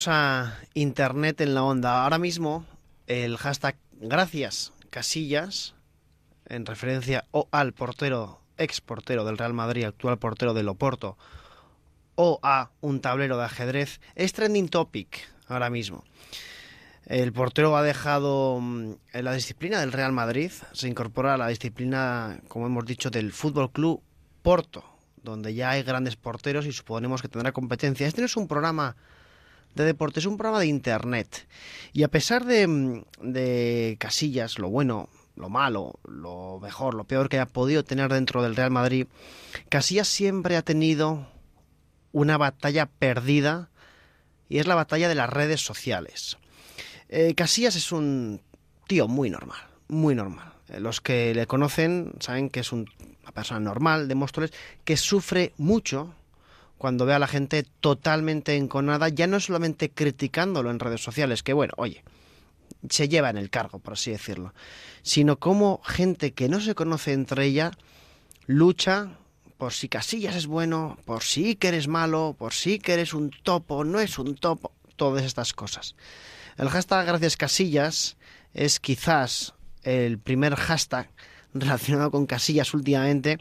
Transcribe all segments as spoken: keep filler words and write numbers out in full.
A Internet en la onda. Ahora mismo el hashtag Gracias Casillas, en referencia o al portero, ex portero del Real Madrid, actual portero del Oporto, o a un tablero de ajedrez, es trending topic ahora mismo. El portero ha dejado la disciplina del Real Madrid, se incorpora a la disciplina, como hemos dicho, del Fútbol Club Porto, donde ya hay grandes porteros y suponemos que tendrá competencia. Este no es un programa de deporte, es un programa de internet. Y a pesar de, de Casillas, lo bueno, lo malo, lo mejor, lo peor que haya podido tener dentro del Real Madrid, Casillas siempre ha tenido una batalla perdida, y es la batalla de las redes sociales. Eh, Casillas es un tío muy normal, muy normal. Eh, los que le conocen saben que es un, una persona normal de Móstoles, que sufre mucho cuando ve a la gente totalmente enconada, ya no solamente criticándolo en redes sociales, que bueno, oye, se lleva en el cargo, por así decirlo, sino como gente que no se conoce entre ella lucha por si Casillas es bueno, por si Iker es malo, por si Iker es un topo, no es un topo, todas estas cosas. El hashtag Gracias Casillas es quizás el primer hashtag relacionado con Casillas últimamente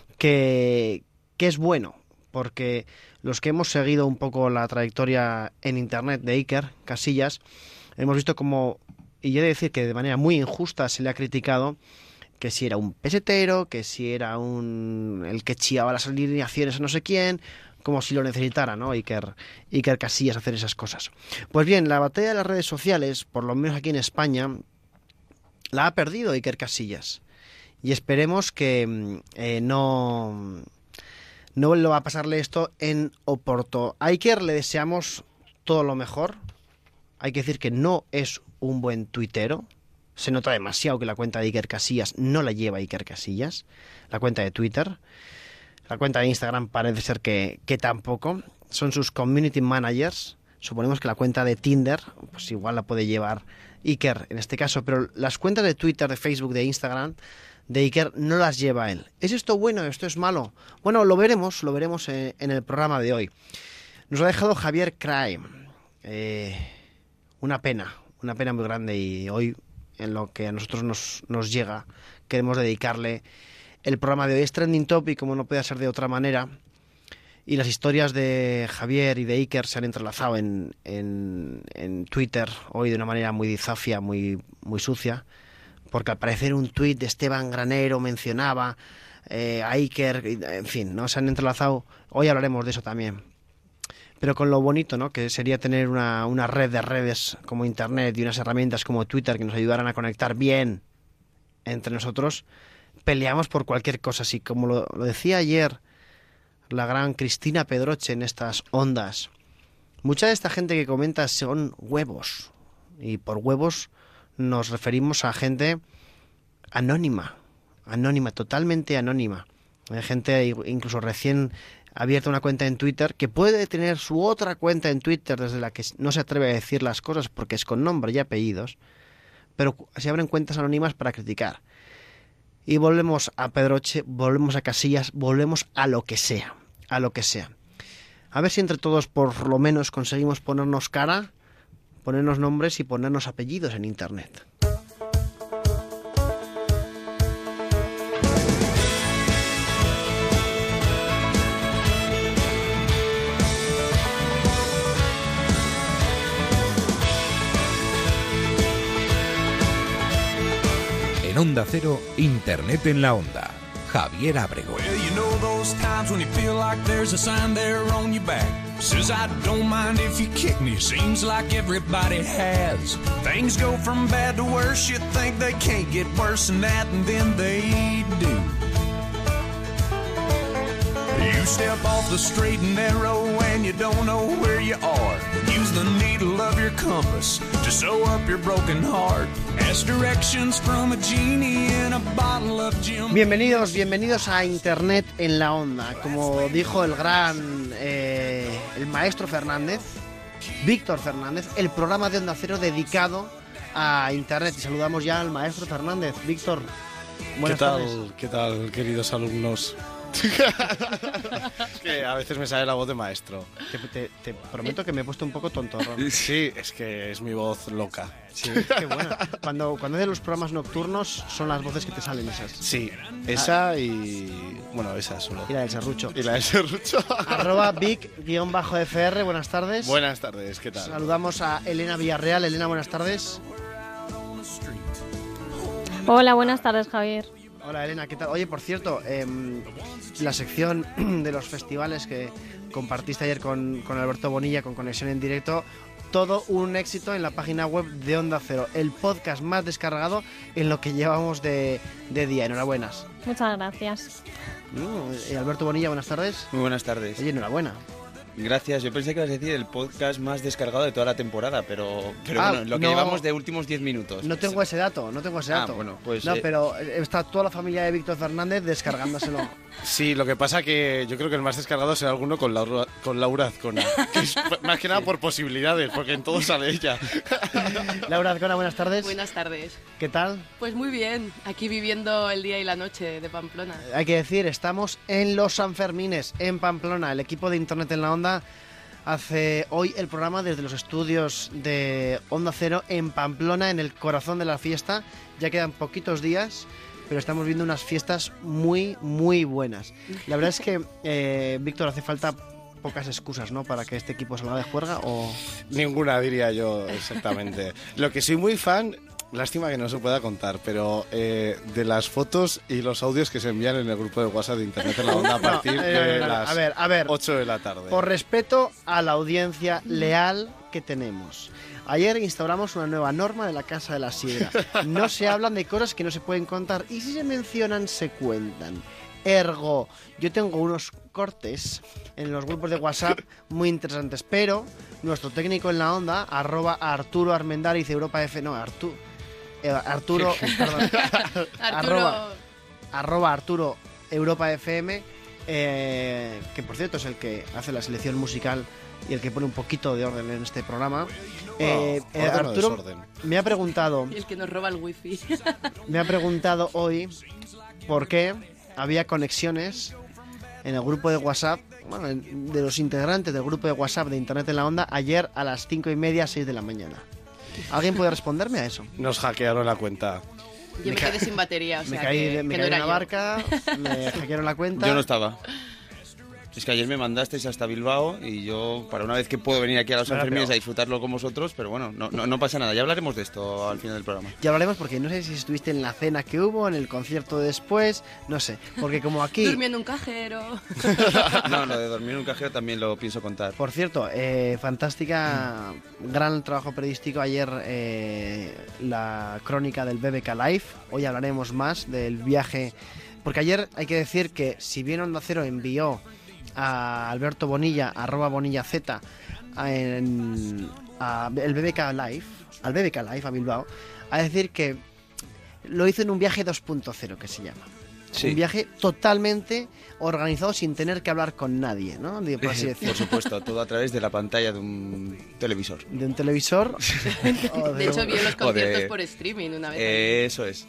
que, que es bueno, porque los que hemos seguido un poco la trayectoria en internet de Iker Casillas, hemos visto como, y yo he de decir que de manera muy injusta se le ha criticado, que si era un pesetero, que si era un el que chiaba las alineaciones a no sé quién, como si lo necesitara, ¿no? Iker, Iker Casillas hacer esas cosas. Pues bien, la batalla de las redes sociales, por lo menos aquí en España, la ha perdido Iker Casillas. Y esperemos que eh, no... no le va a pasarle esto en Oporto. A Iker le deseamos todo lo mejor. Hay que decir que no es un buen tuitero. Se nota demasiado que la cuenta de Iker Casillas no la lleva Iker Casillas. La cuenta de Twitter. La cuenta de Instagram parece ser que, que tampoco. Son sus community managers. Suponemos que la cuenta de Tinder, pues igual la puede llevar Iker en este caso. Pero las cuentas de Twitter, de Facebook, de Instagram de Iker no las lleva él. ¿Es esto bueno? ¿Esto es malo? Bueno, lo veremos, lo veremos en, en el programa de hoy. Nos ha dejado Javier Cray. Eh, una pena, una pena muy grande, y hoy, en lo que a nosotros nos, nos llega, queremos dedicarle el programa de hoy. Es trending topic, como no puede ser de otra manera, y las historias de Javier y de Iker se han entrelazado en, en, en Twitter hoy de una manera muy zafia, muy, muy sucia, porque al parecer un tuit de Esteban Granero mencionaba eh, a Iker, en fin, ¿no? Se han entrelazado, hoy hablaremos de eso también. Pero con lo bonito, ¿no?, que sería tener una, una red de redes como Internet y unas herramientas como Twitter que nos ayudaran a conectar bien entre nosotros. Peleamos por cualquier cosa, así como lo, lo decía ayer la gran Cristina Pedroche en estas ondas. Mucha de esta gente que comenta son huevos, y por huevos nos referimos a gente anónima, anónima, totalmente anónima. Hay gente incluso recién abierta una cuenta en Twitter que puede tener su otra cuenta en Twitter desde la que no se atreve a decir las cosas porque es con nombre y apellidos, pero se abren cuentas anónimas para criticar. Y volvemos a Pedroche, volvemos a Casillas, volvemos a lo que sea, a lo que sea. A ver si entre todos por lo menos conseguimos ponernos cara, ponernos nombres y ponernos apellidos en Internet. En Onda Cero, Internet en la Onda. Javier Ábrego. Well, you know those times when you feel like there's a sign there on your back. Says I don't mind if you kick me. Seems like everybody has. Things go from bad to worse. You think they can't get worse than that, and then they do. You step off the straight and narrow and you don't know where you are. Use the needle of your compass to sew up your broken heart. Ask directions from a genie in a bottle of Jim. Bienvenidos, bienvenidos a Internet en la Onda. Como dijo el gran, eh, el maestro Fernández, Víctor Fernández, el programa de Onda Cero dedicado a Internet. Y saludamos ya al maestro Fernández. Víctor, buenas ¿Qué tal? tardes. ¿Qué tal, queridos alumnos? Que a veces me sale la voz de maestro. Te, te- te prometo que me he puesto un poco tontorrón. Sí, es que es mi voz loca. Sí, qué bueno. Cuando, cuando haces los programas nocturnos son las voces que te salen esas. Sí, esa y... Bueno, esa solo. Y la del serrucho. Y la de Serrucho. Arroba Vic-F R, buenas tardes. Buenas tardes, ¿qué tal? Saludamos a Elena Villarreal. Elena, buenas tardes. Hola, buenas tardes, Javier. Hola Elena, ¿qué tal? Oye, por cierto, eh, la sección de los festivales que compartiste ayer con, con Alberto Bonilla, con Conexión en Directo, todo un éxito en la página web de Onda Cero, el podcast más descargado en lo que llevamos de, de día. Enhorabuenas. Muchas gracias. Mm, eh, Alberto Bonilla, buenas tardes. Muy buenas tardes. Oye, enhorabuena. Gracias. Yo pensé que ibas a decir el podcast más descargado de toda la temporada, pero, pero Ah, bueno, lo que no. llevamos de últimos diez minutos. No tengo ese dato, no tengo ese Ah, dato. bueno, pues, No, eh, pero está toda la familia de Víctor Fernández descargándoselo. Sí, lo que pasa que yo creo que el más descargado será alguno con Laura, con Laura Azcona. Que es más que nada por posibilidades, porque en todo sale ella. Laura Azcona, buenas tardes. Buenas tardes. ¿Qué tal? Pues muy bien, aquí viviendo el día y la noche de Pamplona. Hay que decir, estamos en los Sanfermines, en Pamplona. El equipo de Internet en la Onda hace hoy el programa desde los estudios de Onda Cero en Pamplona, en el corazón de la fiesta. Ya quedan poquitos días, pero estamos viendo unas fiestas muy, muy buenas. La verdad es que, eh, Víctor, hace falta pocas excusas, ¿no?, para que este equipo salga de juerga o... Ninguna, diría yo, exactamente. Lo que soy muy fan... Lástima que no se pueda contar, pero eh, de las fotos y los audios que se envían en el grupo de WhatsApp de Internet en la Onda a No, partir eh, de no, no, las a ver, a ver. ocho de la tarde. Por respeto a la audiencia leal que tenemos. Ayer instauramos una nueva norma de la Casa de la Sidra. No se hablan de cosas que no se pueden contar. Y si se mencionan, se cuentan. Ergo, yo tengo unos cortes en los grupos de WhatsApp muy interesantes. Pero nuestro técnico en la Onda, arroba Arturo Armendariz, Europa F... No, Arturo... Eh, Arturo... perdón. Arturo, Arroba. arroba Arturo Europa F M, eh, que por cierto es el que hace la selección musical y el que pone un poquito de orden en este programa. Eh, eh, orden o Arturo desorden. me ha preguntado, y el que nos roba el wifi. me ha preguntado hoy por qué había conexiones en el grupo de WhatsApp, bueno, en- de los integrantes del grupo de WhatsApp de Internet en la Onda ayer a las cinco y media, seis de la mañana. ¿Alguien puede responderme a eso? Nos hackearon la cuenta. Yo me quedé sin batería, o sea me caí, que, me que caí no en era una yo. barca, me hackearon la cuenta. Yo no estaba. Es que ayer me mandasteis hasta Bilbao y yo, para una vez que puedo venir aquí a los Bueno, Sanfermines pero- a disfrutarlo con vosotros, pero bueno, no, no, no pasa nada. Ya hablaremos de esto al final del programa. Ya hablaremos porque no sé si estuviste en la cena que hubo, en el concierto de después, no sé. Porque como aquí... Durmiendo en un cajero. No, lo de dormir en un cajero también lo pienso contar. Por cierto, eh, fantástica, gran trabajo periodístico ayer, eh, la crónica del B B K Live. Hoy hablaremos más del viaje, porque ayer hay que decir que si bien Onda Cero envió a Alberto Bonilla, arroba Bonilla Z, a, en, a el B B K Live, al B B K Live a Bilbao, a decir que lo hizo en un viaje dos punto cero, que se llama. Sí. Un viaje totalmente organizado sin tener que hablar con nadie, ¿no? De- Por así decirlo. Por supuesto, todo a través de la pantalla de un televisor. De un televisor. o De hecho, un- vi los conciertos de- por streaming una vez. Eh, eso es.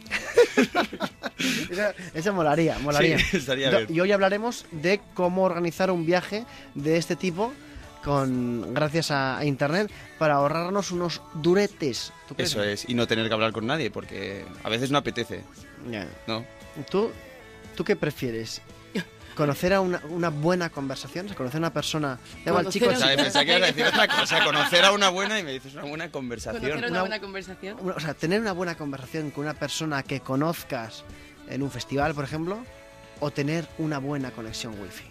Eso, eso molaría, molaría. Sí, estaría Do- bien. Y hoy hablaremos de cómo organizar un viaje de este tipo con gracias a, a internet para ahorrarnos unos duretes. ¿Tú crees? Eso es. Y no tener que hablar con nadie, porque a veces no apetece, Ya. ¿no? ¿Tú, ¿Tú qué prefieres? ¿Conocer a una, una buena conversación? O sea, ¿conocer a una persona? Da igual, Conocer chicos, a O sea, una- pensaba que ibas a decir otra cosa, conocer a una buena y me dices una buena conversación. Conocer una Una- buena conversación. una- o sea, tener una buena conversación con una persona que conozcas en un festival, por ejemplo, o tener una buena conexión wifi.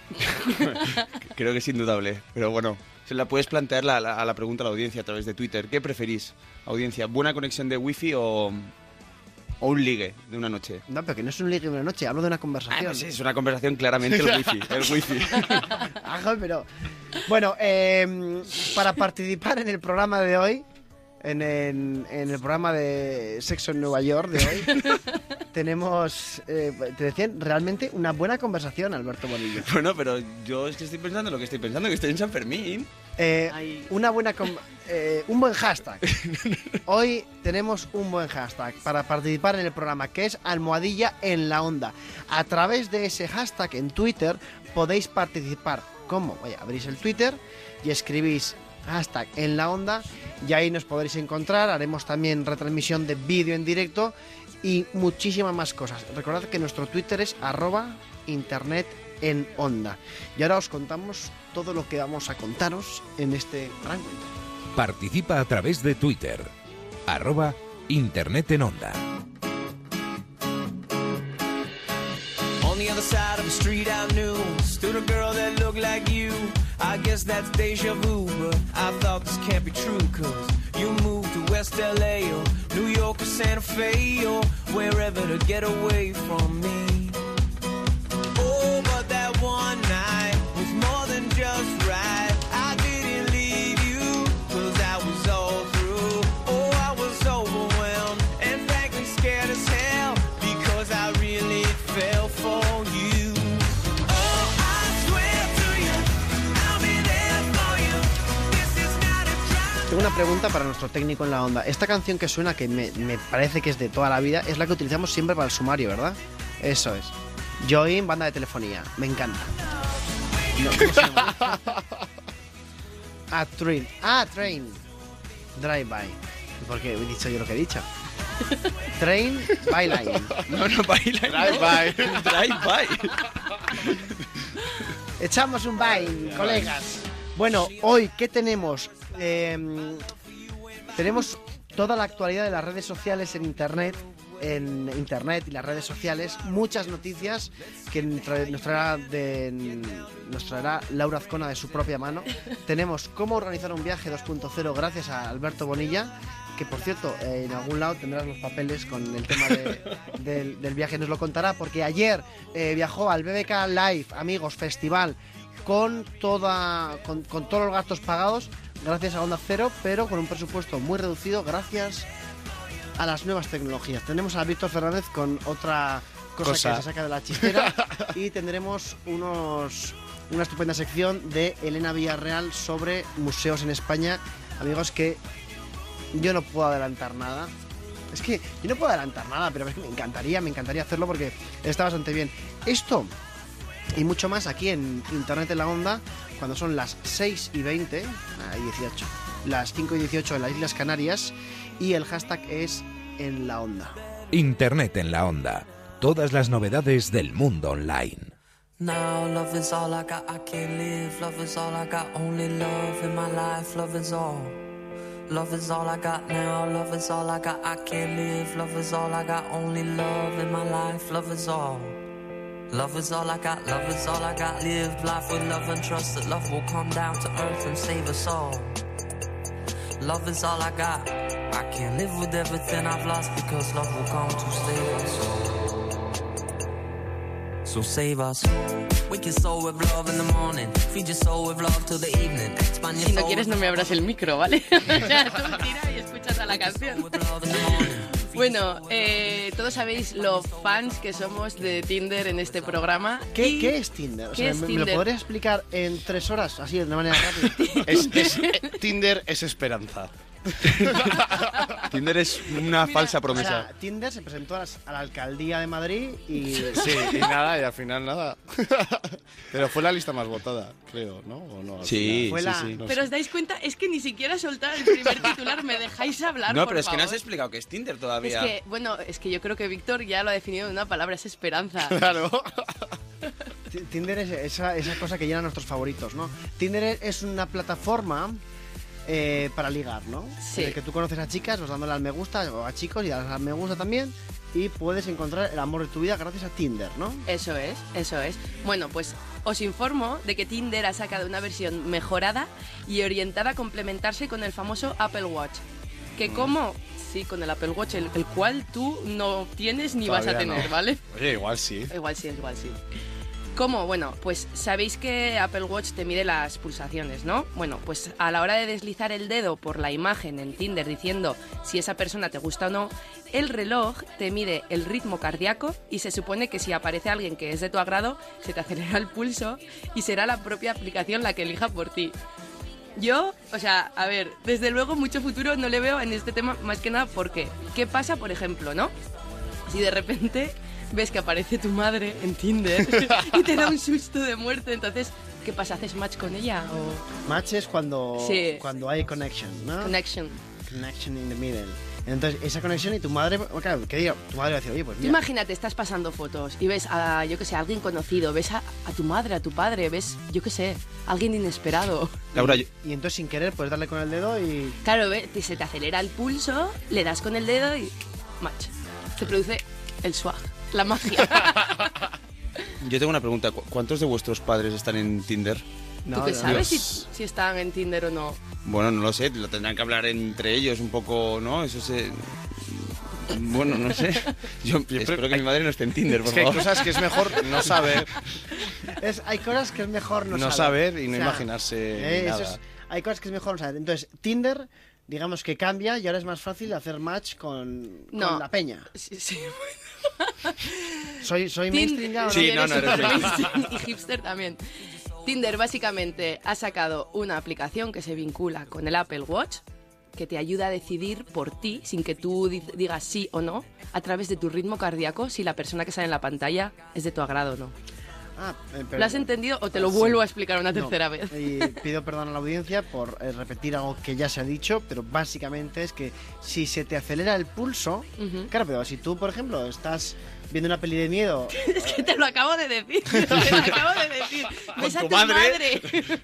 Creo que es indudable, pero bueno, se la puedes plantear la- la- a la pregunta a la audiencia a través de Twitter. ¿Qué preferís, audiencia? ¿Buena conexión de wifi o, o un ligue de una noche? No, pero que no es un ligue de una noche, hablo de una Ah, conversación. pues sí, es una conversación claramente el wifi, el wifi. Ajá, pero... Bueno, eh, para participar en el programa de hoy, en, en, en el programa de Sexo en Nueva York de hoy, tenemos, eh, te decían, realmente una buena conversación, Alberto Bonilla. Bueno, pero yo es que estoy pensando lo que estoy pensando, que estoy en San Fermín. Eh, Ay. una buena com- eh, un buen hashtag. Hoy tenemos un buen hashtag para participar en el programa, que es Almohadilla en la Onda. A través de ese hashtag en Twitter podéis participar. ¿Cómo? Oye, abrís el Twitter y escribís hashtag en la Onda y ahí nos podréis encontrar. Haremos también retransmisión de vídeo en directo y muchísimas más cosas. Recordad que nuestro Twitter es arroba internet en onda. Y ahora os contamos todo lo que vamos a contaros en este gran cuento. Participa a través de Twitter, arroba Internet en Onda. On the other side of the street I knew stood a girl that looked like you. I guess that's deja vu, but I thought this can't be true, cause you moved to West L A or New York or Santa Fe or wherever to get away from me. Oh, but that one night was more than just right. I didn't leave you, cause I was all through. Oh, I was overwhelmed and frankly scared as hell, because I really fell for you. Oh, I swear to you, I'll be there for you. This is not a drive. Tengo una pregunta para nuestro técnico en la onda. Esta canción que suena, que me, me parece que es de toda la vida, es la que utilizamos siempre para el sumario, ¿verdad? Eso es. Join, banda de telefonía. Me encanta. No, ¿cómo se llama? A train. Ah, train. Drive by. Porque he dicho yo lo que he dicho. Train by line. No, no, baila. Drive by. Drive by. Echamos un bye, colegas. Bueno, hoy, ¿qué tenemos? Eh, tenemos toda la actualidad de las redes sociales en internet. En internet y las redes sociales, muchas noticias que nos traerá, de, nos traerá Laura Azcona de su propia mano. Tenemos cómo organizar un viaje dos punto cero gracias a Alberto Bonilla, que por cierto, eh, en algún lado tendrás los papeles con el tema de, del, del viaje, nos lo contará, porque ayer eh, viajó al B B K Live, amigos, festival, con, toda, con, con todos los gastos pagados, gracias a Onda Cero, pero con un presupuesto muy reducido, gracias a las nuevas tecnologías. Tenemos a Víctor Fernández con otra cosa, Cosa. que se saca de la chistera y tendremos unos, una estupenda sección de Elena Villarreal sobre museos en España. Amigos, que yo no puedo adelantar nada. Es que yo no puedo adelantar nada, pero es que me encantaría, me encantaría hacerlo porque está bastante bien. Esto y mucho más aquí en Internet en la Onda, cuando son las seis y veinte, y dieciocho, las cinco y dieciocho en las Islas Canarias, y el hashtag es en la onda. Internet en la Onda. Todas las novedades del mundo online. Now love is all I got, I can't live. Love is all I got, only love in my life. Love is all. Love is all I got now. Love is all I got, I can't live. Love is all I got, only love in my life. Love is all. Love is all I got, love is all I got. Live life with love and trust that love will come down to earth and save us all. Love is all I got. I can't live with everything I've lost, because love will come to save us. So save us. Wake your soul with love in the morning. Feed your soul with love till the evening. Expand your Si no soul quieres, no me abras el micro, ¿vale? O sea, tú tira y escuchas a la canción. with love in the morning. Bueno, eh, todos sabéis lo fans que somos de Tinder en este programa. ¿Qué, Y- ¿qué es Tinder? O ¿Qué sea, es ¿me, ¿Me Tinder? lo podrías explicar en tres horas, así de una manera rápida? Es, es- Tinder es esperanza. Tinder es una falsa O promesa. sea, Tinder se presentó a, las- a la alcaldía de Madrid y... Sí, y nada, y al final nada. Pero fue la lista más votada, creo, ¿no? ¿O no? Al Sí, final. Fue sí, la- sí. No Pero sé. os dais cuenta, es que ni siquiera soltar el primer titular, me dejáis hablar. No, por pero es que no has favor? explicado qué es Tinder Es todavía. que, bueno, es que yo creo que Víctor ya lo ha definido en una palabra, es esperanza. Claro. T- Tinder es esa, esa cosa que llena nuestros favoritos, ¿no? Tinder es- es una plataforma eh, para ligar, ¿no? Sí. En el que tú conoces a chicas, vas dándole al me gusta, o a chicos y al me gusta también, y puedes encontrar el amor de tu vida gracias a Tinder, ¿no? Eso es, eso es. Bueno, pues os informo de que Tinder ha sacado una versión mejorada y orientada a complementarse con el famoso Apple Watch. ¿Que cómo? Sí, con el Apple Watch, el, el cual tú no tienes ni vas a Todavía tener, no. ¿vale? Oye, igual sí. Igual sí, igual sí. ¿Cómo? Bueno, pues sabéis que Apple Watch te mide las pulsaciones, ¿no? Bueno, pues a la hora de deslizar el dedo por la imagen en Tinder diciendo si esa persona te gusta o no, el reloj te mide el ritmo cardíaco y se supone que si aparece alguien que es de tu agrado, se te acelera el pulso y será la propia aplicación la que elija por ti. Yo, o sea, a ver, desde luego mucho futuro no le veo en este tema más que nada porque, ¿qué pasa, por ejemplo, no? Si de repente ves que aparece tu madre en Tinder y te da un susto de muerte, entonces, ¿qué pasa? ¿Haces match con ella? O... Match es cuando, Sí. cuando hay connection, ¿no? Connection. Connection in the middle. Entonces, esa conexión y tu madre, claro, ¿qué diga? Tu madre va a decir, oye, pues Tú mira. imagínate, estás pasando fotos y ves a, yo qué sé, a alguien conocido, ves a, a tu madre, a tu padre, ves, yo qué sé, a alguien inesperado. Laura, yo- Y entonces, sin querer, puedes darle con el dedo y... Claro, ve, te- se te acelera el pulso, le das con el dedo y match. Se produce el swag, la magia. yo tengo una pregunta. ¿Cu- ¿Cuántos de vuestros padres están en Tinder? ¿Tú qué no, sabes si, Dios. si están en Tinder o no? Bueno, no lo sé, lo tendrán que hablar entre ellos un poco, ¿no? Eso se... Bueno, no sé. Yo espero que mi madre no esté en Tinder, por Es que hay favor. cosas que es mejor no saber, Es, hay cosas que es mejor no, no saber. saber y no O sea, imaginarse eh, eso nada. es- hay cosas que es mejor no saber. Entonces, Tinder, digamos que cambia y ahora es más fácil hacer match con, No. con la peña. Sí, sí. ¿Soy, soy Tinder- mainstream ya o no? Sí, no, eres no, eres súper mainstream. mainstream y hipster también. Tinder básicamente ha sacado una aplicación que se vincula con el Apple Watch que te ayuda a decidir por ti, sin que tú di- digas sí o no, a través de tu ritmo cardíaco, si la persona que sale en la pantalla es de tu agrado o no. Ah, eh, pero- ¿Lo has entendido o te lo Sí. vuelvo a explicar una No. tercera vez? Y pido perdón a la audiencia por eh, repetir algo que ya se ha dicho, pero básicamente es que si se te acelera el pulso, Ujú. claro, pero si tú, por ejemplo, estás viendo una peli de miedo, Es que te lo acabo de decir. Te lo acabo de decir. Ves a tu tu madre. madre.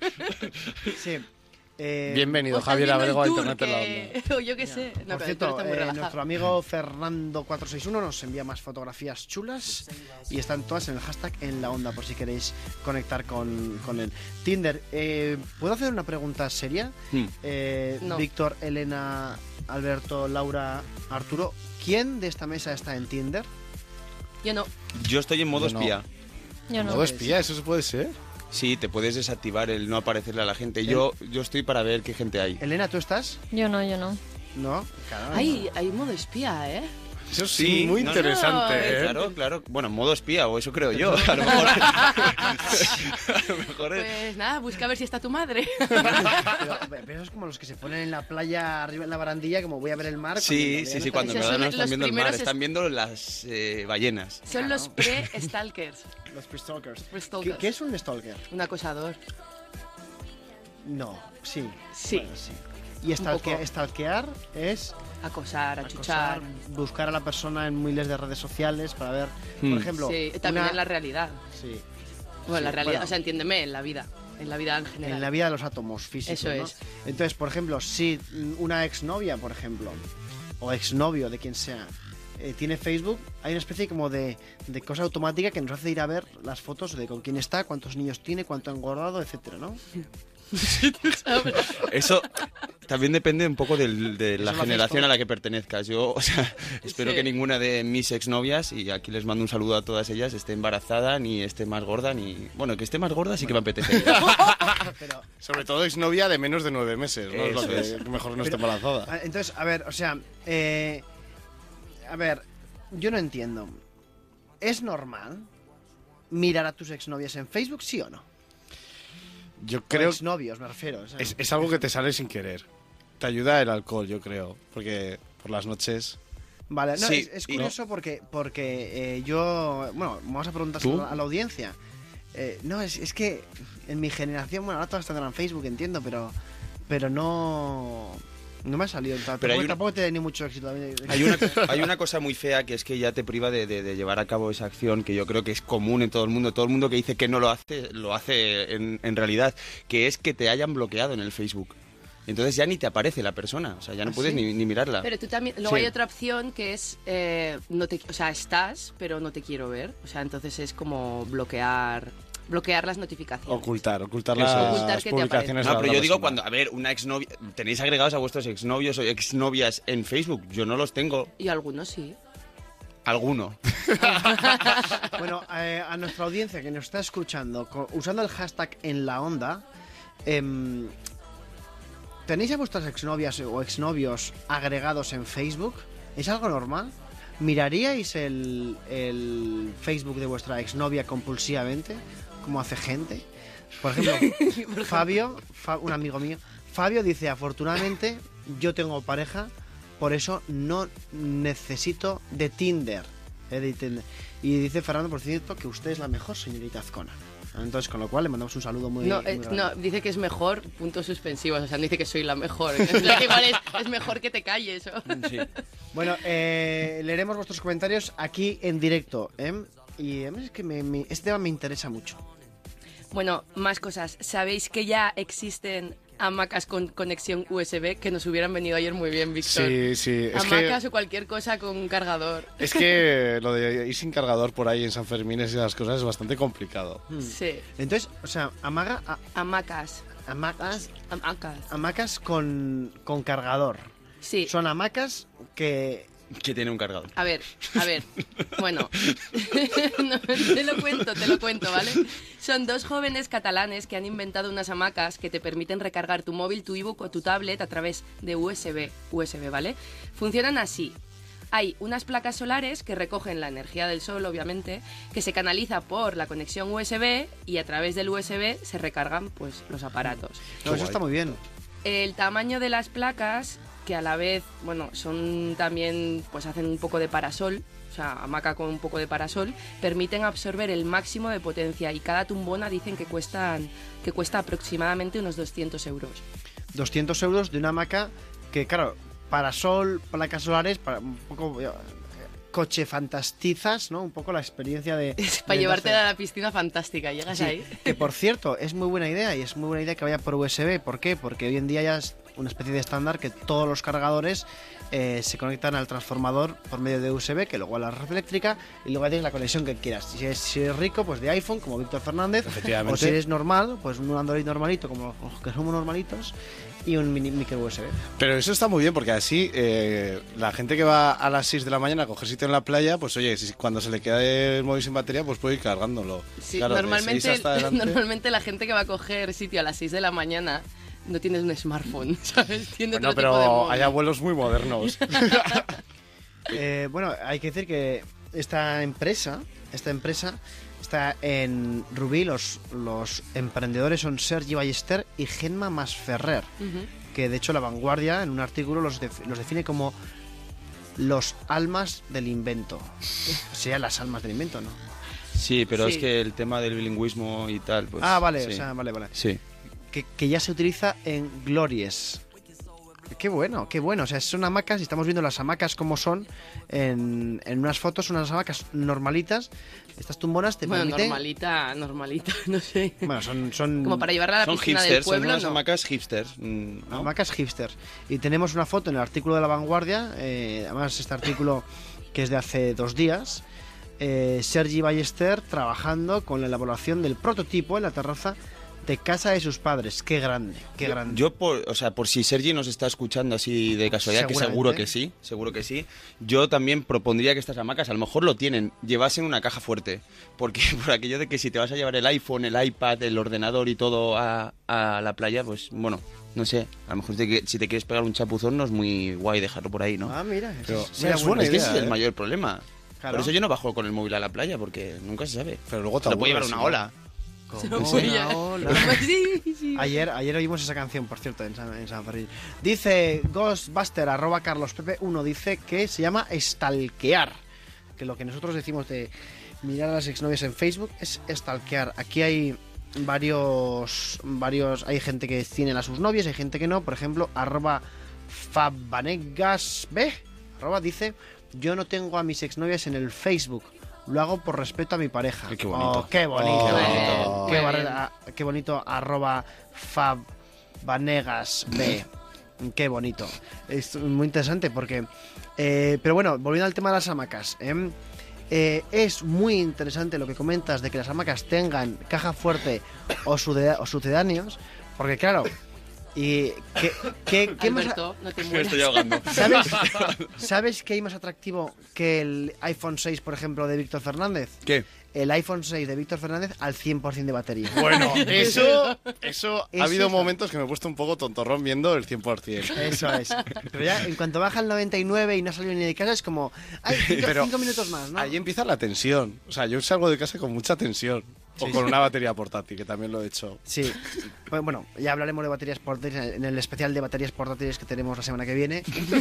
sí. eh, Bienvenido, O estás Javier viendo el Abrego a tour, Internet en la onda. que- O yo qué sé. No, Por pero tú cierto, estás muy eh, relajado. nuestro amigo Fernando cuatro seis uno nos envía más fotografías chulas y están todas en el hashtag en la onda por si queréis conectar con, con él. Tinder, eh, ¿puedo hacer una pregunta seria? Hmm. Eh, No. Víctor, Elena, Alberto, Laura, Arturo, ¿quién de esta mesa está en Tinder? Yo no. Yo estoy en modo Yo no. espía. Yo no. ¿Modo espía? ¿Eso se puede ser? Sí, te puedes desactivar el no aparecerle a la gente. Yo, yo estoy para ver qué gente hay. Elena, ¿tú estás? Yo no, yo no. No, claro. Ay, hay modo espía, ¿eh? Eso sí, Sí, muy no, no. interesante, No, ¿eh? Claro, claro. Bueno, modo espía, o eso creo yo. A lo mejor, a lo mejor es- Pues nada, busca a ver si está tu madre. Pero, pero es como los que se ponen en la playa arriba en la barandilla, como voy a ver el mar. Sí, cuando sí, sí, en cuando en Esos verdad son no los están viendo el mar, primeros están viendo las eh, ballenas. Son los pre-stalkers. los pre-stalkers. Pre-stalkers. ¿Qué, qué es un stalker? Un acosador. No, sí. Sí. Bueno, sí. Y stalke- poco. stalkear es Acosar, achuchar. acosar, buscar a la persona en miles de redes sociales para ver, Hmm. por ejemplo, Sí, también una- en la realidad. sí, Bueno, en la Sí, realidad, bueno. o sea, entiéndeme, en la vida. En la vida en general. en la vida de los átomos físicos. Eso ¿no? es. Entonces, por ejemplo, si una exnovia, por ejemplo, o exnovio de quien sea, eh, tiene Facebook, hay una especie como de, de cosa automática que nos hace ir a ver las fotos de con quién está, cuántos niños tiene, cuánto ha engordado, etcétera, ¿no? Eso también depende un poco del- de Eso la lo haces generación todo. a la que pertenezcas. Yo, o sea, espero Sí. que ninguna de mis exnovias, y aquí les mando un saludo a todas ellas, esté embarazada, ni esté más gorda, ni... Bueno, que esté más gorda sí que me apetece. Pero, Sobre todo es novia de menos de nueve meses, ¿no? Es lo Eso que es. mejor no esté Pero- embarazada. ah, entonces, a ver, o sea, eh, a ver, yo no entiendo. ¿Es normal mirar a tus exnovias en Facebook, sí o no? Yo O creo exnovios, me refiero. o sea, es, es algo que te sale sin querer. Te ayuda el alcohol, yo creo. Porque por las noches... Vale, no, Sí, es, es y- curioso porque, porque eh, yo... Bueno, vamos a preguntar ¿Tú? a la audiencia. Eh, no, es, es que en mi generación, bueno, ahora todas están en Facebook, entiendo, pero pero no... No me ha salido. Tampoco, Pero hay una- tampoco te ni mucho éxito. Hay una, hay una cosa muy fea que es que ya te priva de, de- de llevar a cabo esa acción que yo creo que es común en todo el mundo. Todo el mundo que dice que no lo hace, lo hace en, en realidad, que es que te hayan bloqueado en el Facebook. Entonces ya ni te aparece la persona, o sea, ya no ¿Ah, puedes sí? ni, ni mirarla. Pero tú también, luego Sí. hay otra opción que es, eh, no te, o sea, estás, pero no te quiero ver. O sea, entonces es como bloquear, bloquear las notificaciones. Ocultar, ocultar Eso las es. Ocultar que te publicaciones No, de la pero otra yo digo persona. cuando, a ver, una exnovia, tenéis agregados a vuestros exnovios o exnovias en Facebook, yo no los tengo. Y algunos sí. Alguno. Bueno, eh, a nuestra audiencia que nos está escuchando, co- usando el hashtag en la onda, em, ¿tenéis a vuestras exnovias o exnovios agregados en Facebook? ¿Es algo normal? ¿Miraríais el, el Facebook de vuestra exnovia compulsivamente, como hace gente? Por ejemplo, Fabio, Fa- un amigo mío, Fabio dice, afortunadamente yo tengo pareja, por eso no necesito de Tinder. eh, de Tinder. Y dice Fernando, por cierto, que usted es la mejor señorita Azcona. Entonces, con lo cual le mandamos un saludo muy, No, muy eh, grande. no, dice que es mejor, puntos suspensivos, o sea, no dice que soy la mejor. O sea, que igual es, es mejor que te calles. ¿o? Sí. Bueno, eh, leeremos vuestros comentarios aquí en directo. ¿eh? Y eh, es que me- me- este tema me interesa mucho. Bueno, más cosas. ¿Sabéis que ya existen hamacas con conexión U S B que nos hubieran venido ayer muy bien, Víctor? Sí, sí. Es Hamacas que, o cualquier cosa con un cargador. es que lo de ir sin cargador por ahí en San Fermín y esas cosas es bastante complicado. Sí. Entonces, o sea, amaga, a- Hamacas. hamacas, Hamacas. hamacas con, con cargador. Sí. Son hamacas que... Que tiene un cargador. A ver, a ver. Bueno, no, te lo cuento, te lo cuento, ¿vale? Son dos jóvenes catalanes que han inventado unas hamacas que te permiten recargar tu móvil, tu ebook o tu tablet a través de U S B, U S B, ¿vale? Funcionan así. Hay unas placas solares que recogen la energía del sol, obviamente, que se canaliza por la conexión U S B y a través del U S B se recargan pues los aparatos. No, eso está muy bien. El tamaño de las placas, que a la vez, bueno, son también, pues hacen un poco de parasol, o sea, hamaca con un poco de parasol, permiten absorber el máximo de potencia y cada tumbona dicen que cuestan, que cuesta aproximadamente unos doscientos euros. doscientos euros de una hamaca que, claro, parasol, placas solares, para un poco... eh, coche fantastizas, ¿no? Un poco la experiencia de... Es para de llevarte doce. a la piscina fantástica, llegas Sí, ahí. que por cierto, es muy buena idea y es muy buena idea que vaya por U S B. ¿Por qué? Porque hoy en día ya es una especie de estándar que todos los cargadores eh, se conectan al transformador por medio de U S B, que luego a la red eléctrica y luego tienes la conexión que quieras. Si eres, si eres rico, pues de iPhone, como Víctor Fernández, Efectivamente. o si eres normal, pues un Android normalito, como los que somos normalitos, y un mini micro U S B. Pero eso está muy bien porque así eh, la gente que va a las seis de la mañana a coger sitio en la playa, pues oye, si, cuando se le queda el móvil sin batería, pues puede ir cargándolo. Sí, Claro, de normalmente, seis hasta adelante. normalmente la gente que va a coger sitio a las seis de la mañana no tienes un smartphone, ¿sabes? Tiene Bueno, otro tipo de pero móvil. hay abuelos muy modernos. Eh, bueno, hay que decir que esta empresa, esta empresa está en Rubí, los, los emprendedores son Sergi Ballester y Gemma Masferrer, Ujú. que de hecho La Vanguardia en un artículo los, def- los define como los almas del invento. Serían las almas del invento, ¿no? Sí, pero Sí. es que el tema del bilingüismo y tal, pues... ah, vale, sí. o sea, vale, vale. Sí. Que, que ya se utiliza en Glories. Qué bueno, qué bueno. O sea, son hamacas y estamos viendo las hamacas como son en, en unas fotos, unas hamacas normalitas. Estas tumbonas te Bueno, permiten... normalita, normalita, no sé. Bueno, son, son Como para llevarla a la Son piscina del hipsters, son pueblo, unas no. hamacas hipsters. mm, ¿no? hamacas hipsters. Y tenemos una foto en el artículo de La Vanguardia, eh, además este artículo que es de hace dos días, eh, Sergi Ballester trabajando con la elaboración del prototipo en la terraza de casa de sus padres. Qué grande, qué grande. Yo, por, o sea, por si Sergi nos está escuchando así de casualidad, que Seguramente. seguro que sí, seguro que sí, yo también propondría que estas hamacas, a lo mejor lo tienen, llevasen una caja fuerte. Porque por aquello de que si te vas a llevar el iPhone, el iPad, el ordenador y todo a, a la playa, pues bueno, no sé, a lo mejor te- si te quieres pegar un chapuzón no es muy guay dejarlo por ahí, ¿no? Ah, mira, Pero es, mira, es buena es que idea, ese es el ¿eh? mayor problema. Claro. Por eso yo no bajo con el móvil a la playa, porque nunca se sabe. Pero luego te Se lo puede llevar aburres, una ¿no? ola. Como Sí, una ya. ola. Sí, sí. Ayer, ayer oímos esa canción, por cierto, en San, en San Fermín. Dice Ghostbuster, arroba Carlos Pepe uno, dice que se llama stalkear. Que lo que nosotros decimos de mirar a las exnovias en Facebook es stalkear. Aquí hay varios, varios, hay gente que tiene a sus novias, hay gente que no. Por ejemplo, arroba Fabanegas B, arroba dice, yo no tengo a mis exnovias en el Facebook. Lo hago por respeto a mi pareja. Ay, qué bonito. Oh, qué bonito. Oh, Muy bien, qué, muy barrera- qué bonito. Arroba Fabanegas B. Qué bonito. Es muy interesante porque... eh, pero bueno, volviendo al tema de las hamacas. ¿eh? Eh, es muy interesante lo que comentas de que las hamacas tengan caja fuerte o, sude- o sucedáneos. Porque claro, ¿Y qué, qué, qué más, Alberto, no te Me mueras. estoy ahogando. ¿sabes, ¿Sabes qué hay más atractivo que el iPhone seis, por ejemplo, de Víctor Fernández? ¿Qué? El iPhone seis de Víctor Fernández al cien por ciento de batería. Bueno, eso, eso, Eso ha habido es- momentos que me he puesto un poco tontorrón viendo el cien por ciento. Eso es. Pero ya, en cuanto baja el noventa y nueve y no ha salido ni de casa, es como... Ay, cinco, Pero cinco minutos más, ¿no? Ahí empieza la tensión. O sea, yo salgo de casa con mucha tensión. O Sí, con sí. una batería portátil, que también lo he hecho. Sí. Pues bueno, ya hablaremos de baterías portátiles en el especial de baterías portátiles que tenemos la semana que viene.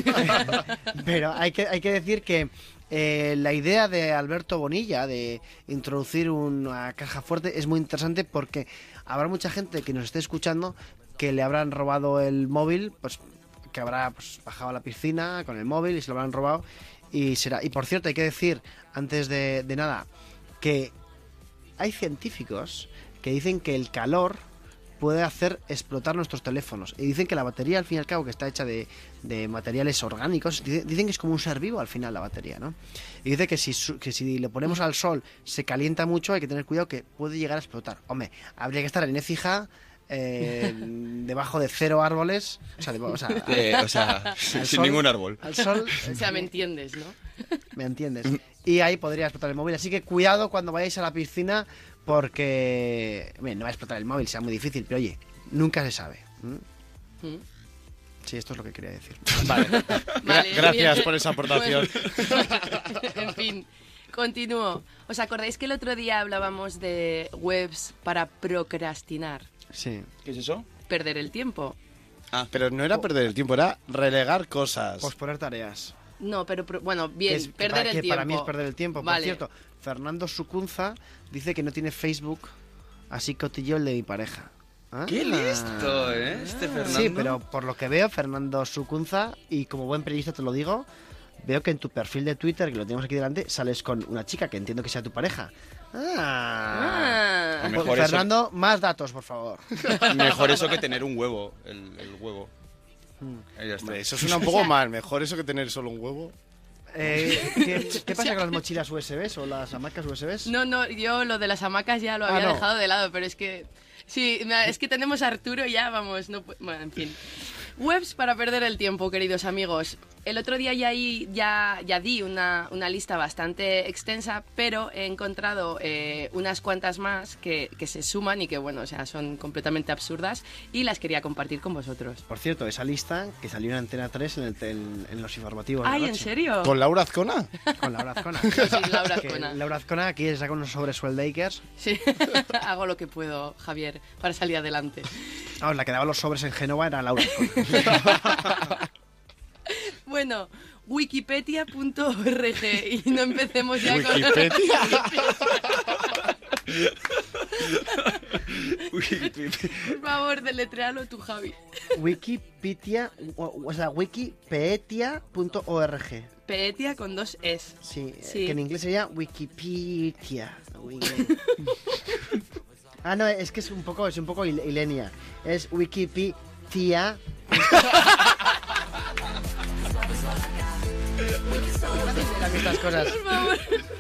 Pero hay que, hay que decir que eh, la idea de Alberto Bonilla de introducir una caja fuerte es muy interesante porque habrá mucha gente que nos esté escuchando que le habrán robado el móvil, pues que habrá pues, bajado a la piscina con el móvil y se lo habrán robado. Y será. Y por cierto, hay que decir, antes de, de nada, que hay científicos que dicen que el calor puede hacer explotar nuestros teléfonos. Y dicen que la batería, al fin y al cabo, que está hecha de, de materiales orgánicos, dice- dicen que es como un ser vivo al final la batería, ¿no? Y dice que si, su- que si le ponemos al sol se calienta mucho, hay que tener cuidado que puede llegar a explotar. Hombre, habría que estar en Écija, eh, debajo de cero árboles, o sea, de- o sea, Eh, o sea, sin, al sin sol- ningún árbol. al sol, O sea, me entiendes, ¿no? ¿me entiendes? Y ahí podría explotar el móvil. Así que cuidado cuando vayáis a la piscina porque... Bien, no va a explotar el móvil, será muy difícil, pero oye, nunca se sabe. ¿Mm? Mm. Sí, esto es lo que quería decir. Vale. Vale, Gracias bien. por esa aportación. Bueno, en fin, continúo. ¿Os acordáis que el otro día hablábamos de webs para procrastinar? Sí. ¿Qué es eso? Perder el tiempo. Pero no era perder el tiempo, era relegar cosas. Posponer tareas. No, pero pro- bueno, Que bien, es- que perder para, el que tiempo. para mí es perder el tiempo. Vale. Por cierto, Fernando Sucunza dice que no tiene Facebook, así cotilló el de mi pareja. Ah. ¡Qué listo, eh! Este Fernando. Sí, pero por lo que veo, Fernando Sucunza, y como buen periodista te lo digo, veo que en tu perfil de Twitter, que lo tenemos aquí delante, sales con una chica que entiendo que sea tu pareja. Ah. Ah. Mejor Pues, eso- Fernando, más datos, por favor. Mejor eso que tener un huevo. El, el huevo. Ahí ya está. Hombre, eso suena un poco mal. Mejor eso que tener solo un huevo. Eh, ¿qué, qué pasa con las mochilas U S Bs o las hamacas U S Bs? No, no, yo lo de las hamacas ya lo Ah, había no. dejado de lado, pero es que... Sí, me- es que tenemos a Arturo y ya, vamos, no pu- bueno, en fin. Webs para perder el tiempo, queridos amigos. El otro día ya, ahí- ya, ya di una, una lista bastante extensa, pero he encontrado eh, unas cuantas más que, que se suman y que, bueno, o sea, son completamente absurdas y las quería compartir con vosotros. Por cierto, esa lista que salió en Antena tres en, el, en, en los informativos de la ¡Ay, en noche. serio! ¿Con Laura Azcona? Con Laura Azcona. Sí, Laura Que Azcona. Laura Azcona aquí saca unos sobresueldakers. Sí, hago lo que puedo, Javier, para salir adelante. Vamos, la que daba los sobres en Génova era Laura Azcona. Bueno, wikipedia punto org y no empecemos ya Wikipedia. con... Por favor, deletréalo tú, Javi. Wikipedia, o, o sea, wikipedia punto org. Peetia con dos es. Sí, eh, Sí. que en inglés sería Wikipedia. Wiki- ah, no, es que es un poco, es un poco il- ilenia. Es Wikipedia. Estas cosas. Por favor.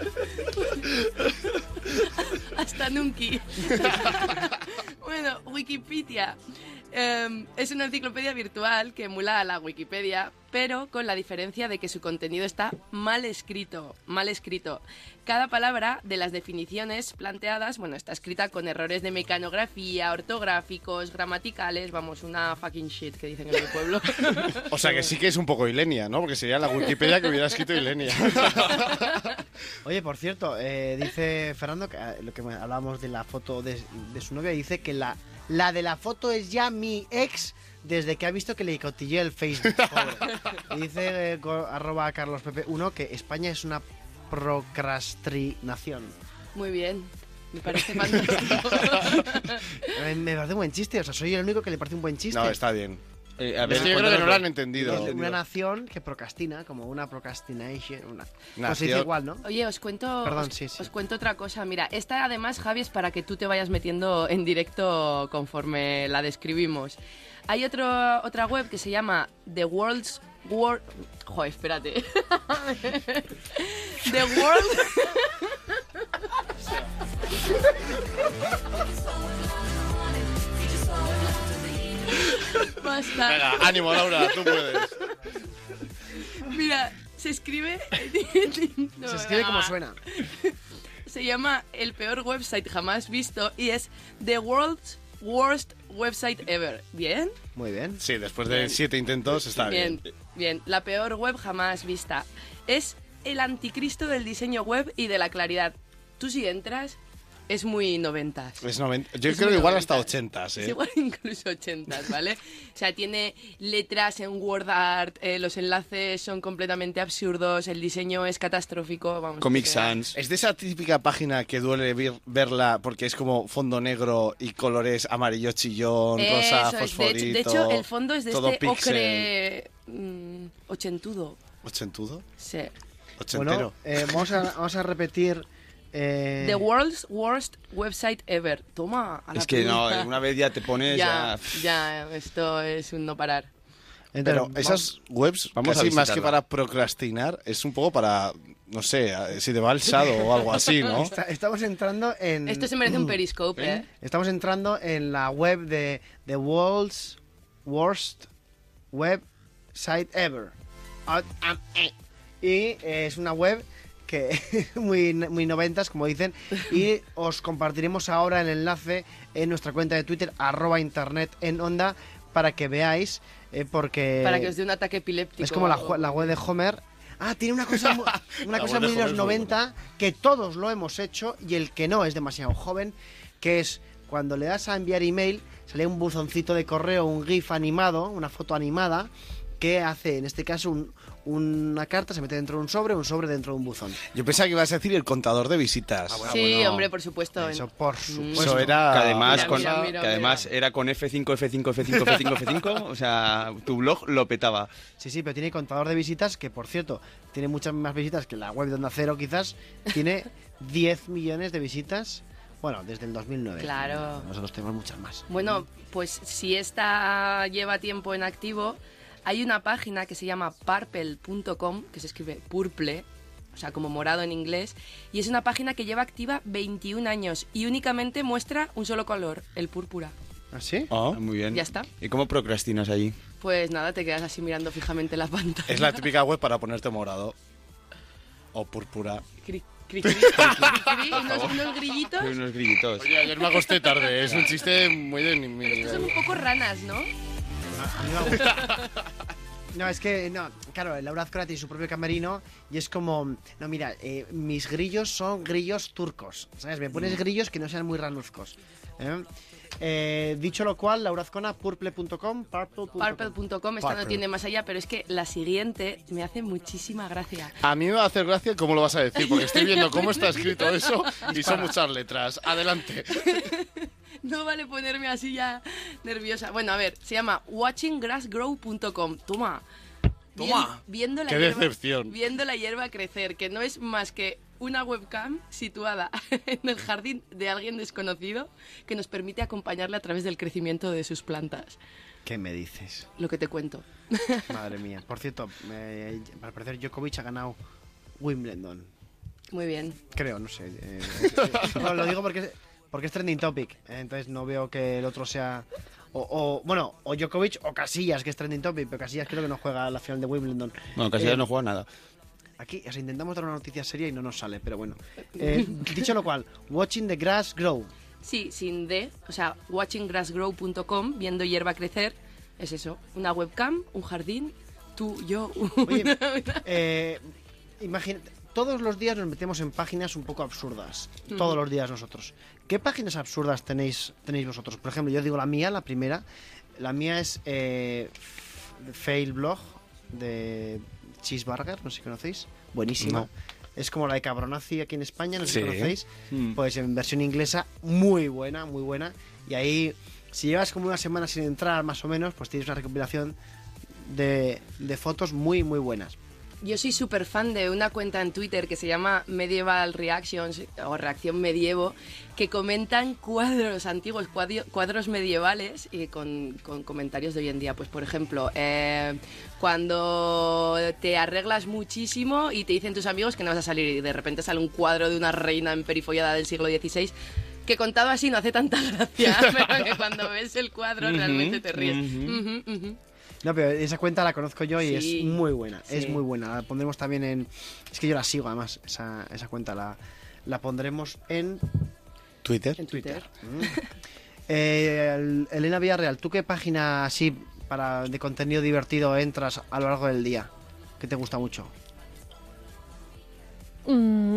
Hasta nunca. Bueno, Wikipedia eh, es una enciclopedia virtual que emula a la Wikipedia, pero con la diferencia de que su contenido está mal escrito, mal escrito. Cada palabra de las definiciones planteadas, bueno, está escrita con errores de mecanografía, ortográficos, gramaticales, vamos, una fucking shit que dicen en mi pueblo. O sea que sí que es un poco Ilenia, ¿no? Porque sería la Wikipedia que hubiera escrito Ilenia. Oye, por cierto, eh, dice Fernando, que eh, lo que me- hablábamos de la foto de, de su novia, dice que la, la de la foto es ya mi ex desde que ha visto que le cotillé el Facebook. Pobre. Y dice eh, co- arroba carlos pepe uno que España es una procrastinación. Muy bien, me parece fantástico. Eh, Me parece un buen chiste, o sea, soy el único que le parece un buen chiste. No, está bien. Eh, a Es ver, que yo creo que no lo han cuéntanoslo. entendido. Es una nación que procrastina, como una procrastination. Una... Pues se Nación. dice igual, ¿no? Oye, os cuento, Perdón, os, sí, sí. os cuento otra cosa. Mira, esta además, Javi, es para que tú te vayas metiendo en directo conforme la describimos. Hay otro, otra web que se llama The World's World... Joder, espérate. The World... Basta. Venga, ánimo, Laura, tú puedes. Mira, se escribe... No, Se escribe venga, como va. suena. Se llama el peor website jamás visto y es The World's Worst Website Ever. ¿Bien? Muy bien. Sí, después de siete intentos está bien. Bien, bien. La peor web jamás vista. Es el anticristo del diseño web y de la claridad. Tú si entras, es muy noventas. Es noventa. Yo Es creo muy que igual noventas. hasta ochentas, Es ¿eh? igual incluso ochentas, ¿vale? O sea, tiene letras en WordArt, eh, los enlaces son completamente absurdos, el diseño es catastrófico, vamos. Comic que- Sans. Es de esa típica página que duele ver- verla porque es como fondo negro y colores amarillo chillón, rosa, Eso es, de fosforito. hecho, de hecho, el fondo es de todo este pixel. ocre mm, ochentudo. ¿Ochentudo? Sí. ¿Ochentero? Bueno, eh, vamos, a, vamos a repetir... eh, The World's Worst Website Ever. Toma, a la Es que no, pregunta. una vez ya te pones Ya, ya... ya, esto es un no parar. entonces, Pero vamos- esas webs, Vamos a casi más que visitarla. para procrastinar, es un poco para, no sé, si te va el sado o algo así, ¿no? está- estamos entrando en... Esto se merece un periscope, ¿eh? Estamos entrando en la web de The World's Worst Website Ever. Ah, ah, eh. Y eh, es una web que muy, muy noventas, como dicen, y os compartiremos ahora el enlace en nuestra cuenta de Twitter, arroba internet en onda, para que veáis, eh, porque... Para que os dé un ataque epiléptico. es como la, ju- la web de Homer. Ah, tiene una cosa, mu- una La cosa web de muy de Homer los es muy noventa, que todos lo hemos hecho, y el que no es demasiado joven, que es cuando le das a enviar email, sale un buzoncito de correo, un GIF animado, una foto animada, que hace, en este caso, un- una carta, se mete dentro de un sobre, un sobre dentro de un buzón. Yo pensaba que ibas a decir el contador de visitas. Sí, bueno. hombre, por supuesto. Eso, por supuesto. Eso era... Que además, Mira, con- mira, mira, que además era con F cinco, F cinco, F cinco, F cinco, F cinco. O sea, tu blog lo petaba. Sí, sí, pero tiene contador de visitas, que por cierto, tiene muchas más visitas que la web de Onda Cero, quizás. Tiene diez millones de visitas, bueno, desde el dos mil nueve. Claro. Nosotros tenemos muchas más. Bueno, pues si esta lleva tiempo en activo, hay una página que se llama purple punto com, que se escribe purple, o sea, como morado en inglés, y es una página que lleva activa veintiún años y únicamente muestra un solo color, el púrpura. ¿Ah, sí? Oh. Ah, muy bien. Ya está. ¿Y cómo procrastinas allí? Pues nada, te quedas así mirando fijamente la pantalla. Es la típica web para ponerte morado. O púrpura. Cri, cri, cri, cri, cri, cri, unos, unos grillitos. Hay unos grillitos. Oye, ayer me acosté tarde. Es un chiste muy de mi Estos son nivel. un poco ranas, ¿no? A mí me gusta. No, es que, no, claro, Laura Azcona tiene su propio camerino y es como, no, mira, eh, mis grillos son grillos turcos, ¿sabes? Me pones grillos que no sean muy ranuzcos. ¿eh? Eh, dicho lo cual, Laura Azcona, purple punto com, purple punto com. Purple punto com, esta no Purple. tiene más allá, pero es que la siguiente me hace muchísima gracia. A mí me va a hacer gracia cómo lo vas a decir, porque estoy viendo cómo está escrito eso y son muchas letras. Adelante. No vale ponerme así ya nerviosa. Bueno, a ver, se llama watching grass grow punto com. Toma. Toma. Vien- viendo la Qué hierba, decepción. Viendo la hierba crecer, que no es más que una webcam situada en el jardín de alguien desconocido que nos permite acompañarle a través del crecimiento de sus plantas. ¿Qué me dices? Lo que te cuento. Madre mía. Por cierto, eh, al parecer Djokovic ha ganado Wimbledon. Muy bien. Creo, no sé. eh, no, lo digo porque, porque es trending topic. eh, entonces no veo que el otro sea... O, o, bueno, o Djokovic o Casillas, que es trending topic, pero Casillas creo que no juega la final de Wimbledon. Bueno, casi ya Eh, no juega nada. Aquí o sea, intentamos dar una noticia seria y no nos sale, pero bueno. Eh, dicho lo cual, Watching the Grass Grow. Sí, sin D, o sea, watching grass grow punto com, viendo hierba crecer, es eso, una webcam, un jardín, tú, yo... Oye, una- una- eh, imagínate, todos los días nos metemos en páginas un poco absurdas. Todos los días nosotros. ¿Qué páginas absurdas tenéis, tenéis vosotros? Por ejemplo, yo digo la mía, la primera. La mía es eh, Fail Blog de Cheeseburger, no sé si conocéis. Buenísima. No. Es como la de Cabronazi aquí en España, no sé si Sí. conocéis. Mm. Pues en versión inglesa, muy buena, muy buena. Y ahí, si llevas como una semana sin entrar, más o menos, pues tienes una recopilación de, de fotos muy, muy buenas. Yo soy súper fan de una cuenta en Twitter que se llama Medieval Reactions o Reacción Medievo, que comentan cuadros antiguos, cuadro- cuadros medievales y con, con comentarios de hoy en día. Pues, por ejemplo, eh, cuando te arreglas muchísimo y te dicen tus amigos que no vas a salir y de repente sale un cuadro de una reina emperifollada del siglo dieciséis, Que contado así no hace tanta gracia, pero que cuando ves el cuadro Ujú, realmente te ríes. ujú. Ujú, ujú. No, pero esa cuenta la conozco yo y Sí. es muy buena, Sí. es muy buena. La pondremos también en... Es que yo la sigo además, esa, esa cuenta la, la pondremos en Twitter. En Twitter. Eh, el- Elena Villarreal, ¿tú qué página así para de contenido divertido entras a lo largo del día? ¿Qué te gusta mucho? Mm.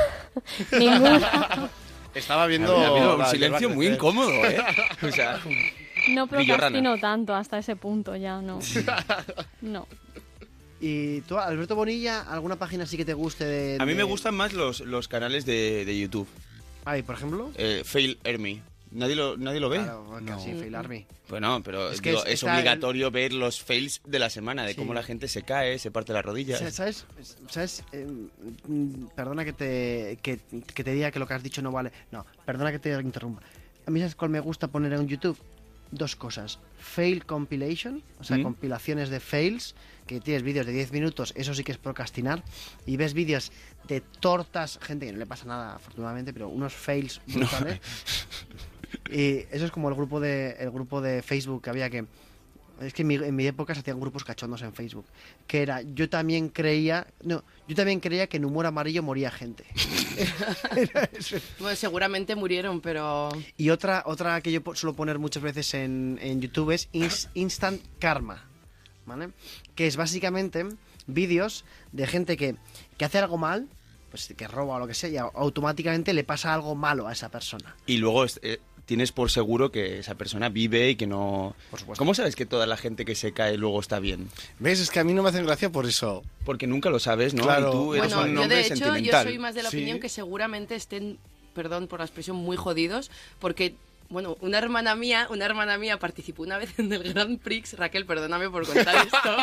Ninguna. Estaba viendo... Ha habido un la silencio hierba muy crecer. incómodo, ¿eh? O sea, No Villorrana. procrastino tanto hasta ese punto ya, no. No. ¿Y tú, Alberto Bonilla, alguna página así que te guste de...? a mí de- me gustan más los, los canales de, de YouTube. Ay, por ejemplo. Eh, Fail Army. ¿Nadie lo, ¿Nadie lo ve? Claro, casi, Fail Army. Bueno, pero Es que digo, es- es, está obligatorio ver los fails de la semana, de Sí. cómo la gente se cae, se parte las rodillas. Sa- ¿Sabes? ¿Sabes? Eh, mm, perdona que te, que, que te diga que lo que has dicho no vale. No, perdona que te interrumpa. A mí, ¿sabes cuál me gusta poner en YouTube? Dos cosas. Fail compilation, o sea, ¿Mm? compilaciones de fails, que tienes vídeos de diez minutos, eso sí que es procrastinar. Y ves vídeos de tortas, gente que no le pasa nada, afortunadamente, pero unos fails brutales. Y eso es como el grupo de el grupo de Facebook que había que... Es que en mi, en mi época se hacían grupos cachondos en Facebook. Que era, yo también creía... No, yo también creía que en humor amarillo moría gente. Era eso. Bueno, seguramente murieron, pero... Y otra, otra que yo po- suelo poner muchas veces en, en YouTube es Ins- Instant Karma, ¿vale? Que es básicamente vídeos de gente que, que hace algo mal, pues que roba o lo que sea, y au- automáticamente le pasa algo malo a esa persona. Y luego es- eh, tienes por seguro que esa persona vive y que no... Por supuesto. ¿Cómo sabes que toda la gente que se cae luego está bien? ¿Ves? Es que a mí no me hacen gracia por eso. Porque nunca lo sabes, ¿no? Claro. Y tú eres Bueno, un yo hombre de hecho, yo sentimental. soy más de la Sí. opinión que seguramente estén, perdón por la expresión, muy jodidos, porque... Bueno, una hermana mía, una hermana mía participó una vez en el Grand Prix. Raquel, perdóname por contar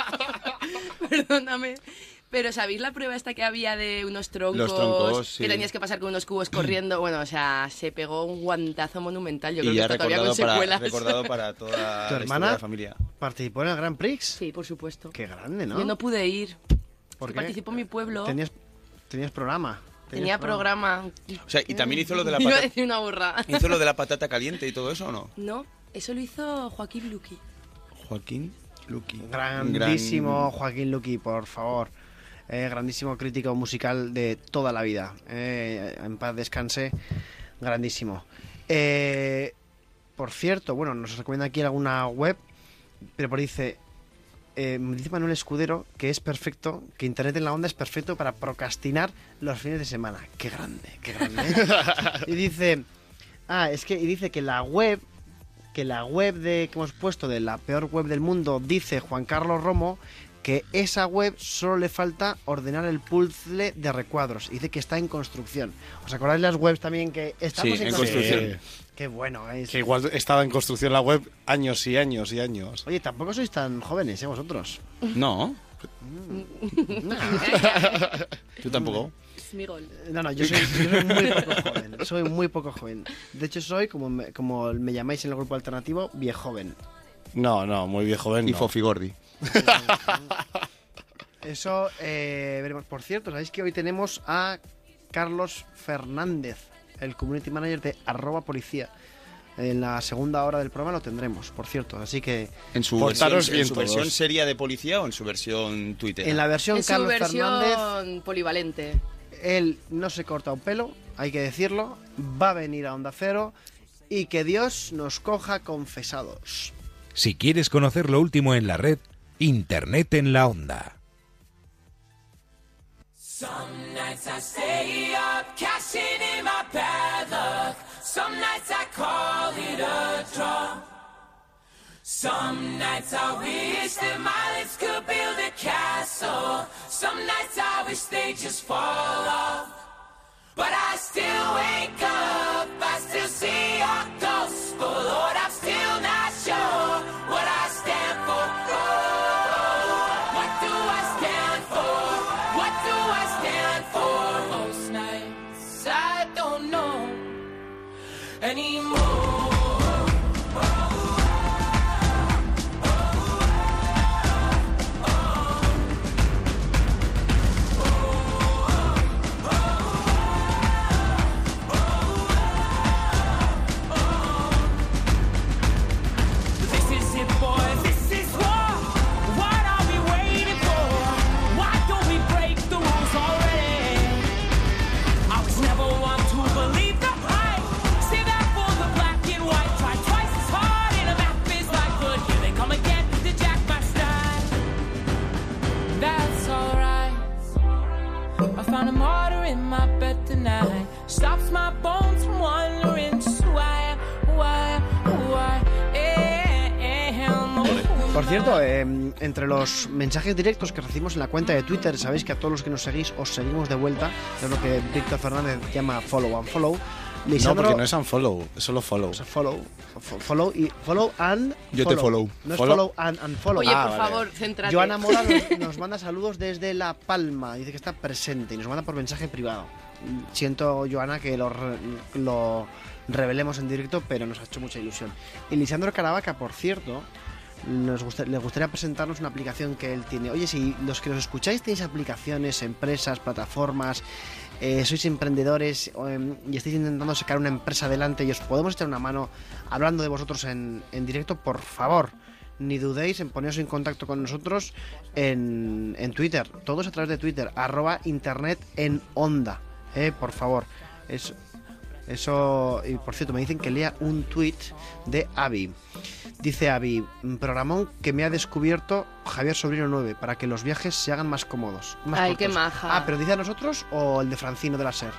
esto. Perdóname. Pero ¿sabéis la prueba esta que había de unos troncos? Los troncos, sí. Que tenías que pasar con unos cubos corriendo. Bueno, o sea, se pegó un guantazo monumental. Yo creo Y que ya está todavía recordado con para, secuelas. recordado para toda ¿Tu la historia hermana? de la familia. ¿Participó en el Grand Prix? Sí, por supuesto. Qué grande, ¿no? Yo no pude ir. ¿Por Que qué? participó en mi pueblo. Tenías, tenías programa. Tenías Tenía programa. O sea, y también hizo lo de la Iba a patata, decir una burra. hizo lo de la patata caliente y todo eso, ¿o no? No, eso lo hizo Joaquín Luqui. Joaquín Luqui. Grandísimo Gran- Joaquín Luqui, por favor. Eh, grandísimo crítico musical de toda la vida. Eh, en paz descanse. Grandísimo. Eh, por cierto, bueno, nos recomienda aquí alguna web, pero por dice, eh, me dice Manuel Escudero que es perfecto, que Internet en la Onda es perfecto para procrastinar los fines de semana. Qué grande, qué grande. Y dice, ah, es que y dice que la web, que la web de que hemos puesto de la peor web del mundo, dice Juan Carlos Romo, que esa web solo le falta ordenar el puzzle de recuadros. Dice que está en construcción. ¿Os acordáis las webs también que estamos Sí, en, en construcción? construcción. Qué bueno es. Que igual estaba en construcción la web años y años y años. Oye, tampoco sois tan jóvenes, ¿eh, vosotros? No. Tú tampoco. Es mi gol. No, no, yo soy, yo soy muy poco joven. Soy muy poco joven. De hecho, soy, como me, como me llamáis en el grupo alternativo, viejoven. No, no, muy viejo ven. Y no. Fofi Gordi. Eso, eh, veremos. Por cierto, sabéis que hoy tenemos a Carlos Fernández, el community manager de arroba policía. En la segunda hora del programa lo tendremos, por cierto. Así que ¿En su, Portaros versión, bien en su versión todos. seria de policía o en su versión Twitter? en la versión Es su Carlos versión Fernández, polivalente. él no se corta un pelo, hay que decirlo. Va a venir a Onda Cero y que Dios nos coja confesados. Si quieres conocer lo último en la red, Internet en la Onda. Some nights I stay up, cashing in my bad luck. Some nights I call it a draw. Some nights I wish that my lips could build a castle. Some nights I wish they just fall off. But I still wake up, I still see your ghost. Oh Lord, I'm still not sure what I stand for. Oh, what do I stand for? What do I stand for? Most nights I don't know anymore. in my bed tonight. Stops my bones from wandering. Just why, why, why am I? Por cierto, eh, entre los mensajes directos que recibimos en la cuenta de Twitter, sabéis que a todos los que nos seguís os seguimos de vuelta, es lo que Víctor Fernández llama follow and follow. Lisandro, no, porque no es unfollow, es solo follow. O sea, follow, follow y follow and Yo follow. te follow. No es follow, follow and, and follow. Oye, ah, por vale. favor, céntrate. Joana Mora nos, nos manda saludos desde La Palma, dice que está presente y nos manda por mensaje privado. Siento, Joana, que lo, re, lo revelemos en directo, pero nos ha hecho mucha ilusión. Y Lisandro Caravaca, por cierto, nos gusta, le gustaría presentarnos una aplicación que él tiene. Oye, si los que nos escucháis tenéis aplicaciones, empresas, plataformas, eh, sois emprendedores eh, y estáis intentando sacar una empresa adelante y os podemos echar una mano hablando de vosotros en, en directo, por favor, ni dudéis en poneros en contacto con nosotros en, en Twitter. Todos a través de Twitter, arroba internet en onda. Eh, por favor. Eso, eso, y por cierto, me dicen que lea un tweet de Avi. Dice Avi, programón que me ha descubierto Javier Sobrino nueve para que los viajes se hagan más cómodos. Más Ay, cortos. qué maja. Ah, pero dice a nosotros o el de Francino de la SER.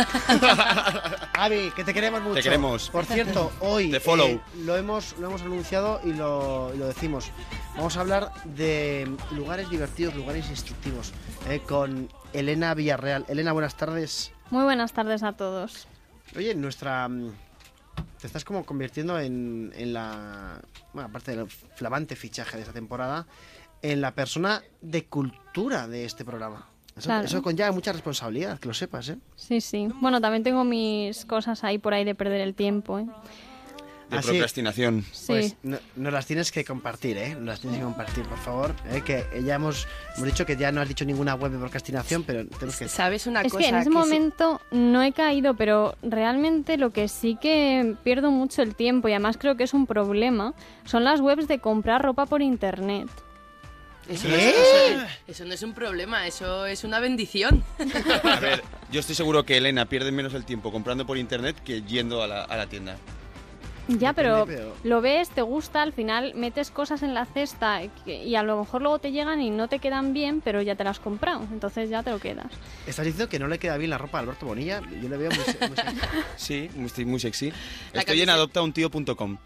Avi, que te queremos mucho. Te queremos. Por cierto, hoy Te follow. eh, lo hemos lo hemos anunciado y lo, y lo decimos. Vamos a hablar de lugares divertidos, lugares instructivos, eh, con Elena Villarreal. Elena, buenas tardes. Muy buenas tardes a todos. Oye, nuestra... Te estás como convirtiendo en, en la... Bueno, aparte del flamante fichaje de esta temporada, en la persona de cultura de este programa. Eso, Claro. eso conlleva mucha responsabilidad, que lo sepas, ¿eh? Sí, sí. Bueno, también tengo mis cosas ahí por ahí de perder el tiempo, ¿eh? De Ah, sí. procrastinación. Sí. Pues no, no las tienes que compartir, ¿eh? No las tienes que compartir, por favor. ¿eh? Que ya hemos, hemos dicho que ya no has dicho ninguna web de procrastinación, pero tenemos que... ¿Sabes una Es cosa? que en ese se- momento no he caído, pero realmente lo que sí que pierdo mucho el tiempo y además creo que es un problema son las webs de comprar ropa por internet. Eso, no es, eso, eso no es un problema, eso es una bendición. A ver, yo estoy seguro que Elena pierde menos el tiempo comprando por internet que yendo a la, a la tienda. Ya, pero, pero- lo ves, te gusta, al final metes cosas en la cesta que- y a lo mejor luego te llegan y no te quedan bien, pero ya te las has comprado, entonces ya te lo quedas. ¿Estás diciendo que no le queda bien la ropa a Alberto Bonilla? Yo le veo muy... se- muy sexy. Sí, muy- estoy muy sexy. La Estoy en camiseta- adopta un tío punto com.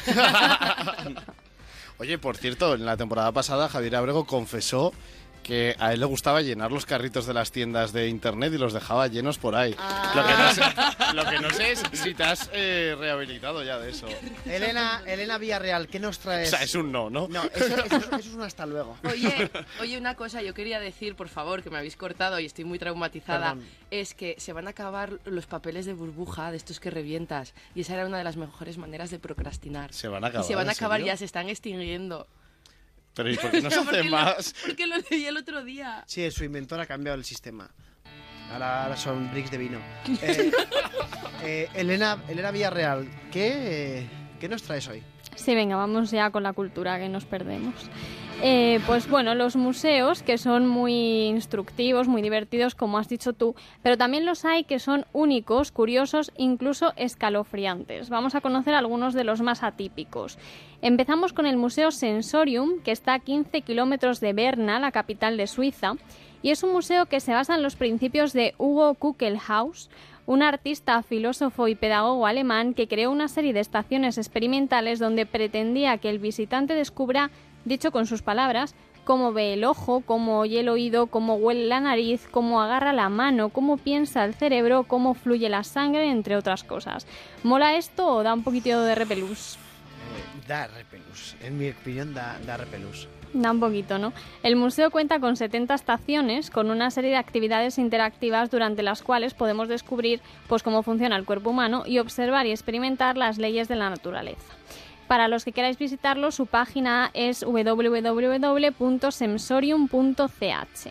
Oye, por cierto, en la temporada pasada Javier Abrego confesó que a él le gustaba llenar los carritos de las tiendas de internet y los dejaba llenos por ahí. Lo, que no sé, lo que no sé es si te has eh, rehabilitado ya de eso. Elena, Elena Villarreal, ¿qué nos O traes? sea, es un no, ¿no? No, eso, eso, eso es un hasta luego. Oye, oye, una cosa, yo quería decir, por favor, que me habéis cortado y estoy muy traumatizada, Perdón. es que se van a acabar los papeles de burbuja, de estos que revientas, y esa era una de las mejores maneras de procrastinar. Se van a acabar. y se van a ¿en acabar, serio? ya se están extinguiendo. Pero ¿y por qué no se Porque hace lo- más? Porque lo leí el otro día. Sí, su inventor ha cambiado el sistema. Ahora, ahora son bricks de vino. Eh, eh, Elena, Elena Villarreal, ¿qué, eh, ¿qué nos traes hoy? Sí, venga, vamos ya con la cultura que nos perdemos. Eh, pues bueno, los museos que son muy instructivos, muy divertidos, como has dicho tú, pero también los hay que son únicos, curiosos, incluso escalofriantes. Vamos a conocer algunos de los más atípicos. Empezamos con el Museo Sensorium, que está a quince kilómetros de Berna, la capital de Suiza, y es un museo que se basa en los principios de Hugo Kuckelhaus, un artista, filósofo y pedagogo alemán que creó una serie de estaciones experimentales donde pretendía que el visitante descubra, dicho con sus palabras, cómo ve el ojo, cómo oye el oído, cómo huele la nariz, cómo agarra la mano, cómo piensa el cerebro, cómo fluye la sangre, entre otras cosas. ¿Mola esto o da un poquito de repelús? Eh, da repelús. En mi opinión, da, da repelús. Da un poquito, ¿no? El museo cuenta con setenta estaciones, con una serie de actividades interactivas durante las cuales podemos descubrir pues, cómo funciona el cuerpo humano y observar y experimentar las leyes de la naturaleza. Para los que queráis visitarlo, su página es doble u doble u doble u punto sensorium punto c h.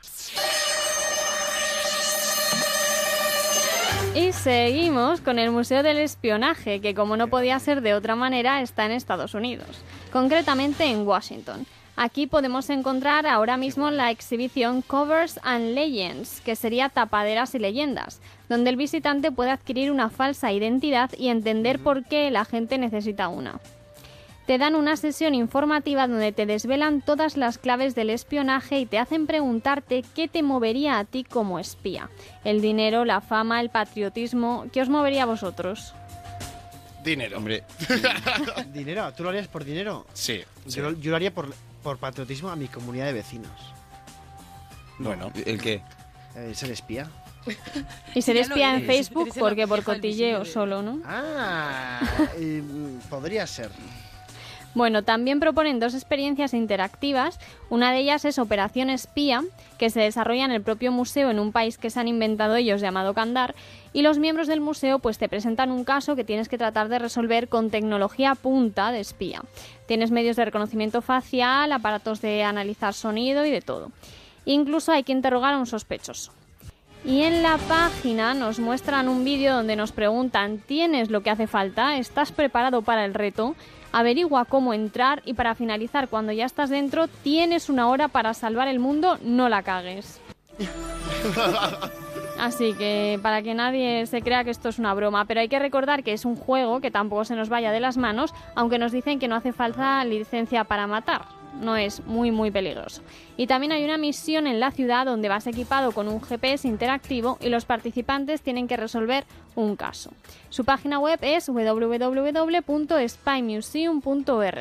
Y seguimos con el Museo del Espionaje, que como no podía ser de otra manera, está en Estados Unidos, concretamente en Washington. Aquí podemos encontrar ahora mismo la exhibición Covers and Legends, que sería tapaderas y leyendas, donde el visitante puede adquirir una falsa identidad y entender por qué la gente necesita una. Te dan una sesión informativa donde te desvelan todas las claves del espionaje y te hacen preguntarte qué te movería a ti como espía. El dinero, la fama, el patriotismo... ¿Qué os movería a vosotros? Dinero. Hombre, ¿Dinero? ¿Tú lo harías por dinero? Sí. sí. Yo, yo lo haría por, por patriotismo a mi comunidad de vecinos. Bueno. ¿el qué? Eh, ser espía. Y ser Ya lo espía en eres, Facebook eres el porque por viejo del cotilleo visible. solo, ¿no? Ah, eh, podría ser. Bueno, también proponen dos experiencias interactivas. Una de ellas es Operación Espía, que se desarrolla en el propio museo en un país que se han inventado ellos llamado Kandar, y los miembros del museo pues te presentan un caso que tienes que tratar de resolver con tecnología punta de espía. Tienes medios de reconocimiento facial, aparatos de analizar sonido y de todo. Incluso hay que interrogar a un sospechoso. Y en la página nos muestran un vídeo donde nos preguntan: ¿tienes lo que hace falta? ¿Estás preparado para el reto? Averigua cómo entrar y para finalizar, cuando ya estás dentro, tienes una hora para salvar el mundo, no la cagues. Así que para que nadie se crea que esto es una broma, pero hay que recordar que es un juego, que tampoco se nos vaya de las manos, aunque nos dicen que no hace falta licencia para matar. No es muy muy peligroso. Y también hay una misión en la ciudad donde vas equipado con un G P S interactivo y los participantes tienen que resolver un caso. Su página web es w w w punto spy museum punto org.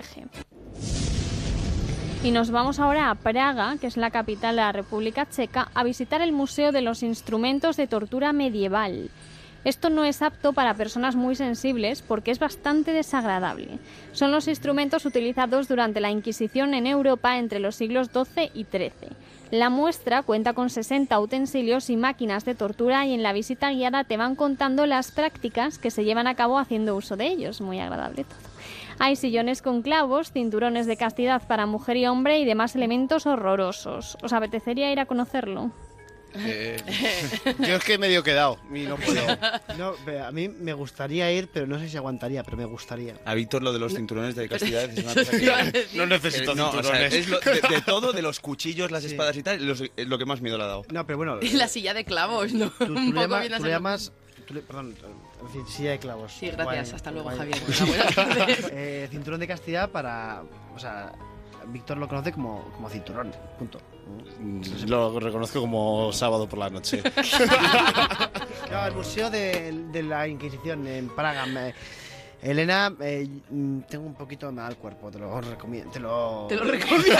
Y nos vamos ahora a Praga, que es la capital de la República Checa, a visitar el Museo de los Instrumentos de Tortura Medieval. Esto no es apto para personas muy sensibles porque es bastante desagradable. Son los instrumentos utilizados durante la Inquisición en Europa entre los siglos doce y trece. La muestra cuenta con sesenta utensilios y máquinas de tortura y en la visita guiada te van contando las prácticas que se llevan a cabo haciendo uso de ellos. Muy agradable todo. Hay sillones con clavos, cinturones de castidad para mujer y hombre y demás elementos horrorosos. ¿Os apetecería ir a conocerlo? Eh, yo es que medio quedado y no puedo. No, ve, a mí me gustaría ir, pero no sé si aguantaría, pero me gustaría. A Víctor lo de los cinturones de castidad es una Eso cosa te iba a que... decir. No necesito Eh, no, o sea, cinturones. es lo, de, de todo, de los cuchillos, las Sí. espadas y tal, los- es lo que más miedo le ha dado. No, pero bueno. Y la silla de clavos, ¿no? Tú, tú Un le poco llamas, viene a tú ser- le llamas- tú le- perdón, en fin, silla de clavos. Sí, gracias. Guay, Hasta luego, guay. Javier. Buenas tardes. Eh, cinturón de castidad para... O sea, Víctor lo conoce como, como cinturón, punto. Mm, Lo reconozco como sábado por la noche. No, el Museo de, de la Inquisición en Praga. Me- Elena, eh, mm, tengo un poquito de mal cuerpo, te lo recomiendo. Te lo, Te lo recomiendo.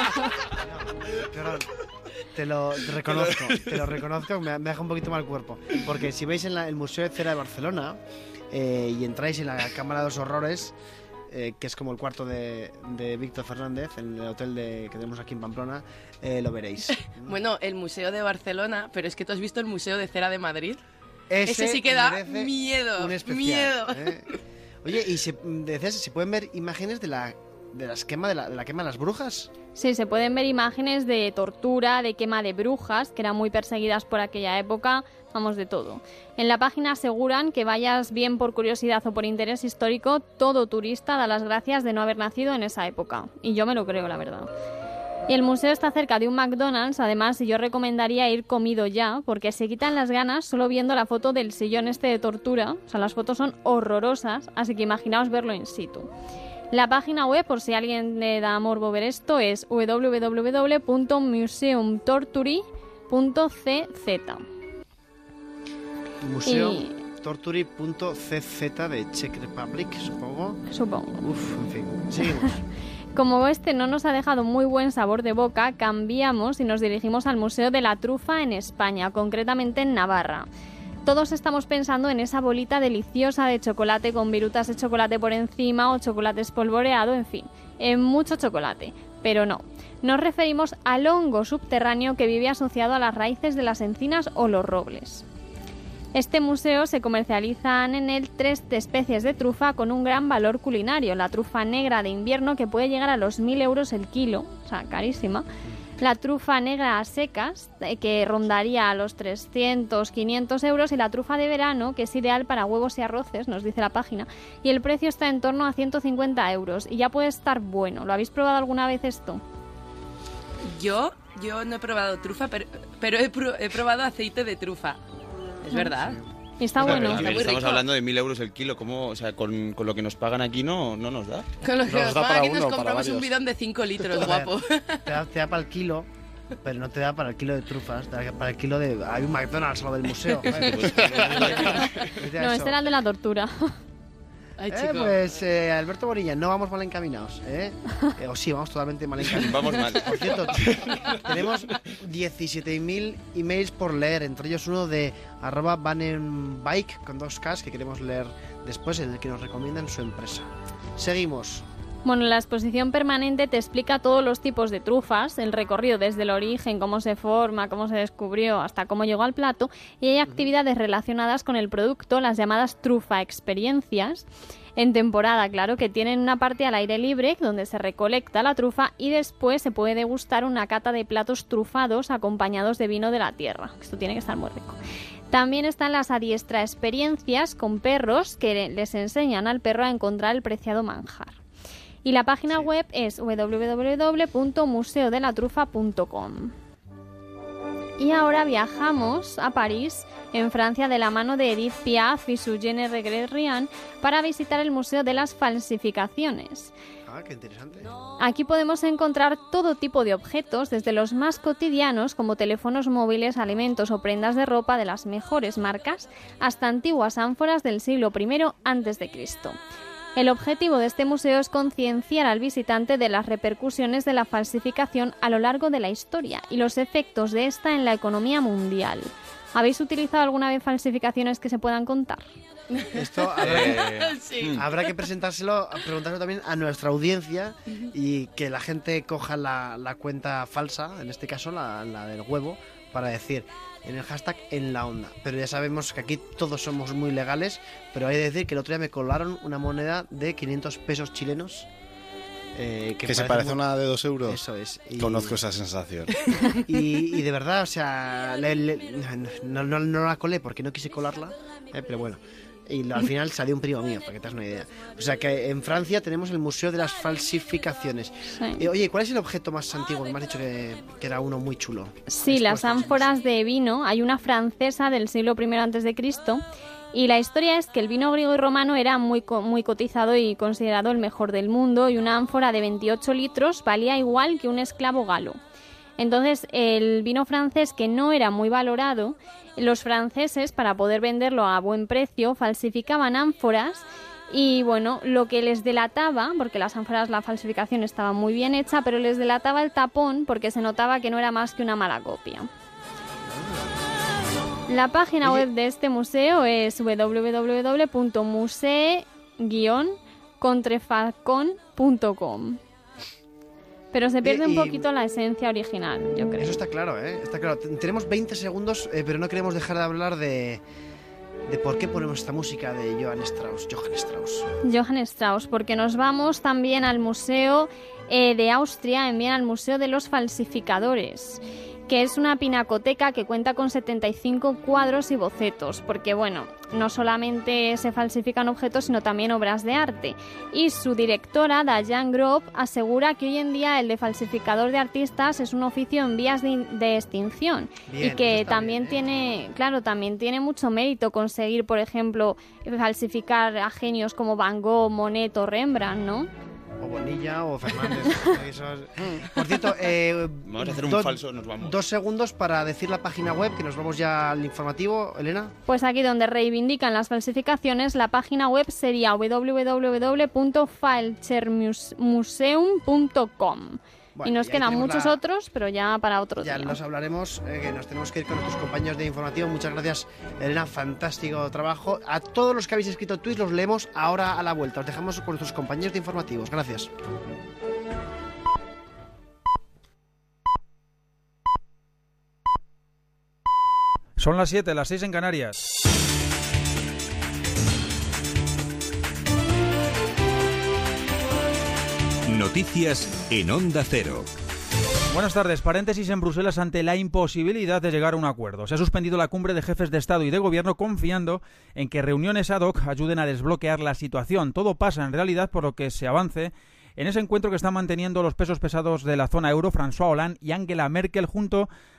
Perdón, te lo reconozco, te lo reconozco, me, me deja un poquito mal cuerpo. Porque si veis en la- el Museo de Cera de Barcelona eh, y entráis en la Cámara de los Horrores, eh, que es como el cuarto de, de Víctor Fernández, en el hotel de, que tenemos aquí en Pamplona, eh, lo veréis. Bueno, el Museo de Barcelona, pero es que tú has visto el Museo de Cera de Madrid. Ese, Ese sí que da merece miedo, un especial, miedo. ¿eh? Oye, y se, decías, ¿se pueden ver imágenes de la, de las quema, de, la, de la quema de las brujas? Sí, se pueden ver imágenes de tortura, de quema de brujas, que eran muy perseguidas por aquella época, vamos, de todo. En la página aseguran que vayas bien por curiosidad o por interés histórico, todo turista da las gracias de no haber nacido en esa época. Y yo me lo creo, la verdad. Y el museo está cerca de un McDonald's, además, y yo recomendaría ir comido ya, porque se quitan las ganas solo viendo la foto del sillón este de tortura. O sea, las fotos son horrorosas, así que imaginaos verlo in situ. La página web, por si a alguien le da morbo ver esto, es w w w punto museum tortury punto c z. Museo Y- tortury punto c z de Czech Republic, supongo. Supongo. Uf, en fin, seguimos. Como este no nos ha dejado muy buen sabor de boca, cambiamos y nos dirigimos al Museo de la Trufa en España, concretamente en Navarra. Todos estamos pensando en esa bolita deliciosa de chocolate con virutas de chocolate por encima o chocolate espolvoreado, en fin, en mucho chocolate. Pero no, nos referimos al hongo subterráneo que vive asociado a las raíces de las encinas o los robles. Este museo se comercializan en él tres especies de trufa con un gran valor culinario. La trufa negra de invierno, que puede llegar a los mil euros el kilo, o sea, carísima. La trufa negra a secas, eh, que rondaría a los trescientos, quinientos euros. Y la trufa de verano, que es ideal para huevos y arroces, nos dice la página. Y el precio está en torno a ciento cincuenta euros. Y ya puede estar bueno. ¿Lo habéis probado alguna vez esto? Yo, yo no he probado trufa, pero, pero he, pro- he probado aceite de trufa. Es verdad. Y está Pero, bueno. a ver, Está muy estamos rico. hablando de mil euros el kilo. ¿Cómo, o sea, con, con lo que nos pagan aquí no, no nos da. Con lo que Nos nos da pagan para aquí uno, nos para compramos un varios. bidón de cinco litros, A ver, guapo. Te da, te da para el kilo, pero no te da para el kilo de trufas, te da para el kilo de... Hay un McDonald's al lado del museo. Pues, Mira No, eso. este era el de la tortura. Ay, Eh, chico. pues eh, Alberto Bonilla, no vamos mal encaminados, ¿eh? Eh, o sí, vamos totalmente mal encaminados. vamos mal. Por cierto, tenemos diecisiete mil emails por leer, entre ellos uno de arroba Banenbike con dos Ks que queremos leer después, en el que nos recomiendan su empresa. Seguimos. Bueno, la exposición permanente te explica todos los tipos de trufas, el recorrido desde el origen, cómo se forma, cómo se descubrió, hasta cómo llegó al plato, y hay actividades relacionadas con el producto, las llamadas trufa experiencias, en temporada, claro, que tienen una parte al aire libre donde se recolecta la trufa y después se puede degustar una cata de platos trufados acompañados de vino de la tierra. Esto tiene que estar muy rico. También están las adiestra experiencias con perros que les enseñan al perro a encontrar el preciado manjar. Y la página web es doble u doble u doble u punto museo de la trufa punto com. Y ahora viajamos a París, en Francia, de la mano de Edith Piaf y su Jeanne Regret-Rian para visitar el Museo de las Falsificaciones. Ah, qué interesante. Aquí podemos encontrar todo tipo de objetos, desde los más cotidianos como teléfonos móviles, alimentos o prendas de ropa de las mejores marcas, hasta antiguas ánforas del siglo primero antes de Cristo. El objetivo de este museo es concienciar al visitante de las repercusiones de la falsificación a lo largo de la historia y los efectos de esta en la economía mundial. ¿Habéis utilizado alguna vez falsificaciones que se puedan contar? Esto habrá, Eh, Sí. habrá que presentárselo, preguntárselo también a nuestra audiencia y que la gente coja la, la cuenta falsa, en este caso la, la del huevo, para decir en el hashtag en la onda. Pero ya sabemos que aquí todos somos muy legales, pero hay que decir que el otro día me colaron una moneda de quinientos pesos chilenos. eh, Que, se parece a muy- una de dos euros. Eso es. Y- Conozco esa sensación. Y, y de verdad, o sea, le- le- no, no, no la colé porque no quise colarla, eh, pero bueno. Y lo- al final salió un primo mío, para que te hagas una idea. O sea que en Francia tenemos el Museo de las Falsificaciones. Sí. Eh, oye, ¿cuál es el objeto más antiguo? Que me has dicho que, que era uno muy chulo. Sí, Expuesto, las ánforas de vino. Hay una francesa del siglo primero antes de Cristo. Y la historia es que el vino griego y romano era muy, co- muy cotizado y considerado el mejor del mundo, y una ánfora de veintiocho litros valía igual que un esclavo galo. Entonces, el vino francés, que no era muy valorado, los franceses, para poder venderlo a buen precio, falsificaban ánforas. Y bueno, lo que les delataba, porque las ánforas, la falsificación estaba muy bien hecha, pero les delataba el tapón porque se notaba que no era más que una mala copia. La página web de este museo es doble u doble u doble u punto musee guion contrefacon punto com. Pero se pierde Y- un y- poquito la esencia original, yo creo. Eso está claro, ¿eh? Está claro. Ten- Tenemos veinte segundos, eh, pero no queremos dejar de hablar de, de por qué ponemos esta música de Johann Strauss. Johann Strauss. Johann Strauss, porque nos vamos también al museo eh, de Austria, en Viena, al Museo de los Falsificadores, que es una pinacoteca que cuenta con setenta y cinco cuadros y bocetos, porque bueno, no solamente se falsifican objetos, sino también obras de arte. Y su directora, Diane Grob, asegura que hoy en día el de falsificador de artistas es un oficio en vías de, de extinción. Bien, y eso que está también bien, ¿eh? tiene, claro, también tiene mucho mérito conseguir, por ejemplo, falsificar a genios como Van Gogh, Monet o Rembrandt, ¿no? O Bonilla o Fernández. Eso es- Por cierto, eh, Vamos a hacer un do- falso, nos vamos. Dos segundos para decir la página web, que nos vamos ya al informativo, Elena. Pues aquí donde reivindican las falsificaciones, la página web sería doble u doble u doble u punto falschermuseum punto com. Bueno, Y nos y ahí quedan tenemos muchos la- otros, pero ya para otro Ya día. los hablaremos, eh, que nos tenemos que ir con nuestros compañeros de informativo. Muchas gracias, Elena, fantástico trabajo. A todos los que habéis escrito tweets los leemos ahora a la vuelta. Os dejamos con nuestros compañeros de informativos. Gracias. Son las siete, las seis en Canarias. Noticias en Onda Cero. Buenas tardes. Paréntesis en Bruselas ante la imposibilidad de llegar a un acuerdo. Se ha suspendido la cumbre de jefes de Estado y de Gobierno confiando en que reuniones ad hoc ayuden a desbloquear la situación. Todo pasa en realidad por lo que se avance en ese encuentro que están manteniendo los pesos pesados de la zona euro, François Hollande y Angela Merkel, junto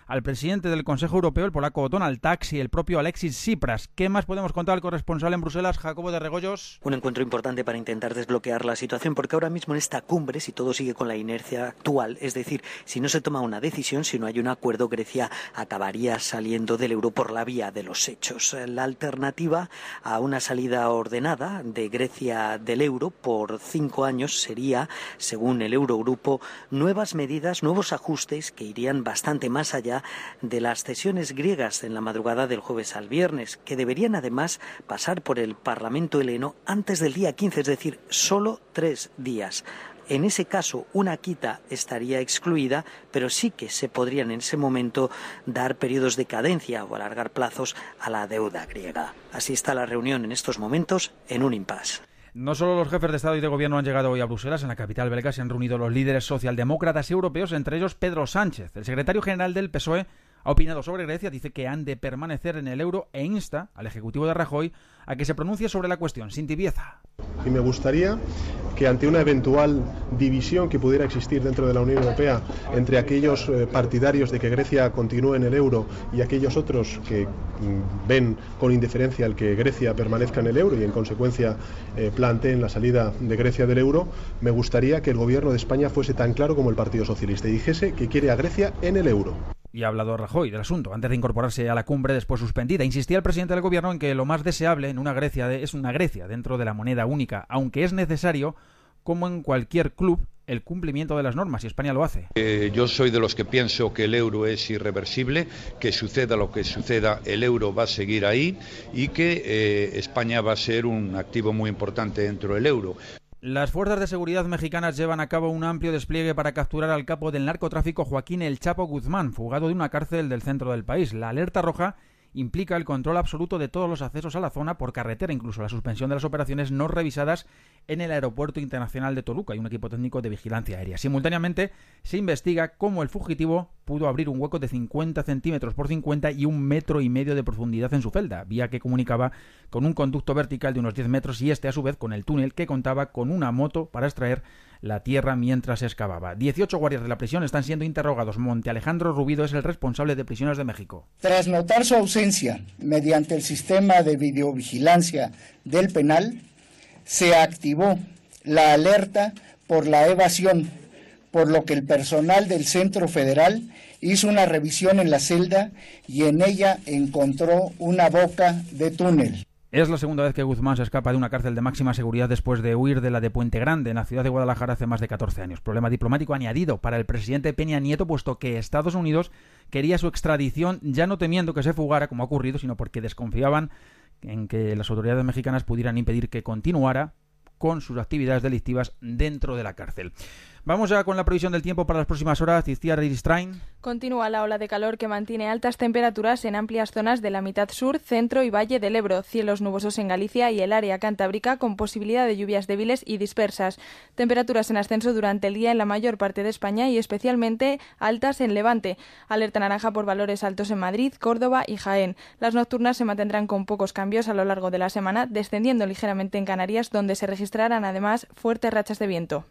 al presidente del Consejo Europeo, el polaco Donald Tusk, y el propio Alexis Tsipras. ¿Qué más podemos contar al corresponsal en Bruselas, Jacobo de Regoyos? Un encuentro importante para intentar desbloquear la situación, porque ahora mismo en esta cumbre, si todo sigue con la inercia actual, es decir, si no se toma una decisión, si no hay un acuerdo, Grecia acabaría saliendo del euro por la vía de los hechos. La alternativa a una salida ordenada de Grecia del euro por cinco años sería, según el Eurogrupo, nuevas medidas, nuevos ajustes que irían bastante más allá de las cesiones griegas en la madrugada del jueves al viernes, que deberían además pasar por el Parlamento heleno antes del día quince, es decir, solo tres días. En ese caso, una quita estaría excluida, pero sí que se podrían en ese momento dar periodos de cadencia o alargar plazos a la deuda griega. Así está la reunión en estos momentos en un impasse. No solo los jefes de Estado y de Gobierno han llegado hoy a Bruselas, en la capital belga se han reunido los líderes socialdemócratas europeos, entre ellos Pedro Sánchez. El secretario general del P S O E ha opinado sobre Grecia, dice que han de permanecer en el euro e insta al Ejecutivo de Rajoy a que se pronuncie sobre la cuestión, sin tibieza. Y me gustaría que ante una eventual división que pudiera existir dentro de la Unión Europea entre aquellos eh, partidarios de que Grecia continúe en el euro y aquellos otros que mm, ven con indiferencia el que Grecia permanezca en el euro y en consecuencia eh, planteen la salida de Grecia del euro, me gustaría que el Gobierno de España fuese tan claro como el Partido Socialista y dijese que quiere a Grecia en el euro. Y ha hablado Rajoy del asunto antes de incorporarse a la cumbre después suspendida. Insistía el presidente del gobierno en que lo más deseable en una Grecia de, es una Grecia dentro de la moneda única, aunque es necesario, como en cualquier club, el cumplimiento de las normas, y España lo hace. Eh, yo soy de los que pienso que el euro es irreversible, que suceda lo que suceda, el euro va a seguir ahí y que eh, España va a ser un activo muy importante dentro del euro. Las fuerzas de seguridad mexicanas llevan a cabo un amplio despliegue para capturar al capo del narcotráfico Joaquín El Chapo Guzmán, fugado de una cárcel del centro del país. La alerta roja implica el control absoluto de todos los accesos a la zona por carretera, incluso la suspensión de las operaciones no revisadas en el Aeropuerto Internacional de Toluca y un equipo técnico de vigilancia aérea. Simultáneamente se investiga cómo el fugitivo pudo abrir un hueco de cincuenta centímetros por cincuenta y un metro y medio de profundidad en su celda, vía que comunicaba con un conducto vertical de unos diez metros y este a su vez con el túnel que contaba con una moto para extraer la tierra mientras se excavaba. dieciocho guardias de la prisión están siendo interrogados. Monte Alejandro Rubido es el responsable de Prisiones de México. Tras notar su ausencia mediante el sistema de videovigilancia del penal, se activó la alerta por la evasión, por lo que el personal del Centro Federal hizo una revisión en la celda y en ella encontró una boca de túnel. Es la segunda vez que Guzmán se escapa de una cárcel de máxima seguridad después de huir de la de Puente Grande, en la ciudad de Guadalajara, hace más de catorce años. Problema diplomático añadido para el presidente Peña Nieto, puesto que Estados Unidos quería su extradición, ya no temiendo que se fugara, como ha ocurrido, sino porque desconfiaban en que las autoridades mexicanas pudieran impedir que continuara con sus actividades delictivas dentro de la cárcel. Vamos ya con la previsión del tiempo para las próximas horas. Iztiar Iristrain. Continúa la ola de calor que mantiene altas temperaturas en amplias zonas de la mitad sur, centro y valle del Ebro. Cielos nubosos en Galicia y el área cantábrica con posibilidad de lluvias débiles y dispersas. Temperaturas en ascenso durante el día en la mayor parte de España y especialmente altas en Levante. Alerta naranja por valores altos en Madrid, Córdoba y Jaén. Las nocturnas se mantendrán con pocos cambios a lo largo de la semana, descendiendo ligeramente en Canarias, donde se registrarán además fuertes rachas de viento.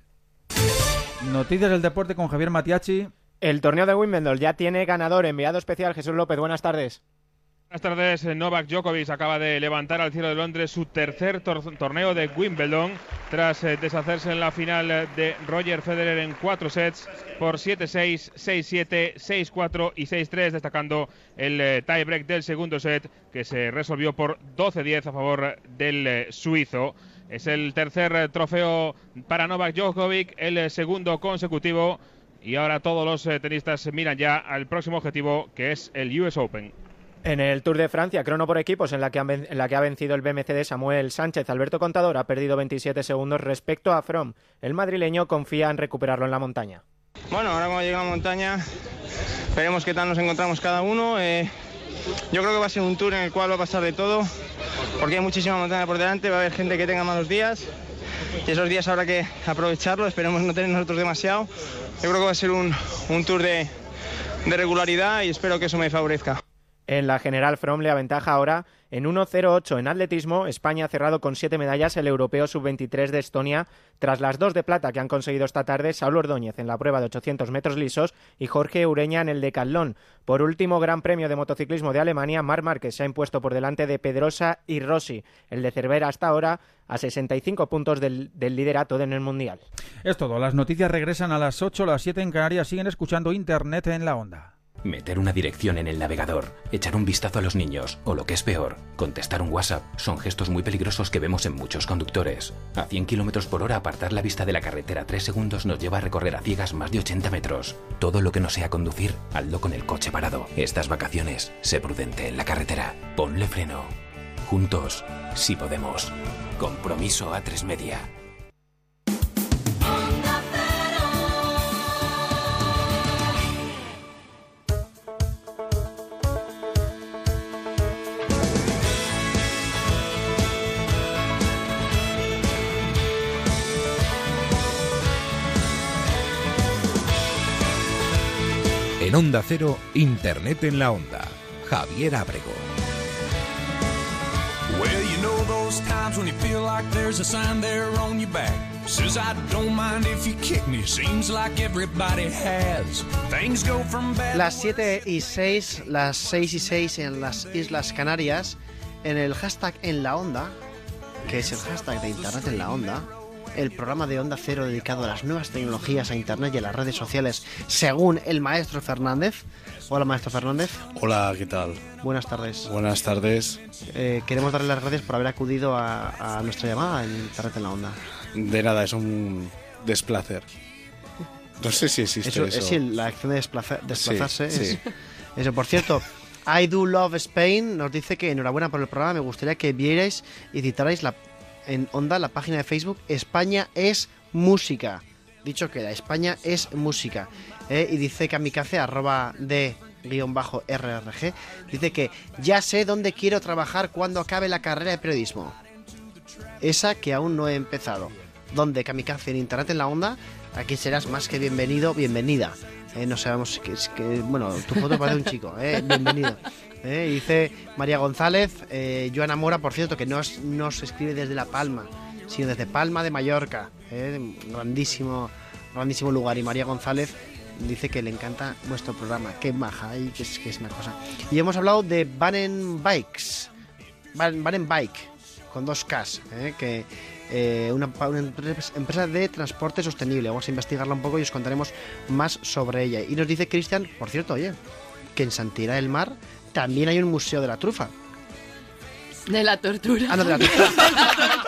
Noticias del deporte con Javier Matiachi. El torneo de Wimbledon ya tiene ganador, enviado especial Jesús López. Buenas tardes. Buenas tardes. Novak Djokovic acaba de levantar al cielo de Londres su tercer tor- torneo de Wimbledon tras eh, deshacerse en la final de Roger Federer en cuatro sets por siete seis, seis siete, seis cuatro y seis tres, destacando el eh, tiebreak del segundo set que se resolvió por doce diez a favor del eh, suizo. Es el tercer eh, trofeo para Novak Djokovic, el eh, segundo consecutivo, y ahora todos los eh, tenistas miran ya al próximo objetivo, que es el U S Open. En el Tour de Francia, crono por equipos, en la que ha, en la que ha vencido el B M C de Samuel Sánchez, Alberto Contador ha perdido veintisiete segundos respecto a Froome. El madrileño confía en recuperarlo en la montaña. Bueno, ahora cuando llegue a la montaña veremos qué tal nos encontramos cada uno. Eh, yo creo que va a ser un Tour en el cual va a pasar de todo, porque hay muchísima montaña por delante, va a haber gente que tenga malos días y esos días habrá que aprovecharlo. Esperemos no tener nosotros demasiado. Yo creo que va a ser un, un Tour de, de regularidad y espero que eso me favorezca. En la general, Froome le aventaja ahora en uno cero ocho. En atletismo, España ha cerrado con siete medallas el europeo sub veintitrés de Estonia, tras las dos de plata que han conseguido esta tarde Saúl Ordóñez en la prueba de ochocientos metros lisos y Jorge Ureña en el decatlón. Por último, Gran Premio de Motociclismo de Alemania, Marc Márquez se ha impuesto por delante de Pedrosa y Rossi. El de Cervera hasta ahora a sesenta y cinco puntos del, del liderato en el Mundial. Es todo. Las noticias regresan a las ocho, las siete en Canarias. Siguen escuchando Internet en la Onda. Meter una dirección en el navegador, echar un vistazo a los niños, o lo que es peor, contestar un WhatsApp, son gestos muy peligrosos que vemos en muchos conductores. A cien kilómetros por hora, apartar la vista de la carretera tres segundos nos lleva a recorrer a ciegas más de ochenta metros. Todo lo que no sea conducir, hazlo con el coche parado. Estas vacaciones, sé prudente en la carretera. Ponle freno. Juntos, sí podemos. Compromiso A tres Media. En Onda Cero, Internet en la Onda. Javier Ábrego. Well, you know those times when you feel like there's a sign there on your back. Says I don't mind if you kick me. Seems like everybody has. Things go from bad. Las siete y seis, las seis y seis en las Islas Canarias, en el hashtag en la Onda, que es el hashtag de Internet en la Onda, el programa de Onda Cero dedicado a las nuevas tecnologías, a Internet y a las redes sociales, según el maestro Fernández. Hola, maestro Fernández. Hola, ¿qué tal? Buenas tardes. Buenas tardes. Eh, queremos darle las gracias por haber acudido a, a nuestra llamada en Internet en la Onda. De nada, es un desplacer. No sé si existe eso. eso. Es sí, la acción de desplaza, desplazarse. Sí, es, sí. Eso, por cierto, I Do Love Spain nos dice que enhorabuena por el programa. Me gustaría que vierais y citarais la, en Onda la página de Facebook España es Música. Dicho queda, España es Música. Eh, y dice Kamikaze, arroba de guión bajo R R G, dice que ya sé dónde quiero trabajar cuando acabe la carrera de periodismo. Esa que aún no he empezado. ¿Dónde, Kamikaze? En Internet en la Onda. Aquí serás más que bienvenido, bienvenida. Eh, no sabemos que es que, bueno, tu foto parece un chico, eh, bienvenido. Eh, dice María González, eh, Joana Mora, por cierto, que no nos escribe desde La Palma, sino desde Palma de Mallorca. Eh, grandísimo, grandísimo lugar. Y María González dice que le encanta vuestro programa. Qué maja, y que es, que es una cosa. Y hemos hablado de Banen Bikes, Ban, Banen Bike, con dos Ks, eh, que eh, una, una empresa de transporte sostenible. Vamos a investigarla un poco y os contaremos más sobre ella. Y nos dice Cristian, por cierto, oye, que en Santillana del Mar también hay un museo de la trufa. De la tortura. Ah, no, de la tortura. De la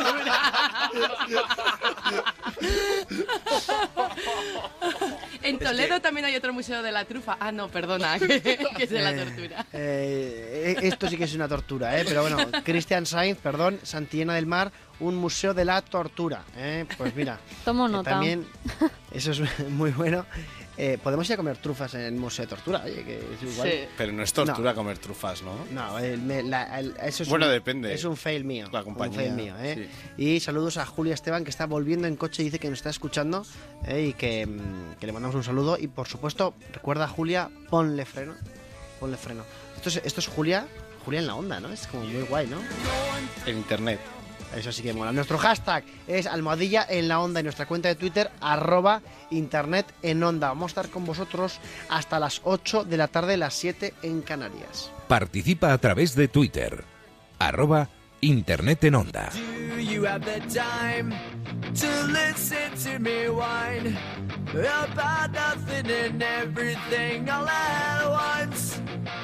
tortura. En Toledo es que... también hay otro museo de la trufa. Ah, no, perdona, que, que es de la tortura. Eh, eh, esto sí que es una tortura, ¿eh? Pero bueno, Cristian Sainz, perdón, Santillana del Mar, un museo de la tortura. ¿eh? Pues mira, tomo nota. Eh, también, eso es muy bueno. Eh, podemos ir a comer trufas en el Museo de Tortura, oye, que es igual. Sí. Pero no es tortura no. comer trufas, ¿no? No, el, me, la, el, eso es bueno, un, depende. Es un fail mío. La compañía. Un fail mío, ¿eh? Sí. Y saludos a Julia Esteban, que está volviendo en coche y dice que nos está escuchando ¿eh? y que, que le mandamos un saludo. Y por supuesto, recuerda, Julia, ponle freno. Ponle freno. Esto es, esto es Julia, Julia en la Onda, ¿no? Es como muy guay, ¿no? En Internet. Eso sí que mola. Nuestro hashtag es almohadilla en la Onda y nuestra cuenta de Twitter arroba internet en onda. Vamos a estar con vosotros hasta las ocho de la tarde, las siete en Canarias. Participa a través de Twitter arroba internet en onda. Do you have the time to listen to me whine about nothing and everything all at once?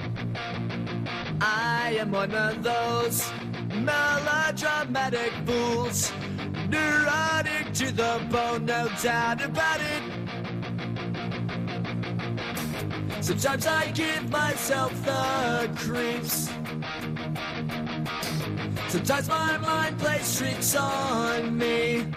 I am one of those melodramatic fools, neurotic to the bone, no doubt about it. Sometimes I give myself the creeps. Sometimes my mind plays tricks on me.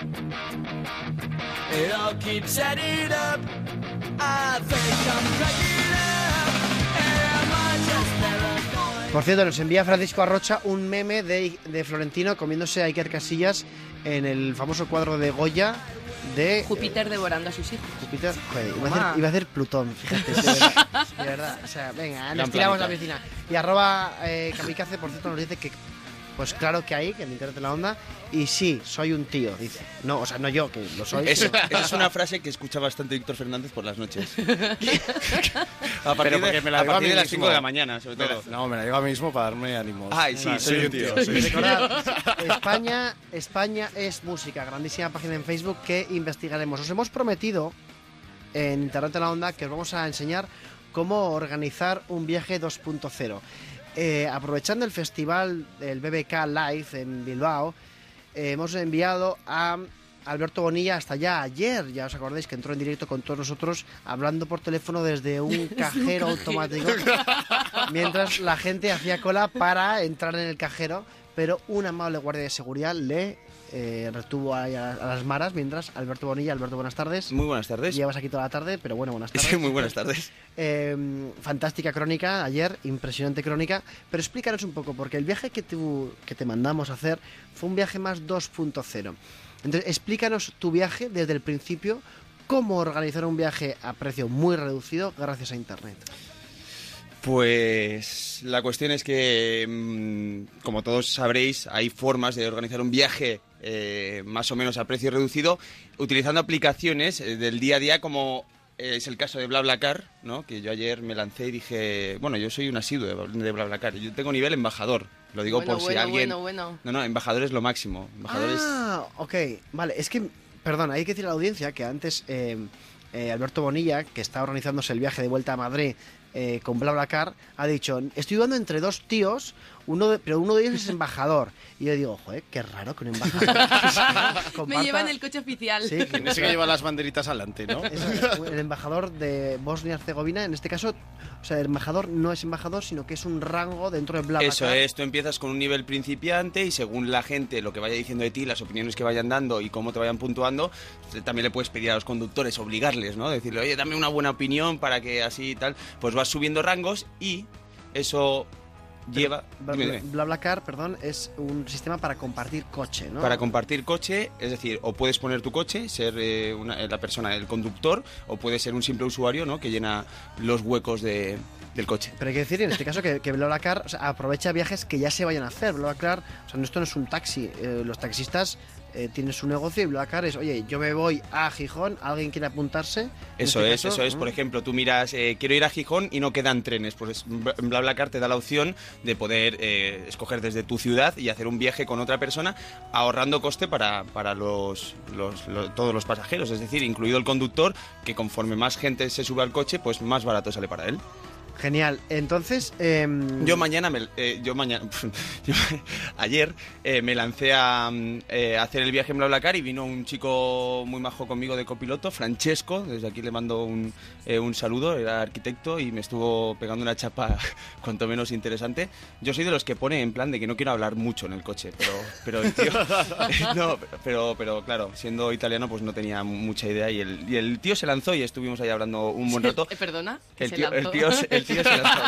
It all keeps adding up. I think I'm cracking up. Am I just paranoid? Por cierto, nos envía Francisco Arrocha un meme de, de Florentino comiéndose a Iker Casillas en el famoso cuadro de Goya de... Júpiter devorando a sus hijos. Júpiter, joder, iba a, Toma. hacer, iba a hacer Plutón, fíjate, de verdad, de verdad. O sea, venga, nos Gran tiramos a la planeta. piscina. Y arroba eh, Kamikaze, por cierto, nos dice que, pues claro que hay, que en Internet de la Onda, y sí, soy un tío, dice. No, o sea, no yo, que lo soy. Eso, pero- esa es una frase que escucha bastante Víctor Fernández por las noches. A Pero partir porque de, me la a digo a partir mí de las mismo. cinco de la mañana, sobre Me la- todo. No, me la digo a mí mismo para darme ánimos. Ay, sí, Ah, soy un tío. soy un tío. Recordad, España, España es música, grandísima página en Facebook que investigaremos. Os hemos prometido en Internet de la Onda que os vamos a enseñar cómo organizar un viaje dos punto cero. Eh, aprovechando el festival del B B K Live en Bilbao, eh, hemos enviado a Alberto Bonilla hasta allá ayer. Ya os acordáis que entró en directo con todos nosotros hablando por teléfono desde un cajero automático mientras la gente hacía cola para entrar en el cajero, pero un amable guardia de seguridad le eh, retuvo ahí a, a las maras mientras Alberto Bonilla. Alberto, buenas tardes. Muy buenas tardes. Llevas aquí toda la tarde, pero bueno, buenas tardes. Sí, muy buenas tardes. Eh, fantástica crónica ayer, impresionante crónica, pero explícanos un poco, porque el viaje que, tú, que te mandamos a hacer fue un viaje más dos punto cero. Entonces, explícanos tu viaje desde el principio, cómo organizar un viaje a precio muy reducido gracias a Internet. Pues la cuestión es que, mmm, como todos sabréis, hay formas de organizar un viaje eh, más o menos a precio reducido utilizando aplicaciones eh, del día a día, como eh, es el caso de BlaBlaCar, ¿no? Que yo ayer me lancé y dije, bueno, yo soy un asiduo de, de BlaBlaCar, yo tengo nivel embajador, lo digo Bueno, por si bueno, alguien... bueno, bueno. No, no, embajador es lo máximo. Embajadores... Ah, ok, vale, es que, perdón, hay que decir a la audiencia que antes eh, eh, Alberto Bonilla, que está organizándose el viaje de vuelta a Madrid eh, con BlaBlaCar, ha dicho, estoy dudando entre dos tíos, uno de- pero uno de ellos es embajador. Y yo digo, joder, qué raro que un embajador comparta- Me llevan el coche oficial. Sí, que- Ese que lleva las banderitas adelante, ¿no? Eso, el embajador de Bosnia-Herzegovina, en este caso, o sea, el embajador no es embajador, sino que es un rango dentro de BlaBlaCar. Eso es, tú empiezas con un nivel principiante y según la gente, lo que vaya diciendo de ti, las opiniones que vayan dando y cómo te vayan puntuando, también le puedes pedir a los conductores, obligarles, ¿no? Decirle, oye, dame una buena opinión para que así y tal. Pues vas subiendo rangos y eso lleva... Bla- dime, Bla- dime. BlaBlaCar, perdón, es un sistema para compartir coche, ¿no? Para compartir coche, es decir, o puedes poner tu coche, ser eh, una- la persona, el conductor, o puedes ser un simple usuario, ¿no? Que llena los huecos de, del coche. Pero hay que decir en este caso que, que BlaBlaCar, o sea, aprovecha viajes que ya se vayan a hacer. BlaBlaCar, o sea, esto no es un taxi. Eh, los taxistas eh, tienen su negocio y BlaBlaCar es, oye, yo me voy a Gijón, ¿alguien quiere apuntarse? En Eso este es, caso, eso es. ¿no? Por ejemplo, tú miras, eh, quiero ir a Gijón y no quedan trenes. Pues en BlaBlaCar te da la opción de poder eh, escoger desde tu ciudad y hacer un viaje con otra persona, ahorrando coste para, para los, los- lo- todos los pasajeros. Es decir, incluido el conductor, que conforme más gente se sube al coche, pues más barato sale para él. Genial. Entonces, em, Yo mañana, me, eh, yo mañana, yo ayer eh, me lancé a, mm, eh, a hacer el viaje en BlaBlaCar y vino un chico muy majo conmigo de copiloto, Francesco, desde aquí le mando un, eh, un saludo, era arquitecto y me estuvo pegando una chapa cuanto menos interesante. Yo soy de los que pone en plan de que no quiero hablar mucho en el coche, pero, pero el tío, no, pero, pero claro, siendo italiano pues no tenía mucha idea y el, y el tío se lanzó y estuvimos ahí hablando un buen rato. Eh, ¿Perdona? ¿Que El se tío, el lanzó? tío, se- el tío se lanzó.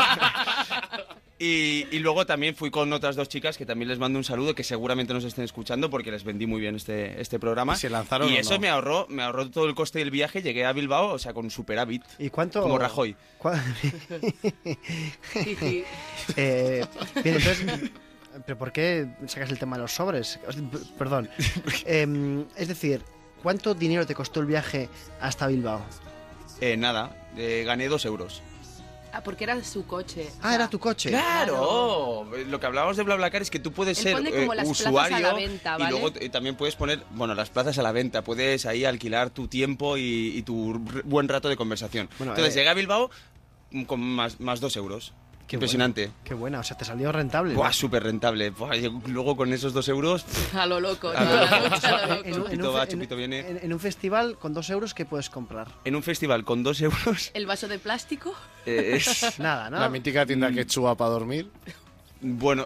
Y, y luego también fui con otras dos chicas que también les mando un saludo, que seguramente nos estén escuchando porque les vendí muy bien este, este programa. ¿Y se lanzaron Y o eso no? me ahorró, me ahorró todo el coste del viaje. Llegué a Bilbao, o sea, con superávit. ¿Y cuánto? Como Rajoy. ¿Cuá- Eh, bien, entonces, ¿pero por qué sacas el tema de los sobres? O sea, p- Perdón. Em, es decir, ¿cuánto dinero te costó el viaje hasta Bilbao? Eh, nada, eh, gané dos euros. Ah, porque era su coche. Ah, era tu coche. ¡Claro! Lo que hablábamos de BlaBlaCar es que tú puedes Él ser pone como eh, las plazas usuario a la venta, ¿vale? y luego eh, también puedes poner, bueno, las plazas a la venta. Puedes ahí alquilar tu tiempo y, y tu r- buen rato de conversación. Bueno, Entonces eh, llegué a Bilbao mm, con más, más dos euros. Qué Impresionante. buena, qué buena, o sea, te salió rentable. Buah, ¿no? súper rentable. Buah, y luego con esos dos euros... A lo loco, A lo toda la loco. noche a lo loco. En un- en Chupito un va, fe- en- chupito viene. En, en un festival con dos euros, ¿qué puedes comprar? En un festival con dos euros... ¿El vaso de plástico? eh, es... Nada, ¿no? La mítica tienda que chua para dormir. Bueno...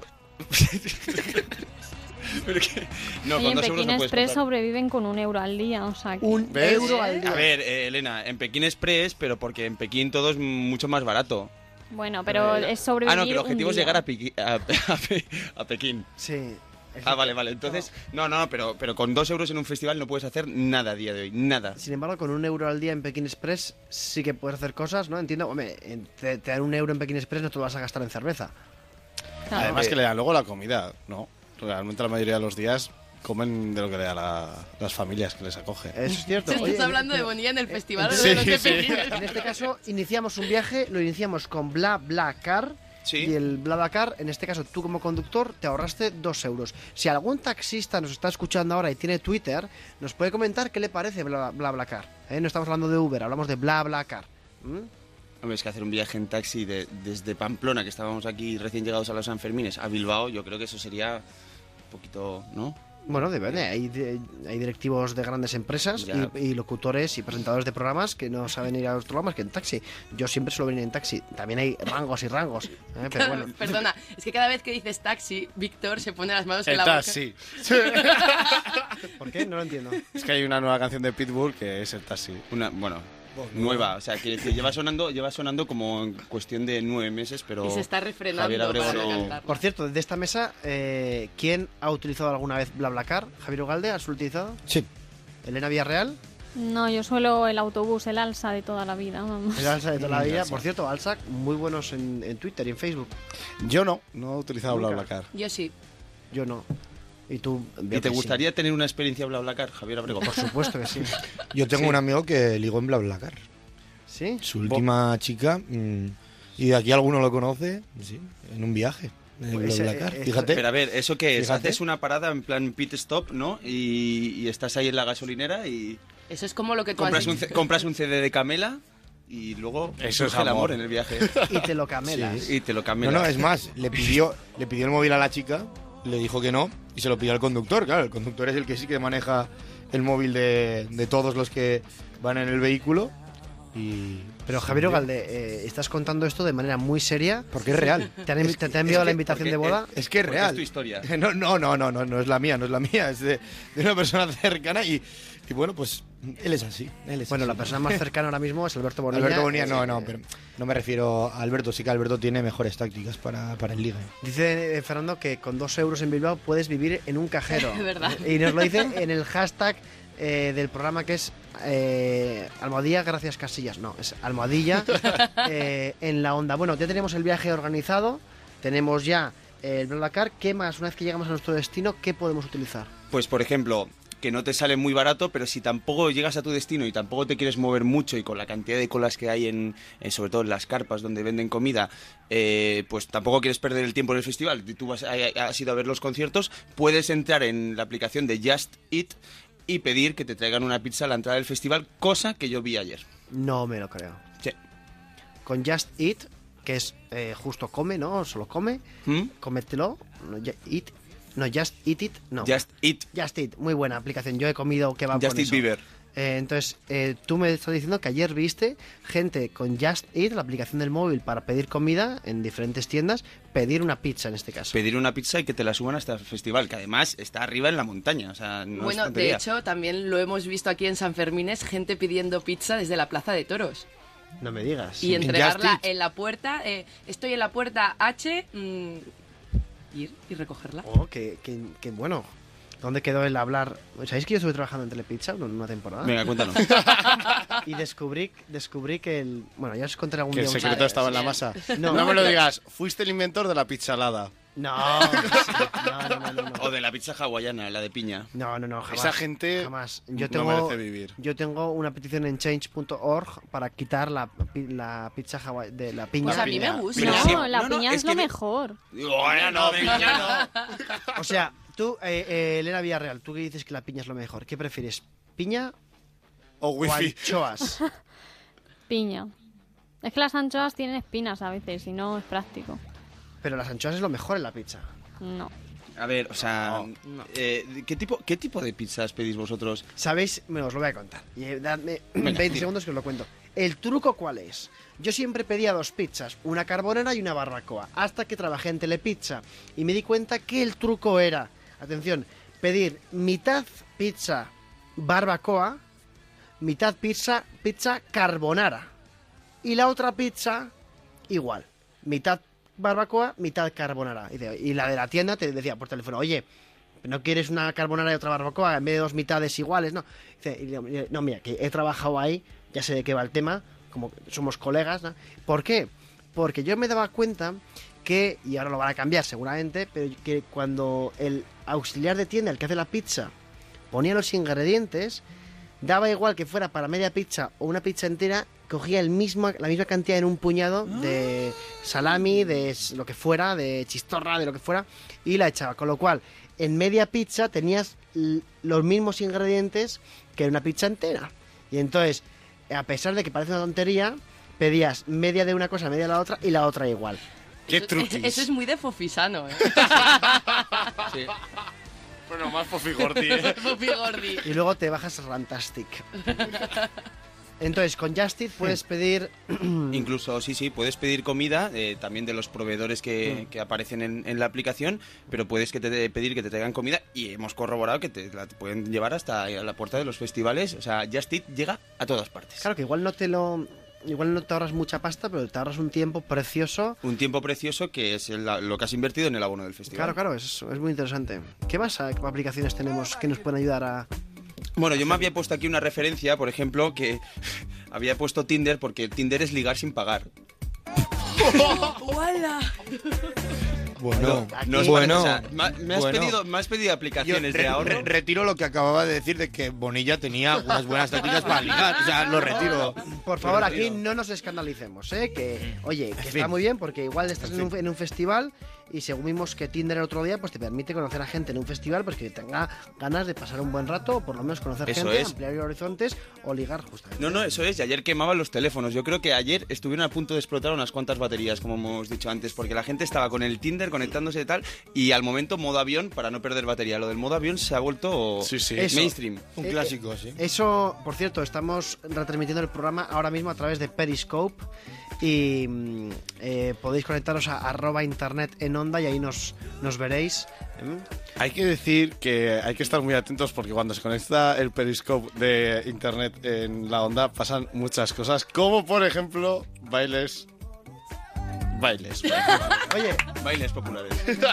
Pero que- no, Oye, con en dos euros Pekín no puedes Express comprar. sobreviven con un euro al día, o sea que... Un ¿Ves? euro al día. A ver, eh, Elena, en Pekín Express, pero porque en Pekín todo es mucho más barato. Bueno, pero Eh, es sobrevivir Ah, no, que el objetivo un es día. llegar a, Pequi- a, a Pe- a Pekín. Sí. Ah, vale, vale. Entonces, no, no, pero, pero con dos euros en un festival no puedes hacer nada a día de hoy, nada. Sin embargo, con un euro al día en Pekín Express sí que puedes hacer cosas, ¿no? Entiendo, hombre, te, te dan un euro en Pekín Express, no te lo vas a gastar en cerveza. Claro. Además que le dan luego la comida, ¿no? Realmente la mayoría de los días comen de lo que le dan la, las familias que les acoge. Eso es cierto. ¿Estás Oye, hablando pero, de Bonilla en el festival eh, o de los sí, de sí. Pekín? En este caso, iniciamos un viaje, lo iniciamos con BlaBlaCar. Sí. Y el BlaBlaCar, en este caso tú como conductor, te ahorraste dos euros. Si algún taxista nos está escuchando ahora y tiene Twitter, nos puede comentar qué le parece Bla- BlaBlaCar. ¿Eh? No estamos hablando de Uber, hablamos de BlaBlaCar. ¿Mm? Hombre, es que hacer un viaje en taxi de, desde Pamplona, que estábamos aquí recién llegados a los Sanfermines, a Bilbao, yo creo que eso sería un poquito, ¿no? Bueno, depende. Hay, de- hay directivos de grandes empresas Ya. y, y locutores y presentadores de programas que no saben ir a los programas que en taxi. Yo siempre suelo venir en taxi. También hay rangos y rangos. ¿eh? Pero Claro, bueno. Perdona, es que cada vez que dices taxi, Víctor se pone las manos en El la taxi. boca. ¿Por qué? No lo entiendo. Es que hay una nueva canción de Pitbull que es el taxi. Una, bueno, nueva, o sea, que, que lleva sonando lleva sonando como en cuestión de nueve meses, pero Y se está refrenando Javier Abrego para no- cantar. Por cierto, de esta mesa, eh, ¿quién ha utilizado alguna vez BlaBlaCar? ¿Javier Ugalde has utilizado? Sí. ¿Elena Villarreal? No, yo suelo el autobús, el alza de toda la vida, vamos. El Alsa de toda la Mm, vida. Alsa. Por cierto, Alsa, muy buenos en, en Twitter y en Facebook. Yo no, no he utilizado Nunca. BlaBlaCar. Yo sí. Yo no. ¿Y tú? ¿Y te gustaría tener una experiencia BlaBlaCar, Javier Abrego? Por supuesto que sí. Yo tengo Sí. un amigo que ligó en BlaBlaCar. ¿Sí? Su última chica, mm, y de aquí alguno lo conoce, sí, en un viaje. En Pues, BlaBlaCar, eh, eh, fíjate. Pero a ver, ¿eso qué es? Fíjate. Haces una parada en plan pit stop, ¿no? Y, y estás ahí en la gasolinera y Eso es como lo que tú compras has un, dicho. C- compras un C D de Camela y luego Eso es surge el amor. amor en el viaje. Y te lo camelas. Sí, y te lo No, camelas. no, es más, le pidió, le pidió el móvil a la chica, le dijo que no, y se lo pidió al conductor. Claro, el conductor es el que sí que maneja el móvil de, de todos los que van en el vehículo. Y Pero Javier Ugalde, eh, estás contando esto de manera muy seria. Porque es real. ¿Te han, envi- te, te han enviado es la que- invitación porque de boda? Es que es Porque real. es tu historia. No, no, no, no, no, no es la mía, no es la mía, es de, de una persona cercana y, y bueno, pues él es así. Él es Bueno, así. la persona más cercana ahora mismo es Alberto Bonilla. Alberto Bonilla, no, Eh, no, pero no me refiero a Alberto, sí que Alberto tiene mejores tácticas para, para el ligue. Dice eh, Fernando que con dos euros en Bilbao puedes vivir en un cajero. Es verdad. Y nos lo dice en el hashtag eh, del programa que es eh, Almohadilla gracias Casillas. No, es Almohadilla eh, en la onda. Bueno, ya tenemos el viaje organizado, tenemos ya el BlaBlaCar. ¿Qué más? Una vez que llegamos a nuestro destino, ¿qué podemos utilizar? Pues por ejemplo, que no te sale muy barato, pero si tampoco llegas a tu destino y tampoco te quieres mover mucho y con la cantidad de colas que hay en, en sobre todo en las carpas donde venden comida, eh, pues tampoco quieres perder el tiempo en el festival, y tú vas, has ido a ver los conciertos, puedes entrar en la aplicación de Just Eat y pedir que te traigan una pizza a la entrada del festival, cosa que yo vi ayer. No me lo creo. Sí. Con Just Eat, que es eh, justo come, ¿no? Solo come, ¿Mm? cómetelo. No, ya- eat, no, Just Eat It, no. Just Eat. Just Eat, muy buena aplicación. Yo he comido kebab Just con Eat eso. Beaver. Eh, entonces, eh, tú me estás diciendo que ayer viste gente con Just Eat, la aplicación del móvil para pedir comida en diferentes tiendas, pedir una pizza en este caso. Pedir una pizza y que te la suban hasta el festival, que además está arriba en la montaña. O sea, no es Bueno, de tontería. hecho, también lo hemos visto aquí en San Fermines, gente pidiendo pizza desde la Plaza de Toros. No me digas. Y En entregarla Just Eat. en la puerta. eh, estoy en la puerta H. mm, ir y recogerla. Oh, qué, qué- qué bueno. ¿Dónde quedó el hablar? ¿Sabéis que yo estuve trabajando en Telepizza en una temporada? Venga, cuéntanos. Y descubrí, descubrí que el... Bueno, ya os contaré algún Que el día un secreto chiste. estaba en la masa. No, No, me lo digas, fuiste el inventor de la pizzalada. No, no, no, no, no, no. O de la pizza hawaiana, la de piña. No, no, no, jamás. Esa gente jamás. no Yo tengo, merece vivir. Yo tengo una petición en change punto org para quitar la, pi- la pizza hawaii de la piña. Pues a mí me gusta. Pero No, sí, la no, no, piña es es, que lo de- mejor. Bueno, no, venga, ya no. O sea, tú, eh, eh, Elena Villarreal, tú que dices que la piña es lo mejor, ¿qué prefieres? ¿Piña O o wifi. anchoas? Piña. Es que las anchoas tienen espinas a veces y no es práctico. Pero las anchoas es lo mejor en la pizza. No. A ver, o sea, eh, ¿qué, tipo, ¿qué tipo de pizzas pedís vosotros? ¿Sabéis? Me os lo voy a contar. Y, eh, dadme Venga, veinte tira. segundos que os lo cuento. ¿El truco cuál es? Yo siempre pedía dos pizzas, una carbonara y una barbacoa, hasta que trabajé en Telepizza y me di cuenta que el truco era, atención, pedir mitad pizza barbacoa, mitad pizza, pizza carbonara. Y la otra pizza, igual, mitad barbacoa, mitad carbonara. Y, de- y la de la tienda te decía por teléfono, oye, no quieres una carbonara y otra barbacoa en vez de dos mitades iguales, no. Dice, no, mira, que he trabajado ahí, ya sé de qué va el tema, como somos colegas, ¿no? ¿Por qué? Porque yo me daba cuenta que, y ahora lo van a cambiar seguramente, pero que cuando el auxiliar de tienda, el que hace la pizza, ponía los ingredientes, daba igual que fuera para media pizza o una pizza entera, cogía el mismo, la misma cantidad en un puñado de salami, de lo que fuera, de chistorra, de lo que fuera, y la echaba. Con lo cual, en media pizza tenías los mismos ingredientes que en una pizza entera. Y entonces, a pesar de que parece una tontería, pedías media de una cosa, media de la otra y la otra igual. ¡Qué Eso, truquis! eso es muy de fofisano, ¿eh? Sí. Bueno, más fofigordi, ¿eh? Fofigordi. Y luego te bajas Rantastic. Entonces, con Just Eat puedes pedir... Incluso, sí, sí, puedes pedir comida, eh, también de los proveedores que, que aparecen en, en la aplicación, pero puedes que te de pedir que te traigan comida y hemos corroborado que te la te pueden llevar hasta a la puerta de los festivales. O sea, Just Eat llega a todas partes. Claro que igual no te lo... Igual no te ahorras mucha pasta, pero te ahorras un tiempo precioso. Un tiempo precioso que es el- lo que has invertido en el abono del festival. Claro, claro, es, es muy interesante. ¿Qué más eh, aplicaciones tenemos que nos pueden ayudar a...? Bueno, yo me había puesto aquí una referencia, por ejemplo, que había puesto Tinder porque Tinder es ligar sin pagar. ¡Hola! Bueno, No os bueno, parece, o sea, ma- me, has bueno. pedido, me has pedido aplicaciones Yo re- de ahorro. re- retiro lo que acababa de decir de que Bonilla tenía unas buenas tácticas para ligar. O sea, lo retiro. Por favor, Lo aquí retiro. no nos escandalicemos, ¿eh? Que, oye, que En está fin. muy bien porque igual estás En en un, fin. en un festival y según vimos que Tinder el otro día, pues te permite conocer a gente en un festival pues que tenga ganas de pasar un buen rato o por lo menos conocer Eso gente, es. ampliar horizontes o ligar justamente. No, no, eso es. Y ayer quemaban los teléfonos. Yo creo que ayer estuvieron a punto de explotar unas cuantas baterías, como hemos dicho antes, porque la gente estaba con el Tinder conectándose y tal, y al momento modo avión para no perder batería. Lo del modo avión se ha vuelto Eso. mainstream. Un Eh, clásico, eh, sí. Eso, por cierto, estamos retransmitiendo el programa ahora mismo a través de Periscope y mm, eh, podéis conectaros a arroba internet en onda y ahí nos, nos veréis. ¿eh? Hay que decir que hay que estar muy atentos porque cuando se conecta el periscope de internet en la onda pasan muchas cosas, como por ejemplo bailes. Bailes. Oye, Bailes populares.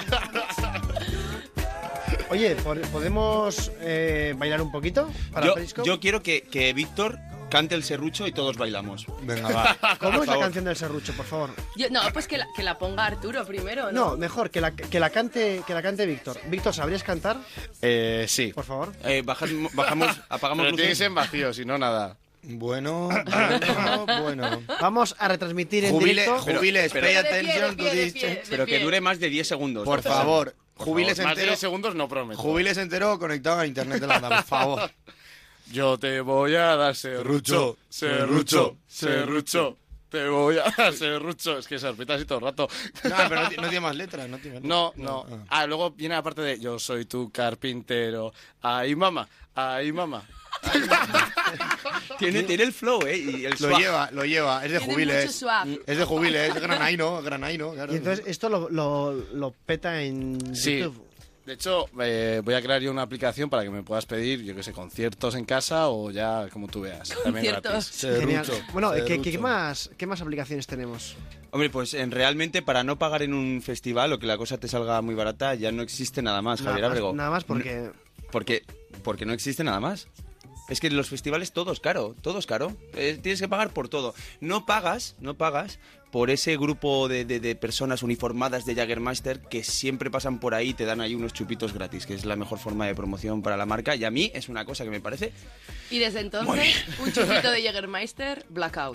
oye, ¿pod- ¿podemos eh, bailar un poquito para Yo, Periscope? yo quiero que, que Víctor cante el serrucho y todos bailamos. Venga, va. ¿Cómo Por es la favor. canción del serrucho, por favor? Yo- no, pues que la, que la ponga Arturo primero, ¿no? No, mejor, que la, que la cante que la cante Víctor. Víctor, ¿sabrías cantar? Eh, sí. Por favor. Eh, bajad- bajamos, apagamos Pero tiene que luces. ser en vacío, si no, nada. Bueno, bueno, bueno. Vamos a retransmitir en Jubile, directo. jubiles, pero- pay Pero de pie, attention de to pie, de this pie, change. de Pero que pie. dure más de diez segundos. Por favor, jubiles Por favor, más de entero. diez segundos no prometo. Jubiles entero conectado a internet de la onda, por favor. Yo te voy a dar serrucho, serrucho, serrucho. Te voy a dar serrucho. Es que se repite así todo el rato. No, pero no, ti- no tiene más letras, no tiene No, no. Ah, luego viene la parte de yo soy tu carpintero. Ay, mamá, ay, mamá. Tiene, tiene el flow, ¿eh? Y el Lo swag. lleva, lo lleva, es de Tiene jubiles. mucho swag. Es de jubiles, es granaino, granaino, claro. Y entonces esto lo, lo, lo peta en Sí. YouTube. De hecho, eh, voy a crear yo una aplicación para que me puedas pedir, yo que sé, conciertos en casa o ya como tú veas. También Conciertos. gratis. Genial. Serrucho, Bueno, ¿qué, qué serrucho. más, ¿qué más aplicaciones tenemos? Hombre, pues en, realmente para no pagar en un festival o que la cosa te salga muy barata ya no existe nada más, Javier Nada más, Abrego. nada más porque... Porque, porque no existe nada más. Es que en los festivales todo es caro, todo es caro. Eh, tienes que pagar por todo. No pagas, no pagas por ese grupo de, de- de personas uniformadas de Jägermeister que siempre pasan por ahí y te dan ahí unos chupitos gratis, que es la mejor forma de promoción para la marca. Y a mí es una cosa que me parece... Y desde entonces, un chupito de Jägermeister, Blackout.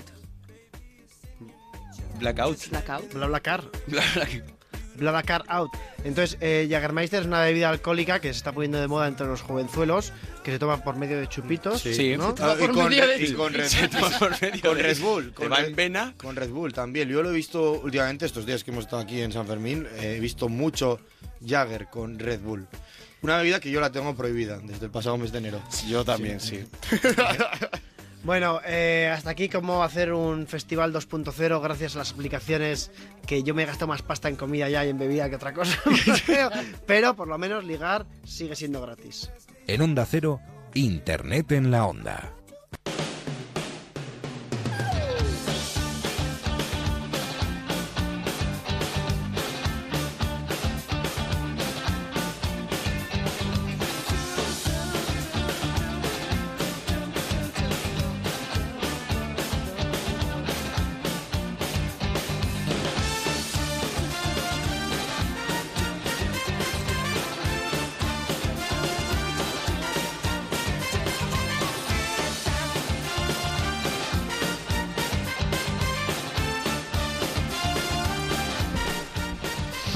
Blackout. Blackout. BlaBlaCar. BlaBlaCar out. Entonces, eh, Jägermeister es una bebida alcohólica que se está poniendo de moda entre los jovenzuelos, que se toma por medio de chupitos. Sí. ¿no? Ah, y por con, medio Red- de y con Red, Se toma por medio con de- Red Bull. Te Con va Red- en vena. Con Red Bull también. Yo lo he visto últimamente, estos días que hemos estado aquí en San Fermín, eh, he visto mucho Jagger con Red Bull. Una bebida que yo la tengo prohibida desde el pasado mes de enero. Yo también, sí. Bueno, eh, hasta aquí cómo hacer un festival dos punto cero gracias a las aplicaciones que yo me he gastado más pasta en comida ya y en bebida que otra cosa. pero, pero por lo menos ligar sigue siendo gratis. En Onda Cero, Internet en la Onda.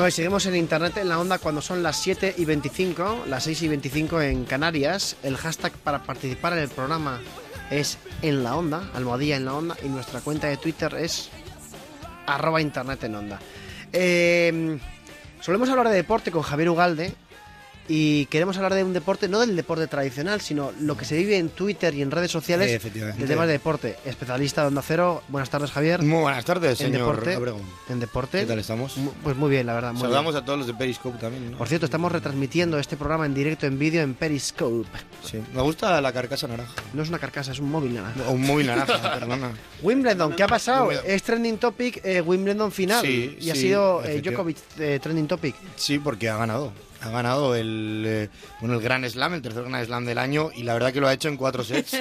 Pues seguimos en internet en la onda cuando son las siete y veinticinco, las seis y veinticinco en Canarias. El hashtag para participar en el programa es en la onda, almohadilla en la onda, y nuestra cuenta de Twitter es arroba internet en onda. Eh, solemos hablar de deporte con Javier Ugalde y queremos hablar de un deporte, no del deporte tradicional, sino lo que se vive en Twitter y en redes sociales Eh, efectivamente. de temas de deporte. Especialista de Onda Cero. Buenas tardes, Javier. Muy buenas tardes, En señor deporte. Abregón. En deporte. ¿Qué tal estamos? Mu- Pues muy bien, la verdad. Muy Saludamos bien. a todos los de Periscope también, ¿no? Por cierto, estamos retransmitiendo este programa en directo en vídeo en Periscope. Sí, me gusta la carcasa naranja. No es una carcasa, es un móvil naranja. O un móvil naranja, perdona. Wimbledon, ¿qué ha pasado? Wimbledon. Es trending topic eh, Wimbledon final. Sí, y ha sí, sido eh, efectivamente. Djokovic eh, trending topic. Sí, porque ha ganado. Ha ganado el, eh, bueno, el Grand Slam, el tercer Grand Slam del año, y la verdad que lo ha hecho en cuatro sets.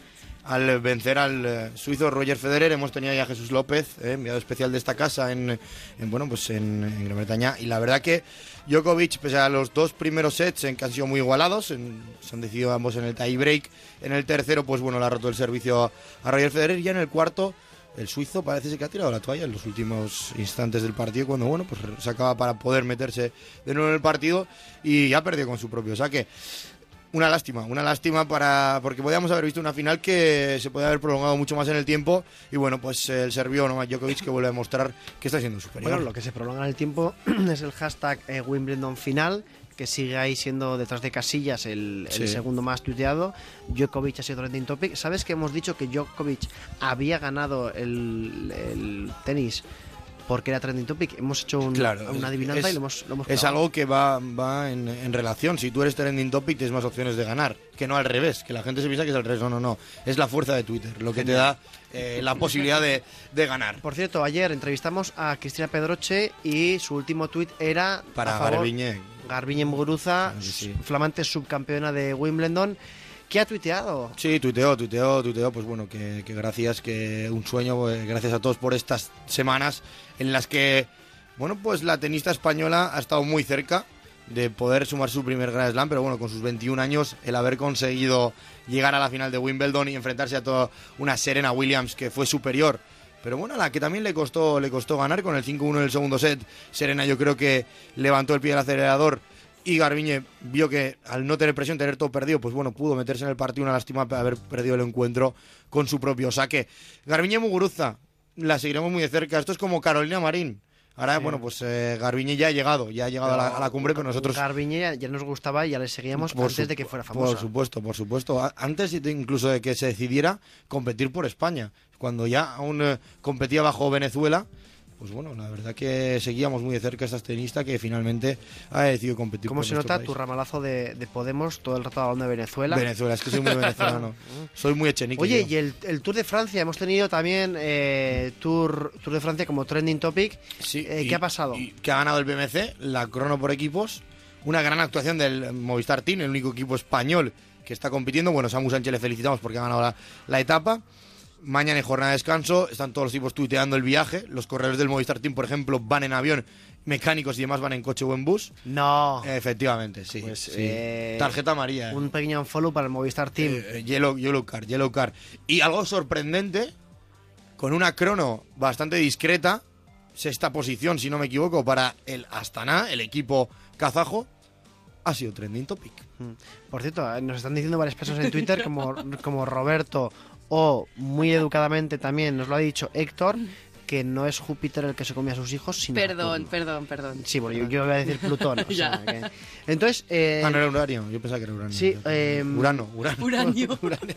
Al vencer al eh, suizo Roger Federer. Hemos tenido ya a Jesús López, eh, enviado especial de esta casa en, en, bueno, pues en, en Gran Bretaña, y la verdad que Djokovic, pese a los dos primeros sets en que han sido muy igualados, en- se han decidido ambos en el tie break, en el tercero pues bueno, le ha roto el servicio a, a Roger Federer, y ya en el cuarto el suizo parece ser que ha tirado la toalla en los últimos instantes del partido, cuando bueno, pues se acaba para poder meterse de nuevo en el partido, y ha perdido con su propio saque. Una lástima, una lástima para porque podíamos haber visto una final que se podía haber prolongado mucho más en el tiempo, y bueno, pues el serbio Novak Djokovic, que vuelve a demostrar que está siendo superior. Bueno, lo que se prolonga en el tiempo es el hashtag eh, Wimbledon final, que sigue ahí siendo detrás de Casillas el, el Sí. segundo más tuiteado. Djokovic ha sido trending topic. ¿Sabes que hemos dicho que Djokovic había ganado el, el tenis porque era trending topic? Hemos hecho un- Claro, una es- adivinanza es, y lo hemos, lo hemos es clavado. algo que va, va en, en relación. Si tú eres trending topic, tienes más opciones de ganar, que no al revés, que la gente se piensa que es al revés. No, no, no. Es la fuerza de Twitter lo que te da eh, la posibilidad de, de ganar. Por cierto, ayer entrevistamos a Cristina Pedroche y su último tuit era Para a favor- Garbiñe. Garbiñe Muguruza, Sí, sí. flamante subcampeona de Wimbledon. ¿Qué ha tuiteado? Sí, tuiteó, tuiteó, tuiteó, pues bueno, que, que gracias, que un sueño, eh, gracias a todos por estas semanas en las que, bueno, pues la tenista española ha estado muy cerca de poder sumar su primer Grand Slam, pero bueno, con sus veintiún años, el haber conseguido llegar a la final de Wimbledon y enfrentarse a toda una Serena Williams que fue superior, pero bueno, a la que también le costó, le costó ganar con el cinco uno en el segundo set. Serena, yo creo que levantó el pie del acelerador, y Garbiñe vio que al no tener presión, tener todo perdido, pues bueno, pudo meterse en el partido. Una lástima haber perdido el encuentro con su propio saque. Garbiñe Muguruza, la seguiremos muy de cerca. Esto es como Carolina Marín. Ahora, Sí. bueno, pues eh, Garbiñe ya ha llegado, ya ha llegado a la, a la cumbre, pero nosotros... Garbiñe ya, ya nos gustaba y ya le seguíamos Por antes su- de que fuera famosa. Por supuesto, por supuesto. A- Antes de- incluso de que se decidiera competir por España. Cuando ya aún eh, competía bajo Venezuela, pues bueno, la verdad que seguíamos muy de cerca a esta tenista que finalmente ha decidido competir ¿Cómo por se nuestro nota país. tu ramalazo de, de Podemos todo el rato hablando de Venezuela? Venezuela, es que soy muy venezolano. Soy muy echenique. Oye, yo. y el, el Tour de Francia, hemos tenido también eh, Tour, Tour de Francia como trending topic. Sí, Eh, y- ¿Qué ha pasado? y que ha ganado el B M C, la crono por equipos. Una gran actuación del Movistar Team, el único equipo español que está compitiendo. Bueno, Samu Sánchez le felicitamos porque ha ganado la, la etapa. Mañana en jornada de descanso están todos los equipos tuiteando el viaje. Los corredores del Movistar Team, por ejemplo, van en avión, mecánicos y demás van en coche o en bus. No. Efectivamente, sí. Pues, sí. eh, Tarjeta amarilla. eh. Un pequeño unfollow para el Movistar Team. Eh, yellow, yellow card, yellow card. Y algo sorprendente, con una crono bastante discreta, sexta posición, si no me equivoco, para el Astana, el equipo kazajo, ha sido trending topic. Por cierto, eh, nos están diciendo varias personas en Twitter, como, como Roberto, o muy educadamente también nos lo ha dicho Héctor, que no es Júpiter el que se come a sus hijos, sino Perdón, Saturno. perdón, perdón. Sí, bueno, yo, yo iba a decir Plutón. o Ya. sea, que- Entonces, eh, Ah, no era Uranio, yo pensaba que era Uranio. Sí, eh, Urano, Urano. Uranio.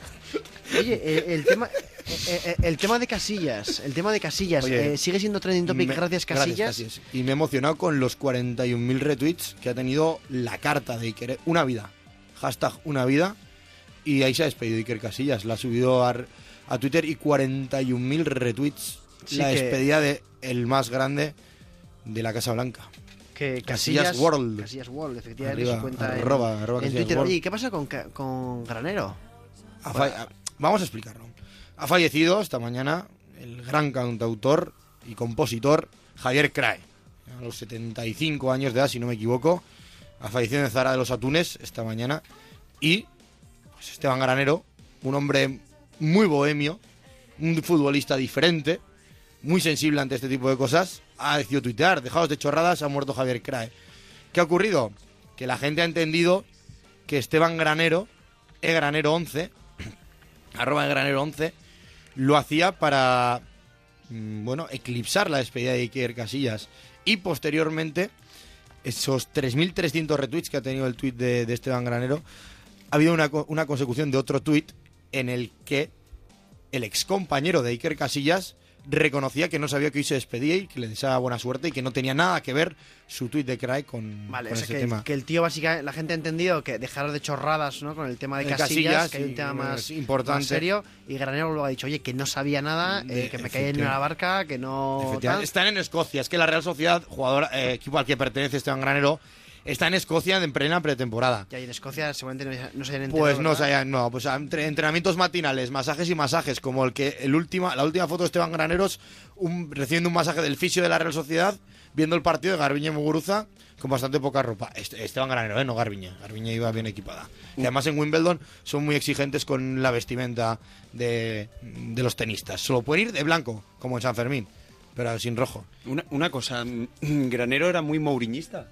Oye, eh, el tema, eh, eh, el tema de Casillas, el tema de Casillas, Oye, eh, sigue siendo trending topic Me- gracias Casillas. Casillas. Y me he emocionado con los cuarenta y un mil retweets que ha tenido la carta de Iker. Una vida. Hashtag una vida. Y ahí se ha despedido Iker Casillas. La ha subido a, a Twitter y cuarenta y un mil retweets. Sí la que- despedida de el más grande de la Casa Blanca. Que Casillas Casillas World. Casillas World, efectivamente, Arriba, su cuenta en- arroba, arroba en, Casillas Twitter. World. Oye, ¿y qué pasa con, Ca- con Granero? Ha fa- ha- Vamos a explicarlo. Ha fallecido esta mañana el gran cantautor y compositor Javier Crae. A los setenta y cinco años de edad, si no me equivoco. Ha fallecido en Zara de los Atunes esta mañana. Y pues Esteban Granero, un hombre muy bohemio, un futbolista diferente, muy sensible ante este tipo de cosas, ha decidido tuitear: dejaos de chorradas, ha muerto Javier Crae. ¿Qué ha ocurrido? Que la gente ha entendido que Esteban Granero, egranero once, arroba egranero once, lo hacía para, bueno, eclipsar la despedida de Iker Casillas. Y posteriormente, esos tres mil trescientos retweets que ha tenido el tuit de, de Esteban Granero, ha habido una, una consecución de otro tuit en el que el excompañero de Iker Casillas reconocía que no sabía que hoy se despedía y que le deseaba buena suerte y que no tenía nada que ver su tuit de Crae con, vale, con o sea ese que, tema. que el tío básicamente, la gente ha entendido que dejar de chorradas, ¿no? Con el tema de El Casillas, Casillas, que hay un sí, tema más importante. más serio, y Granero luego ha dicho, oye, que no sabía nada, eh, que me caí en una barca, que no... tal. Están en Escocia, es que la Real Sociedad, jugador, eh, equipo al que pertenece Esteban Granero, está en Escocia en plena pretemporada. Y ahí en Escocia seguramente no, no se hayan enterado, Pues no ¿verdad? se hayan, no, pues entre entrenamientos matinales, masajes y masajes, como el que el última, la última foto de Esteban Graneros, un, recibiendo un masaje del fisio de la Real Sociedad, viendo el partido de Garbiñe y Muguruza con bastante poca ropa. Este, Esteban Granero, ¿eh? No Garbiñe. Garbiñe iba bien equipada. Y además en Wimbledon son muy exigentes con la vestimenta de, de los tenistas. Solo pueden ir de blanco, como en San Fermín, pero sin rojo. Una, una cosa, Granero era muy mouriñista.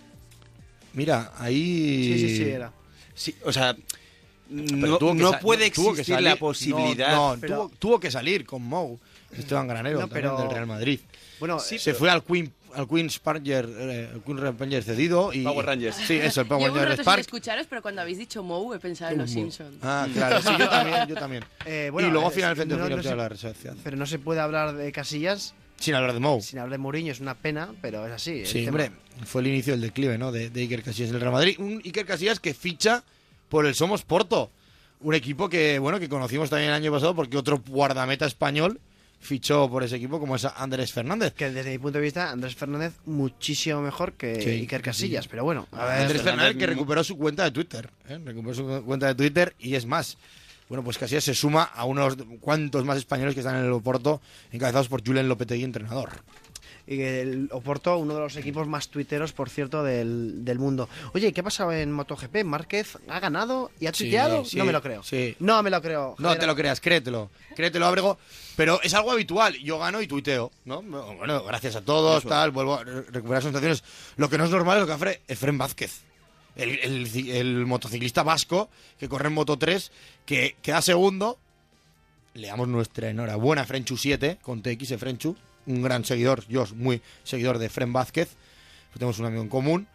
Mira, ahí... Sí, sí, sí, era. Sí, o sea, Pero no, tuvo que no sa- puede tuvo que existir salir. la posibilidad. No, no, Pero- tuvo, tuvo que salir con Mou, Esteban Granero, No, también pero- del Real Madrid. Bueno, Sí, eh, se fue al Queen al Queen's Parker, eh, el Queen Rangers cedido y Power Rangers. Sí, eso, el Power Llevo un Rangers rato sin Park. escucharos, pero cuando habéis dicho Mou he pensado en los Simpsons. Ah, claro, sí, yo también, yo también. Eh, bueno, y luego eh, finalmente no- fue no campeón se- de la Real Sociedad. Pero no se puede hablar de Casillas Sin hablar de Mou. sin hablar de Mourinho, es una pena, pero es así. el Sí, tema. hombre, fue el inicio del declive, ¿no? De, de Iker Casillas en el Real Madrid. Un Iker Casillas que ficha por el Somos Porto. Un equipo que, bueno, que conocimos también el año pasado porque otro guardameta español fichó por ese equipo como es Andrés Fernández. Que desde mi punto de vista, Andrés Fernández muchísimo mejor que Sí, Iker Casillas, sí. pero bueno, a ver, Andrés Fernández que Fernández- recuperó su cuenta de Twitter. ¿eh? Recuperó su cuenta de Twitter y es más. Bueno, pues Casillas se suma a unos cuantos más españoles que están en el Oporto, encabezados por Julen Lopetegui, entrenador. y el Oporto, uno de los equipos más tuiteros, por cierto, del, del mundo. Oye, ¿qué ha pasado en MotoGP? ¿Márquez ha ganado y ha Sí, tuiteado? sí, no me lo creo. sí. No me lo creo. No Javier. te lo creas, créetelo. Créetelo, Abrego. Pero es algo habitual. Yo gano y tuiteo, ¿no? Bueno, gracias a todos, Eso. tal, vuelvo a re- recuperar sensaciones. Lo que no es normal es lo que hace Efrén Vázquez. El, el ci- el motociclista vasco que corre en Moto tres, que queda segundo. Le damos nuestra enhorabuena a Frenchu siete, con T X Frenchu, un gran seguidor, yo muy seguidor de Efrén Vázquez. Tenemos un amigo en común.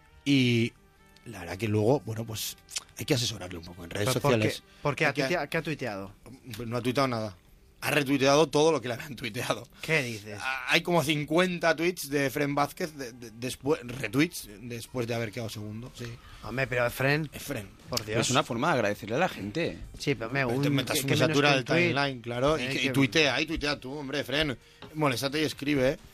Y la verdad que luego, bueno, pues hay que asesorarle un poco en redes ¿Por- por sociales. qué? ¿Por qué? Hay ¿A que- tuitea- ¿Qué ha tuiteado? Pues no ha tuiteado nada. Ha retuiteado todo lo que le habían tuiteado. ¿Qué dices? Ah, Hay como cincuenta tweets de Efrén Vázquez, de- de- después, retweets, después de haber quedado segundo. Sí. Hombre, pero Efrén, Efrén. por Dios. Es una forma de agradecerle a la gente. Sí, pero me, Te un, metas que- un que menos satura que del un tuit. timeline, claro. Eh, y, que- que- y tuitea, y tuitea tú, hombre, Efrén. Moléstate y escribe, ¿eh?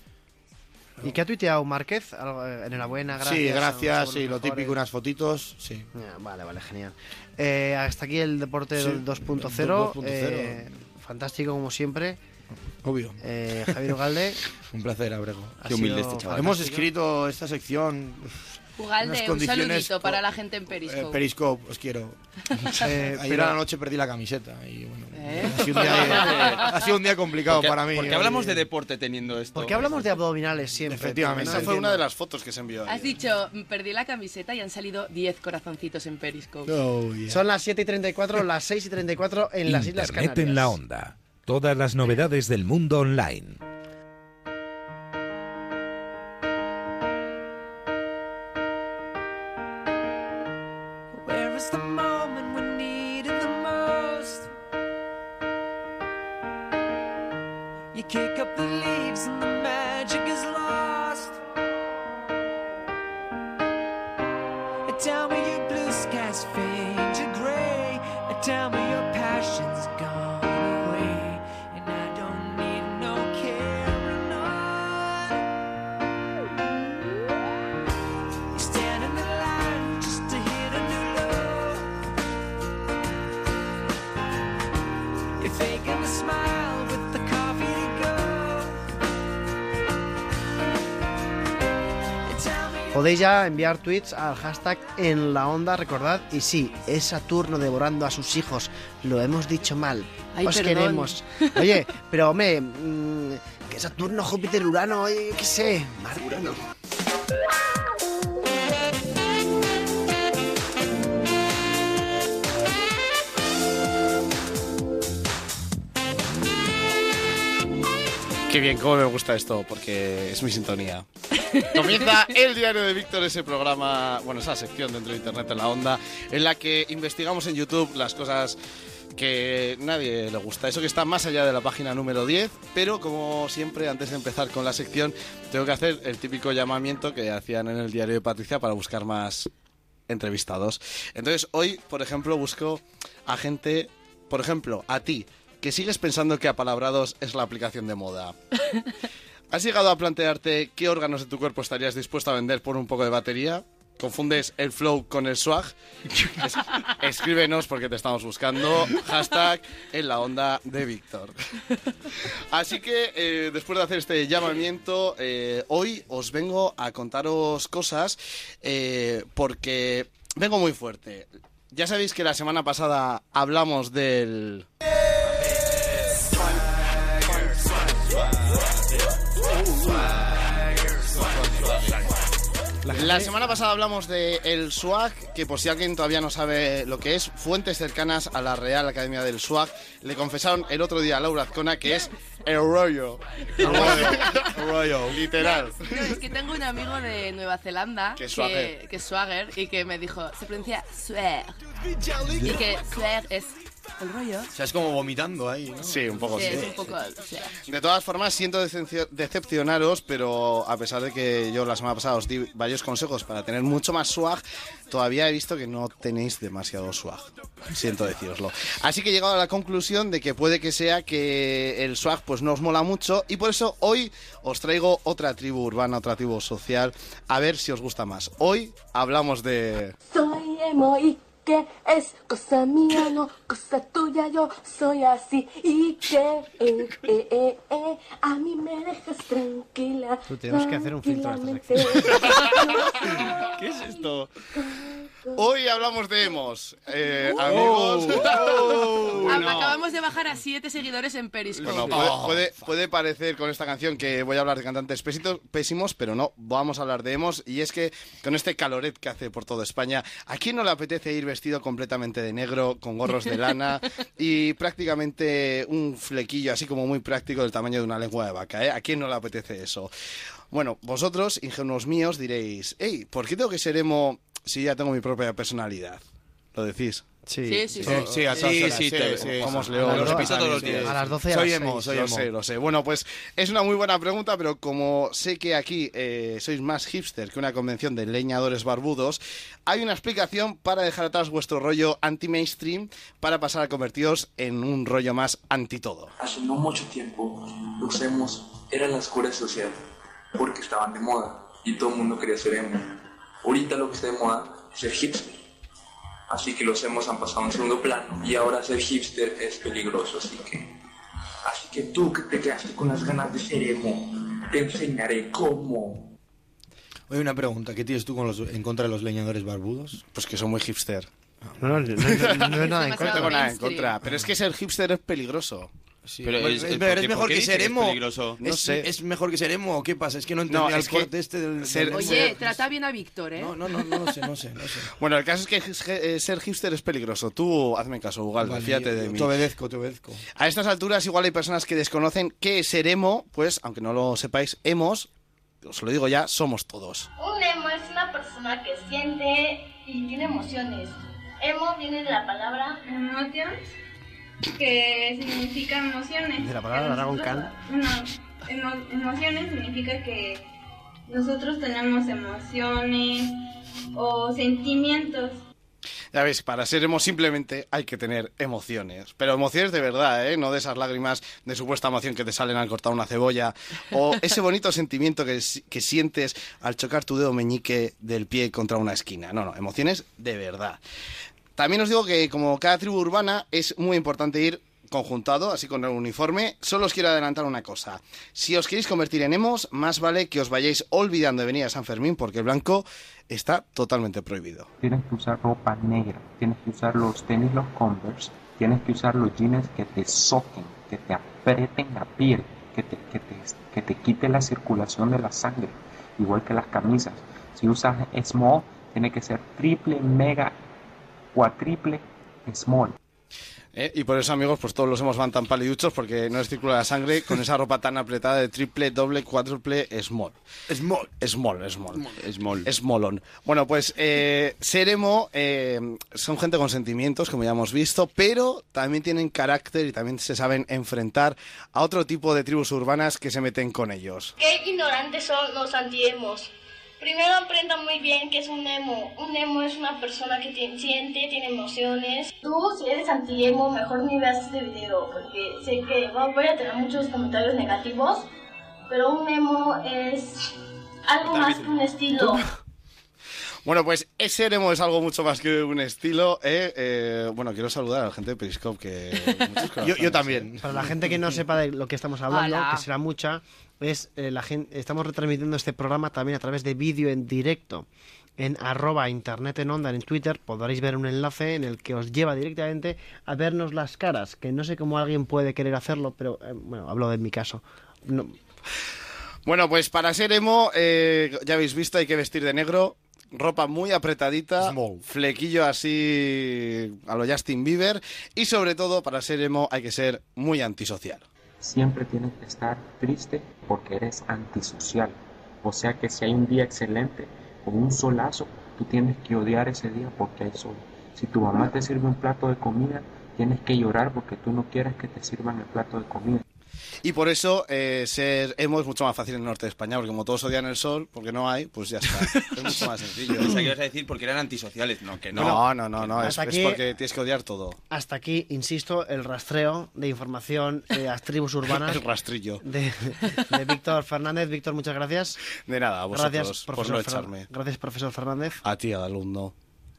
¿Y qué ha tuiteado Márquez? Algo, eh, enhorabuena, gracias. sí, son gracias, los sí, lo mejores. típico, unas fotitos, sí. Ya, vale, vale, genial. Eh, hasta aquí el deporte Sí, dos punto cero. dos punto cero. eh, fantástico, como siempre. Obvio. Eh, Javier Ugalde. Un placer, Abrego. ha Qué humilde sido este chaval. Hemos fantástico. escrito esta sección. Ugalde, unas un condiciones saludito co- para la gente en Eh, Periscope. Periscope, os quiero. Eh, Ayer pero- a la noche perdí la camiseta y bueno, ¿Eh? ha, sido un día, ha sido un día complicado Porque- para mí. Porque hablamos de deporte teniendo esto. ¿Por qué hablamos de abdominales siempre? Efectivamente. No Esa fue una entiendo. de las fotos que se envió Has ayer. dicho, "Mm, perdí la camiseta y han salido diez corazoncitos en Periscope. Oh, yeah. Son las siete y treinta y cuatro, las seis y treinta y cuatro en las Islas Internet Canarias. en la onda. Todas las novedades del mundo online. Where is the moment we need it the most? You kick up the leaves and the magic is lost. And tell me your blue skies fade to gray. And tell me your passion's gone away. And I don't need no carrying on. You stand in the line just to hit a new low. You're faking a smile with the coffee to go. And tell me Podéis ya enviar tweets al hashtag en la onda, recordad, y sí, es Saturno devorando a sus hijos, lo hemos dicho mal, Ay, os perdón. queremos. Oye, pero hombre, mmm, que Saturno, Júpiter, Urano, eh, qué sé, más Urano. Qué bien, cómo me gusta esto, porque es mi sintonía. Comienza el Diario de Víctor, ese programa, bueno, esa sección dentro de Internet en la Onda, en la que investigamos en YouTube las cosas que nadie le gusta, eso que está más allá de la página número diez, pero como siempre, antes de empezar con la sección, tengo que hacer el típico llamamiento que hacían en el Diario de Patricia para buscar más entrevistados. Entonces, hoy, por ejemplo, busco a gente, por ejemplo, a ti, que sigues pensando que Apalabrados es la aplicación de moda. ¿Has llegado a plantearte qué órganos de tu cuerpo estarías dispuesto a vender por un poco de batería? ¿Confundes el flow con el swag? Es- escríbenos porque te estamos buscando. Hashtag en la onda de Víctor. Así que eh, después de hacer este llamamiento, eh, hoy os vengo a contaros cosas eh, porque vengo muy fuerte. Ya sabéis que la semana pasada hablamos del... La semana pasada hablamos de el swag, que por si alguien todavía no sabe lo que es, fuentes cercanas a la Real Academia del Swag le confesaron el otro día a Laura Azcona que es el rollo. El rollo. El rollo. Literal. No, es que tengo un amigo de Nueva Zelanda Que que, es swagger. que es swagger y que me dijo, se pronuncia swag. Y que swag es el rollo. O sea, es como vomitando ahí, ¿no? Sí, un poco Sí, sí. es un poco swag. De todas formas, siento decepcio- decepcionaros, pero a pesar de que yo la semana pasada os di varios consejos para tener mucho más swag, todavía he visto que no tenéis demasiado swag. Siento decíroslo. Así que he llegado a la conclusión de que puede que sea que el swag pues no os mola mucho y por eso hoy os traigo otra tribu urbana, otra tribu social, a ver si os gusta más. Hoy hablamos de... Soy emo y que es cosa mía, no cosa tuya, yo soy así y que eh, eh, eh, eh, a mí me dejas tranquila. Tú, tenemos que hacer un filtro a esta tranquilamente. ¿Qué es esto? Hoy hablamos de emos, eh, amigos. Ah, No. Acabamos de bajar a siete seguidores en Periscope. Bueno, puede, puede, puede parecer con esta canción que voy a hablar de cantantes pésitos- pésimos, pero no, vamos a hablar de emos. Y es que con este caloret que hace por toda España, ¿a quién no le apetece ir vestido completamente de negro, con gorros de lana y prácticamente un flequillo así como muy práctico del tamaño de una lengua de vaca? ¿eh? ¿A quién no le apetece eso? Bueno, vosotros, ingenuos míos, diréis, hey, ¿por qué tengo que ser emo si ya tengo mi propia personalidad? ¿Lo decís? Sí, Sí, sí, Sí, sí, a todas Sí, horas, sí, te- sí, ¿cómo os sí. leo? A las Los do- repito todos los a días. las doce y a Soy las emo, seis. soy Lo emo. sé, lo sé. Bueno, pues es una muy buena pregunta, pero como sé que aquí eh, sois más hipster que una convención de leñadores barbudos, hay una explicación para dejar atrás vuestro rollo anti-mainstream para pasar a convertiros en un rollo más anti-todo. Hace no mucho tiempo, los emos eran la escuela social, porque estaban de moda y todo el mundo quería ser emo. Ahorita lo que está de moda es ser hipster. Así que los emos han pasado a un segundo plano y ahora ser hipster es peligroso, así que... Así que tú que te quedaste con las ganas de ser emo, te enseñaré cómo. Oye, una pregunta, ¿qué tienes tú con los, en contra de los leñadores barbudos? Pues que son muy hipster. No, no, no, no, no, no, nada en No contra. tengo nada en contra, pero es que ser hipster es peligroso. Sí, Pero bueno, es- es, es- pero ¿por es qué- mejor por qué que dice ser que es emo. peligroso? No es, sé. ¿Es mejor que ser emo o qué pasa? Es que no No, entendía es el que corte este del... ser- del emo. Oye, trata bien a Víctor, ¿eh? No, no, no, no lo sé, no sé, no sé. Bueno, el caso es que his- eh, ser hipster es peligroso. Tú, hazme caso, Ugalde, Vale, fíjate yo- de yo mí. Te obedezco, te obedezco. A estas alturas igual hay personas que desconocen qué es ser emo, pues, aunque no lo sepáis, emos, os lo digo ya, somos todos. Un emo es una persona que siente y tiene emociones. Emo viene de la palabra emotions, que significa emociones. De la palabra Dragon Khan. No, emo- emociones significa que nosotros tenemos emociones o sentimientos. Ya veis, para ser emo simplemente hay que tener emociones. Pero emociones de verdad, ¿eh? No de esas lágrimas de supuesta emoción que te salen al cortar una cebolla. O ese bonito sentimiento que, si- que sientes al chocar tu dedo meñique del pie contra una esquina. No, no, emociones de verdad. También os digo que como cada tribu urbana es muy importante ir conjuntado, así con el uniforme. Solo os quiero adelantar una cosa. Si os queréis convertir en emos, más vale que os vayáis olvidando de venir a San Fermín, porque el blanco está totalmente prohibido. Tienes que usar ropa negra, tienes que usar los tenis, los Converse, tienes que usar los jeans que te soquen, que te aprieten la piel, que te, que te, que te quite la circulación de la sangre, igual que las camisas. Si usas small, tiene que ser triple, mega, cuatriple, small. ¿Eh? Y por eso, amigos, pues todos los hemos van tan paliduchos, porque no les circula la sangre con esa ropa tan apretada de triple, doble, cuádruple, small. Small. Small, small. Small. Smallon. Bueno, pues eh, ser emo eh, son gente con sentimientos, como ya hemos visto, pero también tienen carácter y también se saben enfrentar a otro tipo de tribus urbanas que se meten con ellos. Qué ignorantes son los antiemos. Primero aprendan muy bien qué es un emo. Un emo es una persona que tiene, siente, tiene emociones. Tú, si eres anti-emo, mejor ni veas este video, porque sé que voy a tener muchos comentarios negativos, pero un emo es algo más que un estilo. Bueno, pues ser emo es algo mucho más que un estilo. ¿eh? Eh, bueno, quiero saludar a la gente de Periscope, que muchos yo, yo también. Para la gente que no sepa de lo que estamos hablando, Hola. que será mucha, es eh, la gente, estamos retransmitiendo este programa también a través de vídeo en directo en arroba internet en onda en Twitter. Podréis ver un enlace en el que os lleva directamente a vernos las caras, que no sé cómo alguien puede querer hacerlo, pero eh, bueno, hablo de mi caso. No. Bueno, pues para ser emo, eh, ya habéis visto, hay que vestir de negro. Ropa muy apretadita, Small. Flequillo así a lo Justin Bieber, y sobre todo para ser emo hay que ser muy antisocial. Siempre tienes que estar triste porque eres antisocial. O sea que si hay un día excelente con un solazo, tú tienes que odiar ese día porque hay sol. Si tu mamá te sirve un plato de comida, tienes que llorar porque tú no quieres que te sirvan el plato de comida. Y por eso eh, ser emo es mucho más fácil en el norte de España, porque como todos odian el sol, porque no hay, pues ya está. Es mucho más sencillo. Pensaba que ibas a decir porque eran antisociales, no, que no. No, no, no, no. Es, Hasta es aquí- porque tienes que odiar todo. Hasta aquí, insisto, el rastreo de información de las tribus urbanas. El rastrillo. De, de Víctor Fernández. Víctor, muchas gracias. De nada, a vosotros Gracias, por profesor no Fernández. echarme. Gracias, profesor Fernández. A ti, al alumno.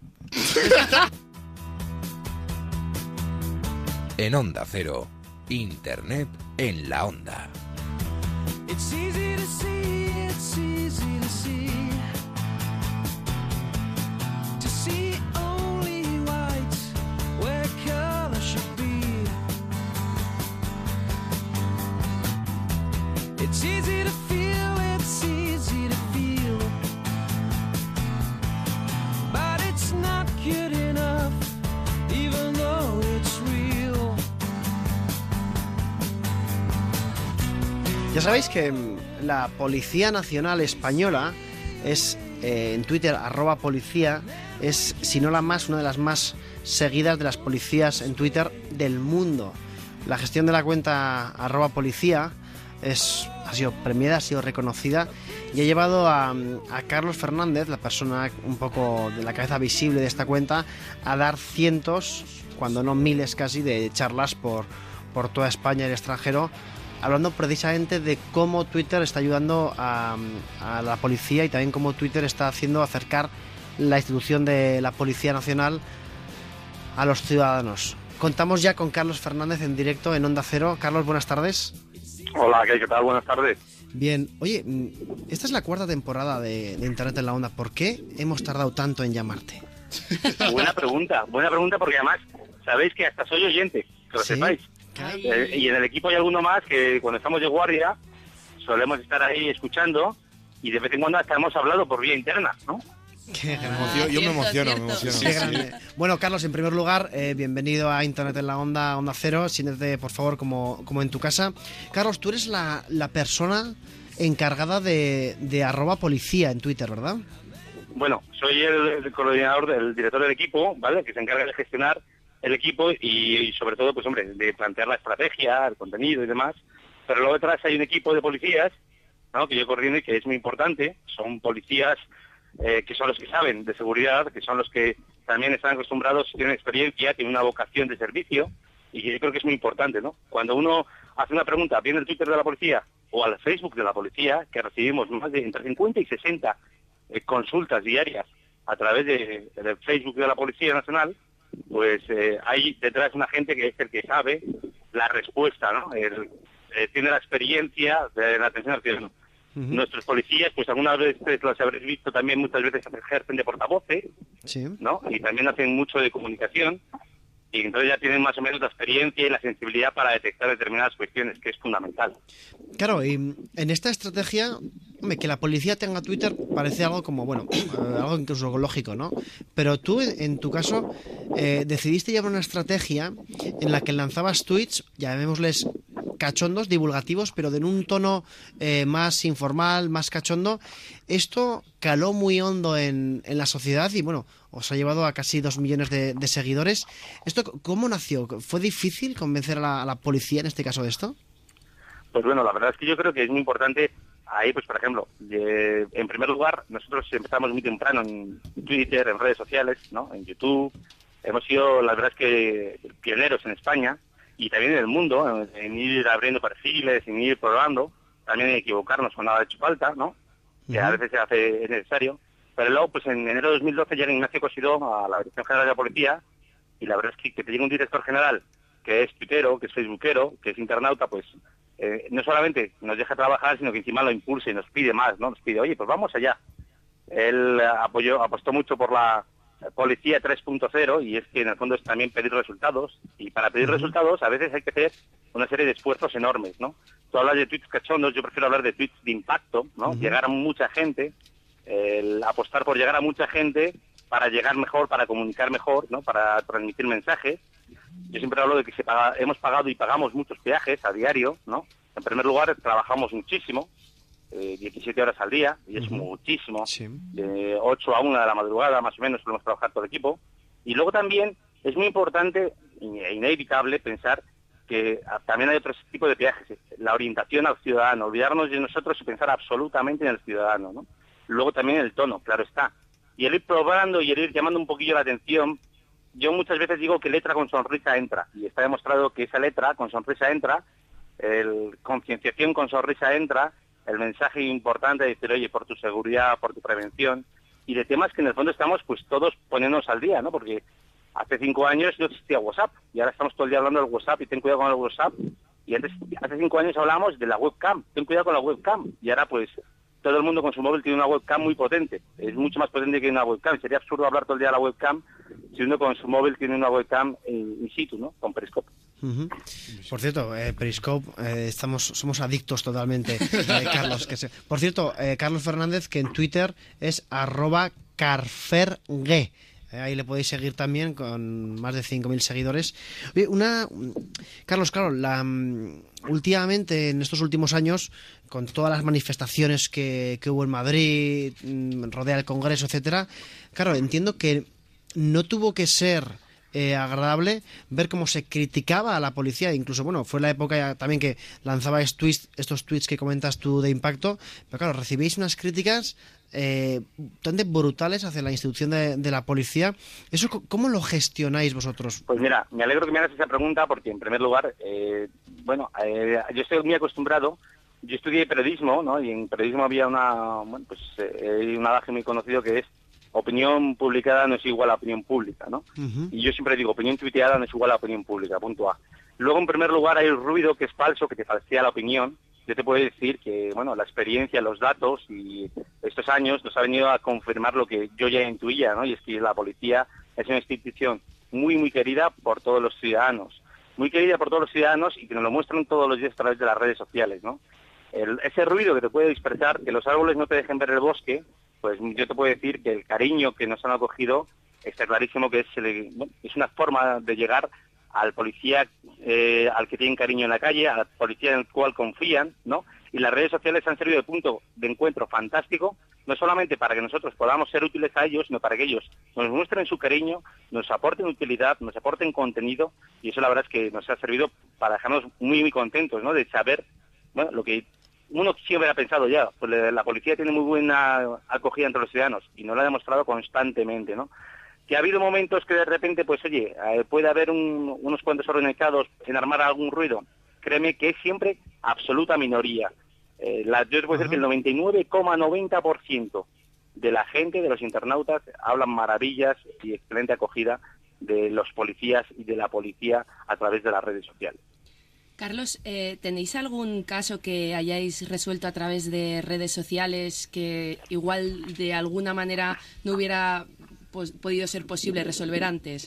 En Onda Cero, Internet en la Onda. It's easy to see, it's easy to see. To see only white where color should be. It's easy to feel, it's easy to feel. But it's not good enough, even though it's real. Ya sabéis que mm, la Policía Nacional Española es, eh, en Twitter, arroba policía, es, si no la más, una de las más seguidas de las policías en Twitter del mundo. La gestión de la cuenta arroba policía es, ha sido premiada, ha sido reconocida y ha llevado a, a Carlos Fernández, la persona un poco de la cabeza visible de esta cuenta, a dar cientos, cuando no miles casi, de charlas por, por toda España y el extranjero, hablando precisamente de cómo Twitter está ayudando a, a la policía y también cómo Twitter está haciendo acercar la institución de la Policía Nacional a los ciudadanos. Contamos ya con Carlos Fernández en directo en Onda Cero. Carlos, buenas tardes. Hola, ¿qué, qué tal? Buenas tardes. Bien, oye, esta es la cuarta temporada de, de Internet en la Onda. ¿Por qué hemos tardado tanto en llamarte? Buena pregunta, buena pregunta porque además sabéis que hasta soy oyente, que lo ¿Sí? sepáis. Eh, y en el equipo hay alguno más que cuando estamos de guardia solemos estar ahí escuchando y de vez en cuando hasta hemos hablado por vía interna, ¿no? Qué Yo, yo me emociono, me emociono. Qué grande. Bueno, Carlos, en primer lugar, eh, bienvenido a Internet en la Onda, Onda Cero. Siéntete, por favor, como, como en tu casa. Carlos, tú eres la, la persona encargada de, de arroba policía en Twitter, ¿verdad? Bueno, soy el, el coordinador, del director del equipo, ¿vale? Que se encarga de gestionar el equipo y, y sobre todo, pues hombre, de plantear la estrategia, el contenido y demás. Pero luego detrás hay un equipo de policías, ¿no? Que yo coordino y que es muy importante. Son policías eh, que son los que saben de seguridad, que son los que también están acostumbrados, tienen experiencia, tienen una vocación de servicio y que yo creo que es muy importante, ¿no? Cuando uno hace una pregunta, viene el Twitter de la policía o al Facebook de la policía, que recibimos más de entre cincuenta y sesenta eh, consultas diarias a través de, del Facebook de la Policía Nacional, pues eh, hay detrás una gente que es el que sabe la respuesta, ¿no? El, eh, tiene la experiencia de la atención al ciudadano. Uh-huh. Nuestros policías, pues algunas veces los habréis visto también, muchas veces ejercen de portavoces, sí, ¿no? Y también hacen mucho de comunicación, y entonces ya tienen más o menos la experiencia y la sensibilidad para detectar determinadas cuestiones, que es fundamental. Claro, y en esta estrategia, hombre, que la policía tenga Twitter parece algo como, bueno, eh, algo incluso lógico, ¿no? Pero tú, en tu caso, eh, decidiste llevar una estrategia en la que lanzabas tweets, llamémosles cachondos, divulgativos, pero en un tono eh, más informal, más cachondo. Esto caló muy hondo en, en la sociedad y, bueno, os ha llevado a casi dos millones de, de seguidores. ¿Esto cómo nació? ¿Fue difícil convencer a la, a la policía en este caso de esto? Pues bueno, la verdad es que yo creo que es muy importante ahí, pues por ejemplo, eh, en primer lugar, nosotros empezamos muy temprano en Twitter, en redes sociales, ¿no? En YouTube. Hemos sido, la verdad es que, pioneros en España y también en el mundo, en, en ir abriendo perfiles, en ir probando, también en equivocarnos cuando ha hecho falta, ¿no? Que uh-huh. a veces se hace es necesario. Pero luego, pues en enero de dos mil doce llega Ignacio Cosidó a la Dirección General de la Policía y la verdad es que, que te llega un director general que es tuitero, que es facebookero, que es internauta, pues eh, no solamente nos deja trabajar, sino que encima lo impulsa y nos pide más, ¿no? Nos pide, oye, pues vamos allá. Él apoyó, apostó mucho por la policía tres punto cero y es que en el fondo es también pedir resultados y para pedir uh-huh. resultados a veces hay que hacer una serie de esfuerzos enormes, ¿no? Tú hablas de tweets cachondos, yo prefiero hablar de tweets de impacto, ¿no? Uh-huh. Llegar a mucha gente, el apostar por llegar a mucha gente para llegar mejor, para comunicar mejor, ¿no? Para transmitir mensajes. Yo siempre hablo de que se paga, hemos pagado y pagamos muchos peajes a diario, ¿no? En primer lugar, trabajamos muchísimo, eh, diecisiete horas al día, y es uh-huh. muchísimo, sí. De ocho a una de la madrugada, más o menos, solemos trabajar todo el equipo. Y luego también es muy importante e inevitable pensar que también hay otro tipo de peajes, la orientación al ciudadano, olvidarnos de nosotros y pensar absolutamente en el ciudadano, ¿no? Luego también el tono, claro está. Y el ir probando y el ir llamando un poquillo la atención. Yo muchas veces digo que letra con sonrisa entra, y está demostrado que esa letra con sonrisa entra, el concienciación con sonrisa entra, el mensaje importante de decir, oye, por tu seguridad, por tu prevención, y de temas que en el fondo estamos pues todos poniéndonos al día, ¿no? Porque hace cinco años no existía WhatsApp, y ahora estamos todo el día hablando del WhatsApp, y ten cuidado con el WhatsApp, y antes, hace cinco años hablábamos de la webcam, ten cuidado con la webcam, y ahora pues todo el mundo con su móvil tiene una webcam muy potente, es mucho más potente que una webcam. Sería absurdo hablar todo el día de la webcam si uno con su móvil tiene una webcam in, in situ, ¿no? Con Periscope. Uh-huh. Por cierto, eh, Periscope, eh, estamos, somos adictos totalmente, eh, Carlos. Que se... Por cierto, eh, Carlos Fernández, que en Twitter es arroba carfergue. Eh, ahí le podéis seguir también con más de cinco mil seguidores. Oye, una... Carlos, claro, la... últimamente, en estos últimos años, con todas las manifestaciones que, que hubo en Madrid, rodea el Congreso, etcétera, claro, entiendo que no tuvo que ser eh, agradable ver cómo se criticaba a la policía. Incluso, bueno, fue la época también que lanzabais tweets, estos tweets que comentas tú de impacto, pero claro, recibíais unas críticas eh, bastante brutales hacia la institución de, de la policía. ¿Eso cómo lo gestionáis vosotros? Pues mira, me alegro que me hagas esa pregunta porque, en primer lugar, eh, bueno, eh, yo estoy muy acostumbrado. Yo estudié periodismo, ¿no? Y en periodismo había una, bueno, pues eh, un adagio muy conocido que es opinión publicada no es igual a opinión pública, ¿no? Uh-huh. Y yo siempre digo, opinión tuiteada no es igual a opinión pública, punto A. Luego, en primer lugar, hay el ruido que es falso, que te falsea la opinión. Yo te puedo decir que, bueno, la experiencia, los datos y estos años nos ha venido a confirmar lo que yo ya intuía, ¿no? Y es que la policía es una institución muy, muy querida por todos los ciudadanos. Muy querida por todos los ciudadanos y que nos lo muestran todos los días a través de las redes sociales, ¿no? El, ese ruido que te puede dispersar, que los árboles no te dejen ver el bosque, pues yo te puedo decir que el cariño que nos han acogido está clarísimo que es, bueno, es una forma de llegar al policía eh, al que tienen cariño en la calle, al policía en el cual confían, ¿no? Y las redes sociales han servido de punto de encuentro fantástico, no solamente para que nosotros podamos ser útiles a ellos, sino para que ellos nos muestren su cariño, nos aporten utilidad, nos aporten contenido, y eso la verdad es que nos ha servido para dejarnos muy, muy contentos, ¿no? De saber, bueno, lo que uno siempre ha pensado ya, pues la policía tiene muy buena acogida entre los ciudadanos y nos lo ha demostrado constantemente, ¿no? Que ha habido momentos que de repente, pues oye, eh, puede haber un, unos cuantos organizados en armar algún ruido. Créeme que es siempre absoluta minoría. Eh, la, yo te puedo decir que el noventa y nueve coma noventa por ciento de la gente, de los internautas, hablan maravillas y excelente acogida de los policías y de la policía a través de las redes sociales. Carlos, eh, ¿tenéis algún caso que hayáis resuelto a través de redes sociales que igual de alguna manera no hubiera pues, podido ser posible resolver antes?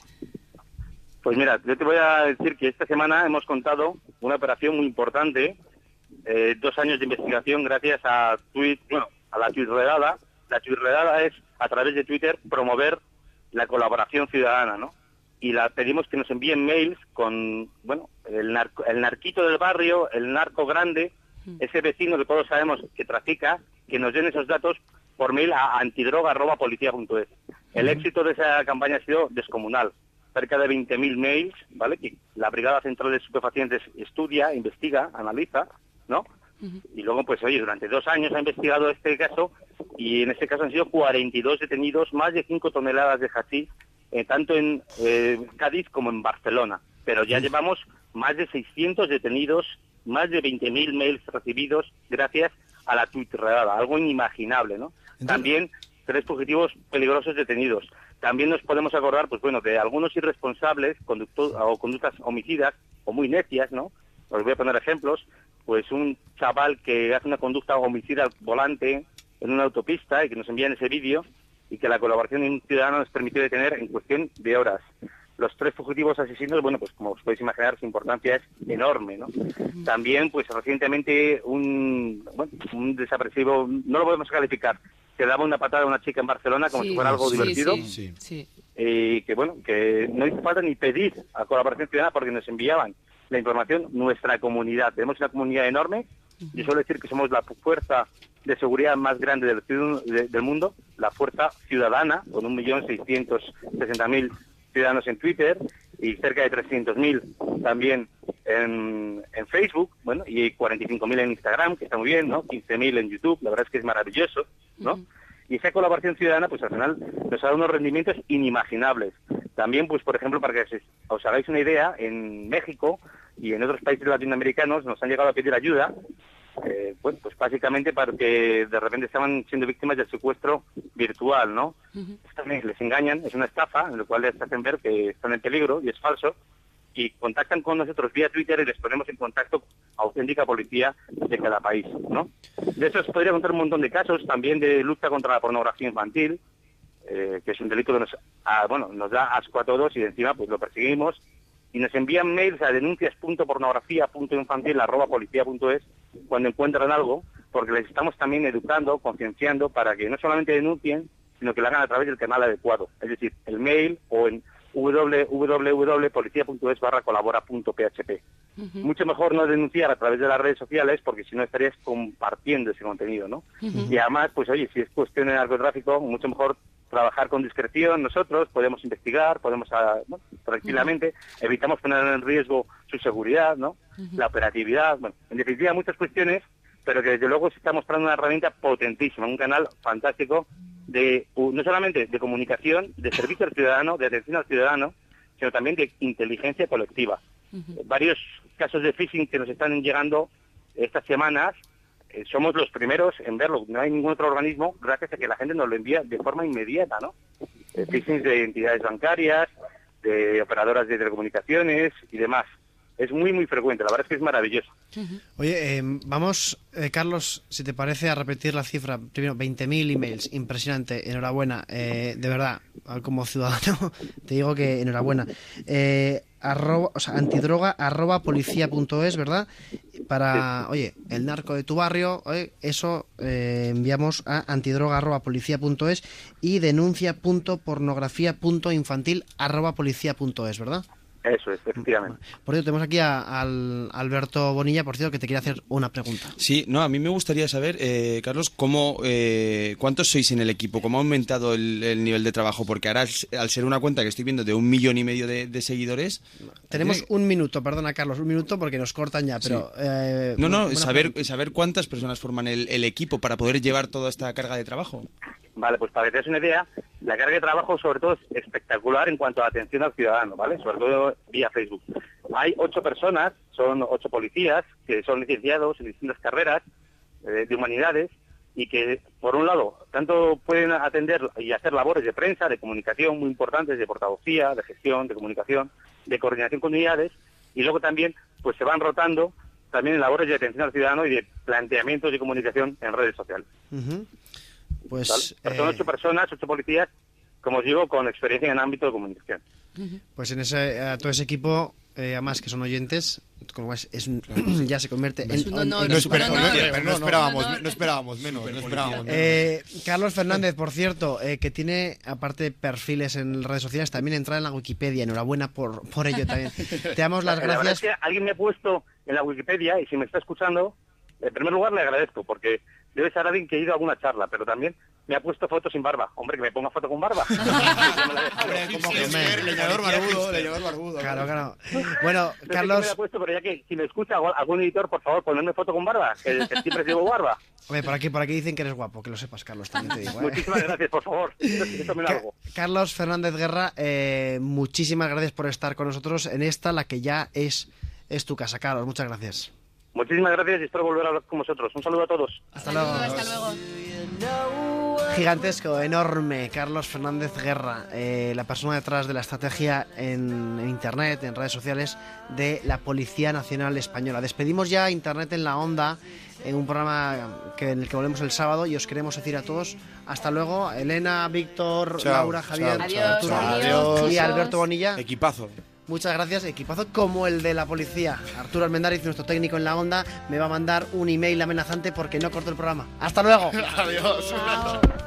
Pues mira, yo te voy a decir que esta semana hemos contado una operación muy importante, eh, dos años de investigación gracias a tweet, bueno, a la Twitredada. La Twitredada es, a través de Twitter, promover la colaboración ciudadana, ¿no? Y la pedimos que nos envíen mails con, bueno, el, narco, el narquito del barrio, el narco grande, ese vecino que todos sabemos que trafica, que nos den esos datos por mail a antidroga arroba policía punto es. El éxito de esa campaña ha sido descomunal. Cerca de veinte mil mails, ¿vale? Que la Brigada Central de Estupefacientes estudia, investiga, analiza, ¿no? Uh-huh. Y luego, pues, oye, durante dos años ha investigado este caso y en este caso han sido cuarenta y dos detenidos, más de cinco toneladas de hachís, eh, tanto en eh, Cádiz como en Barcelona. Pero ya uh-huh. llevamos más de seiscientos detenidos, más de veinte mil mails recibidos gracias a la Twitredada, algo inimaginable, ¿no? Entonces... También tres fugitivos peligrosos detenidos. También nos podemos acordar, pues bueno, de algunos irresponsables conducto- o conductas homicidas o muy necias, ¿no? Os voy a poner ejemplos. Pues un chaval que hace una conducta homicida al volante en una autopista y que nos envían ese vídeo y que la colaboración de un ciudadano nos permitió detener en cuestión de horas. Los tres fugitivos asesinos, bueno, pues como os podéis imaginar, su importancia es enorme, ¿no? También, pues recientemente un, bueno, un desaparecido, no lo podemos calificar, que daba una patada a una chica en Barcelona como sí, si fuera algo sí, divertido. Sí, sí, sí. Y que, bueno, que no hizo falta ni pedir a colaboración ciudadana porque nos enviaban la información nuestra comunidad. Tenemos una comunidad enorme. Uh-huh. Yo suelo decir que somos la fuerza de seguridad más grande del, de, del mundo, la fuerza ciudadana, con un millón seiscientos sesenta mil ciudadanos en Twitter y cerca de trescientos mil también en, en Facebook, bueno, y cuarenta y cinco mil en Instagram, que está muy bien, ¿no? quince mil en YouTube, la verdad es que es maravilloso, ¿no? Uh-huh. Y esa colaboración ciudadana, pues al final nos ha dado unos rendimientos inimaginables. También, pues por ejemplo, para que os hagáis una idea, en México y en otros países latinoamericanos nos han llegado a pedir ayuda, eh, bueno, pues básicamente porque de repente estaban siendo víctimas del secuestro virtual, ¿no? Uh-huh. También les engañan, es una estafa, en la cual les hacen ver que están en peligro y es falso, y contactan con nosotros vía Twitter y les ponemos en contacto a auténtica policía de cada país, ¿no? De eso os podría contar un montón de casos, también de lucha contra la pornografía infantil, eh, que es un delito que nos, ah, bueno, nos da asco a todos y de encima pues lo perseguimos y nos envían mails a denuncias punto pornografía punto infantil arroba policía punto es cuando encuentran algo, porque les estamos también educando, concienciando para que no solamente denuncien, sino que lo hagan a través del canal adecuado, es decir, el mail o en w w w punto policía punto es barra colabora punto p h p. Uh-huh. Mucho mejor no denunciar a través de las redes sociales porque si no estarías compartiendo ese contenido, ¿no? Uh-huh. Y además, pues oye, si es cuestión de narcotráfico, mucho mejor trabajar con discreción. Nosotros podemos investigar, podemos, a, ¿no? tranquilamente, uh-huh. evitamos poner en riesgo su seguridad, ¿no? Uh-huh. La operatividad, bueno, en definitiva muchas cuestiones, pero que desde luego se está mostrando una herramienta potentísima, un canal fantástico de no solamente de comunicación, de servicio al ciudadano, de atención al ciudadano, sino también de inteligencia colectiva. Uh-huh. Varios casos de phishing que nos están llegando estas semanas, eh, somos los primeros en verlo. No hay ningún otro organismo, gracias a que la gente nos lo envía de forma inmediata, ¿no? Eh, phishing de entidades bancarias, de operadoras de telecomunicaciones y demás. Es muy, muy frecuente. La verdad es que es maravilloso. Oye, eh, vamos, eh, Carlos, si te parece, a repetir la cifra. Primero, veinte mil emails. Impresionante. Enhorabuena. Eh, de verdad, como ciudadano, te digo que enhorabuena. Eh, arroba, o sea, antidroga arroba policía punto es, ¿verdad? Para, sí. Oye, el narco de tu barrio, oye, eso eh, enviamos a antidroga arroba policía punto es y denuncia punto pornografía punto infantil arroba policía punto es, ¿verdad? Eso es, efectivamente. Por cierto, tenemos aquí a, al Alberto Bonilla, por cierto, que te quiere hacer una pregunta. Sí, no, a mí me gustaría saber, eh, Carlos, cómo, eh, ¿cuántos sois en el equipo? ¿Cómo ha aumentado el, el nivel de trabajo? Porque ahora, al ser una cuenta que estoy viendo de un millón y medio de, de seguidores... Tenemos ¿tiene... un minuto, perdona, Carlos, un minuto porque nos cortan ya, pero... Sí. Eh, no, no, saber, saber cuántas personas forman el, el equipo para poder llevar toda esta carga de trabajo. Vale, pues para que te des una idea, la carga de trabajo sobre todo es espectacular en cuanto a atención al ciudadano, ¿vale? Sobre todo vía Facebook. Hay ocho personas, son ocho policías, que son licenciados en distintas carreras eh, de humanidades y que, por un lado, tanto pueden atender y hacer labores de prensa, de comunicación muy importantes, de portavocía, de gestión, de comunicación, de coordinación con unidades, y luego también pues se van rotando también en labores de atención al ciudadano y de planteamientos y comunicación en redes sociales. Uh-huh. Pues ¿Vale? Pero son eh, ocho personas, ocho policías, como os digo, con experiencia en ámbito de comunicación. Pues en ese, a todo ese equipo, eh, además que son oyentes, con lo cual es un, ya se convierte en... Es un honor, en- es un en- honor. en- Pero no esperábamos, no esperábamos menos, no esperábamos menos. Eh, Carlos Fernández, por cierto, eh, que tiene, aparte de perfiles en redes sociales, también entrar en la Wikipedia. Enhorabuena por, por ello también. Te damos las La verdad gracias. es que alguien me ha puesto en la Wikipedia, y si me está escuchando, en primer lugar le agradezco, porque debe ser alguien que ha ido a alguna charla, pero también me ha puesto fotos sin barba. Hombre, que me ponga foto con barba. Como que ser leñador barbudo, leñador barbudo. Claro, claro. Bueno, No sé quién me Carlos... la ha puesto, pero ya que si me escucha algún editor, por favor, ponerme foto con barba, que, que siempre llevo barba. Hombre, por aquí, por aquí dicen que eres guapo, que lo sepas, Carlos, también te digo. ¿eh? Muchísimas gracias, por favor. Esto me lo Ca- hago. Carlos Fernández Guerra, eh, muchísimas gracias por estar con nosotros en esta, la que ya es, es tu casa. Carlos, muchas gracias. Muchísimas gracias y espero volver a hablar con vosotros. Un saludo a todos. Hasta luego. Hasta luego. Gigantesco, enorme, Carlos Fernández Guerra, eh, la persona detrás de la estrategia en, en Internet, en redes sociales, de la Policía Nacional Española. Despedimos ya Internet en la Onda, en un programa que, en el que volvemos el sábado, y os queremos decir a todos hasta luego. Elena, Víctor, Chao, Laura, chao, Javier, Adiós, Arturo adiós. y Alberto Bonilla. Equipazo. Muchas gracias, equipazo como el de la policía. Arturo Almendariz, nuestro técnico en la Onda, me va a mandar un email amenazante porque no corto el programa. ¡Hasta luego! Adiós.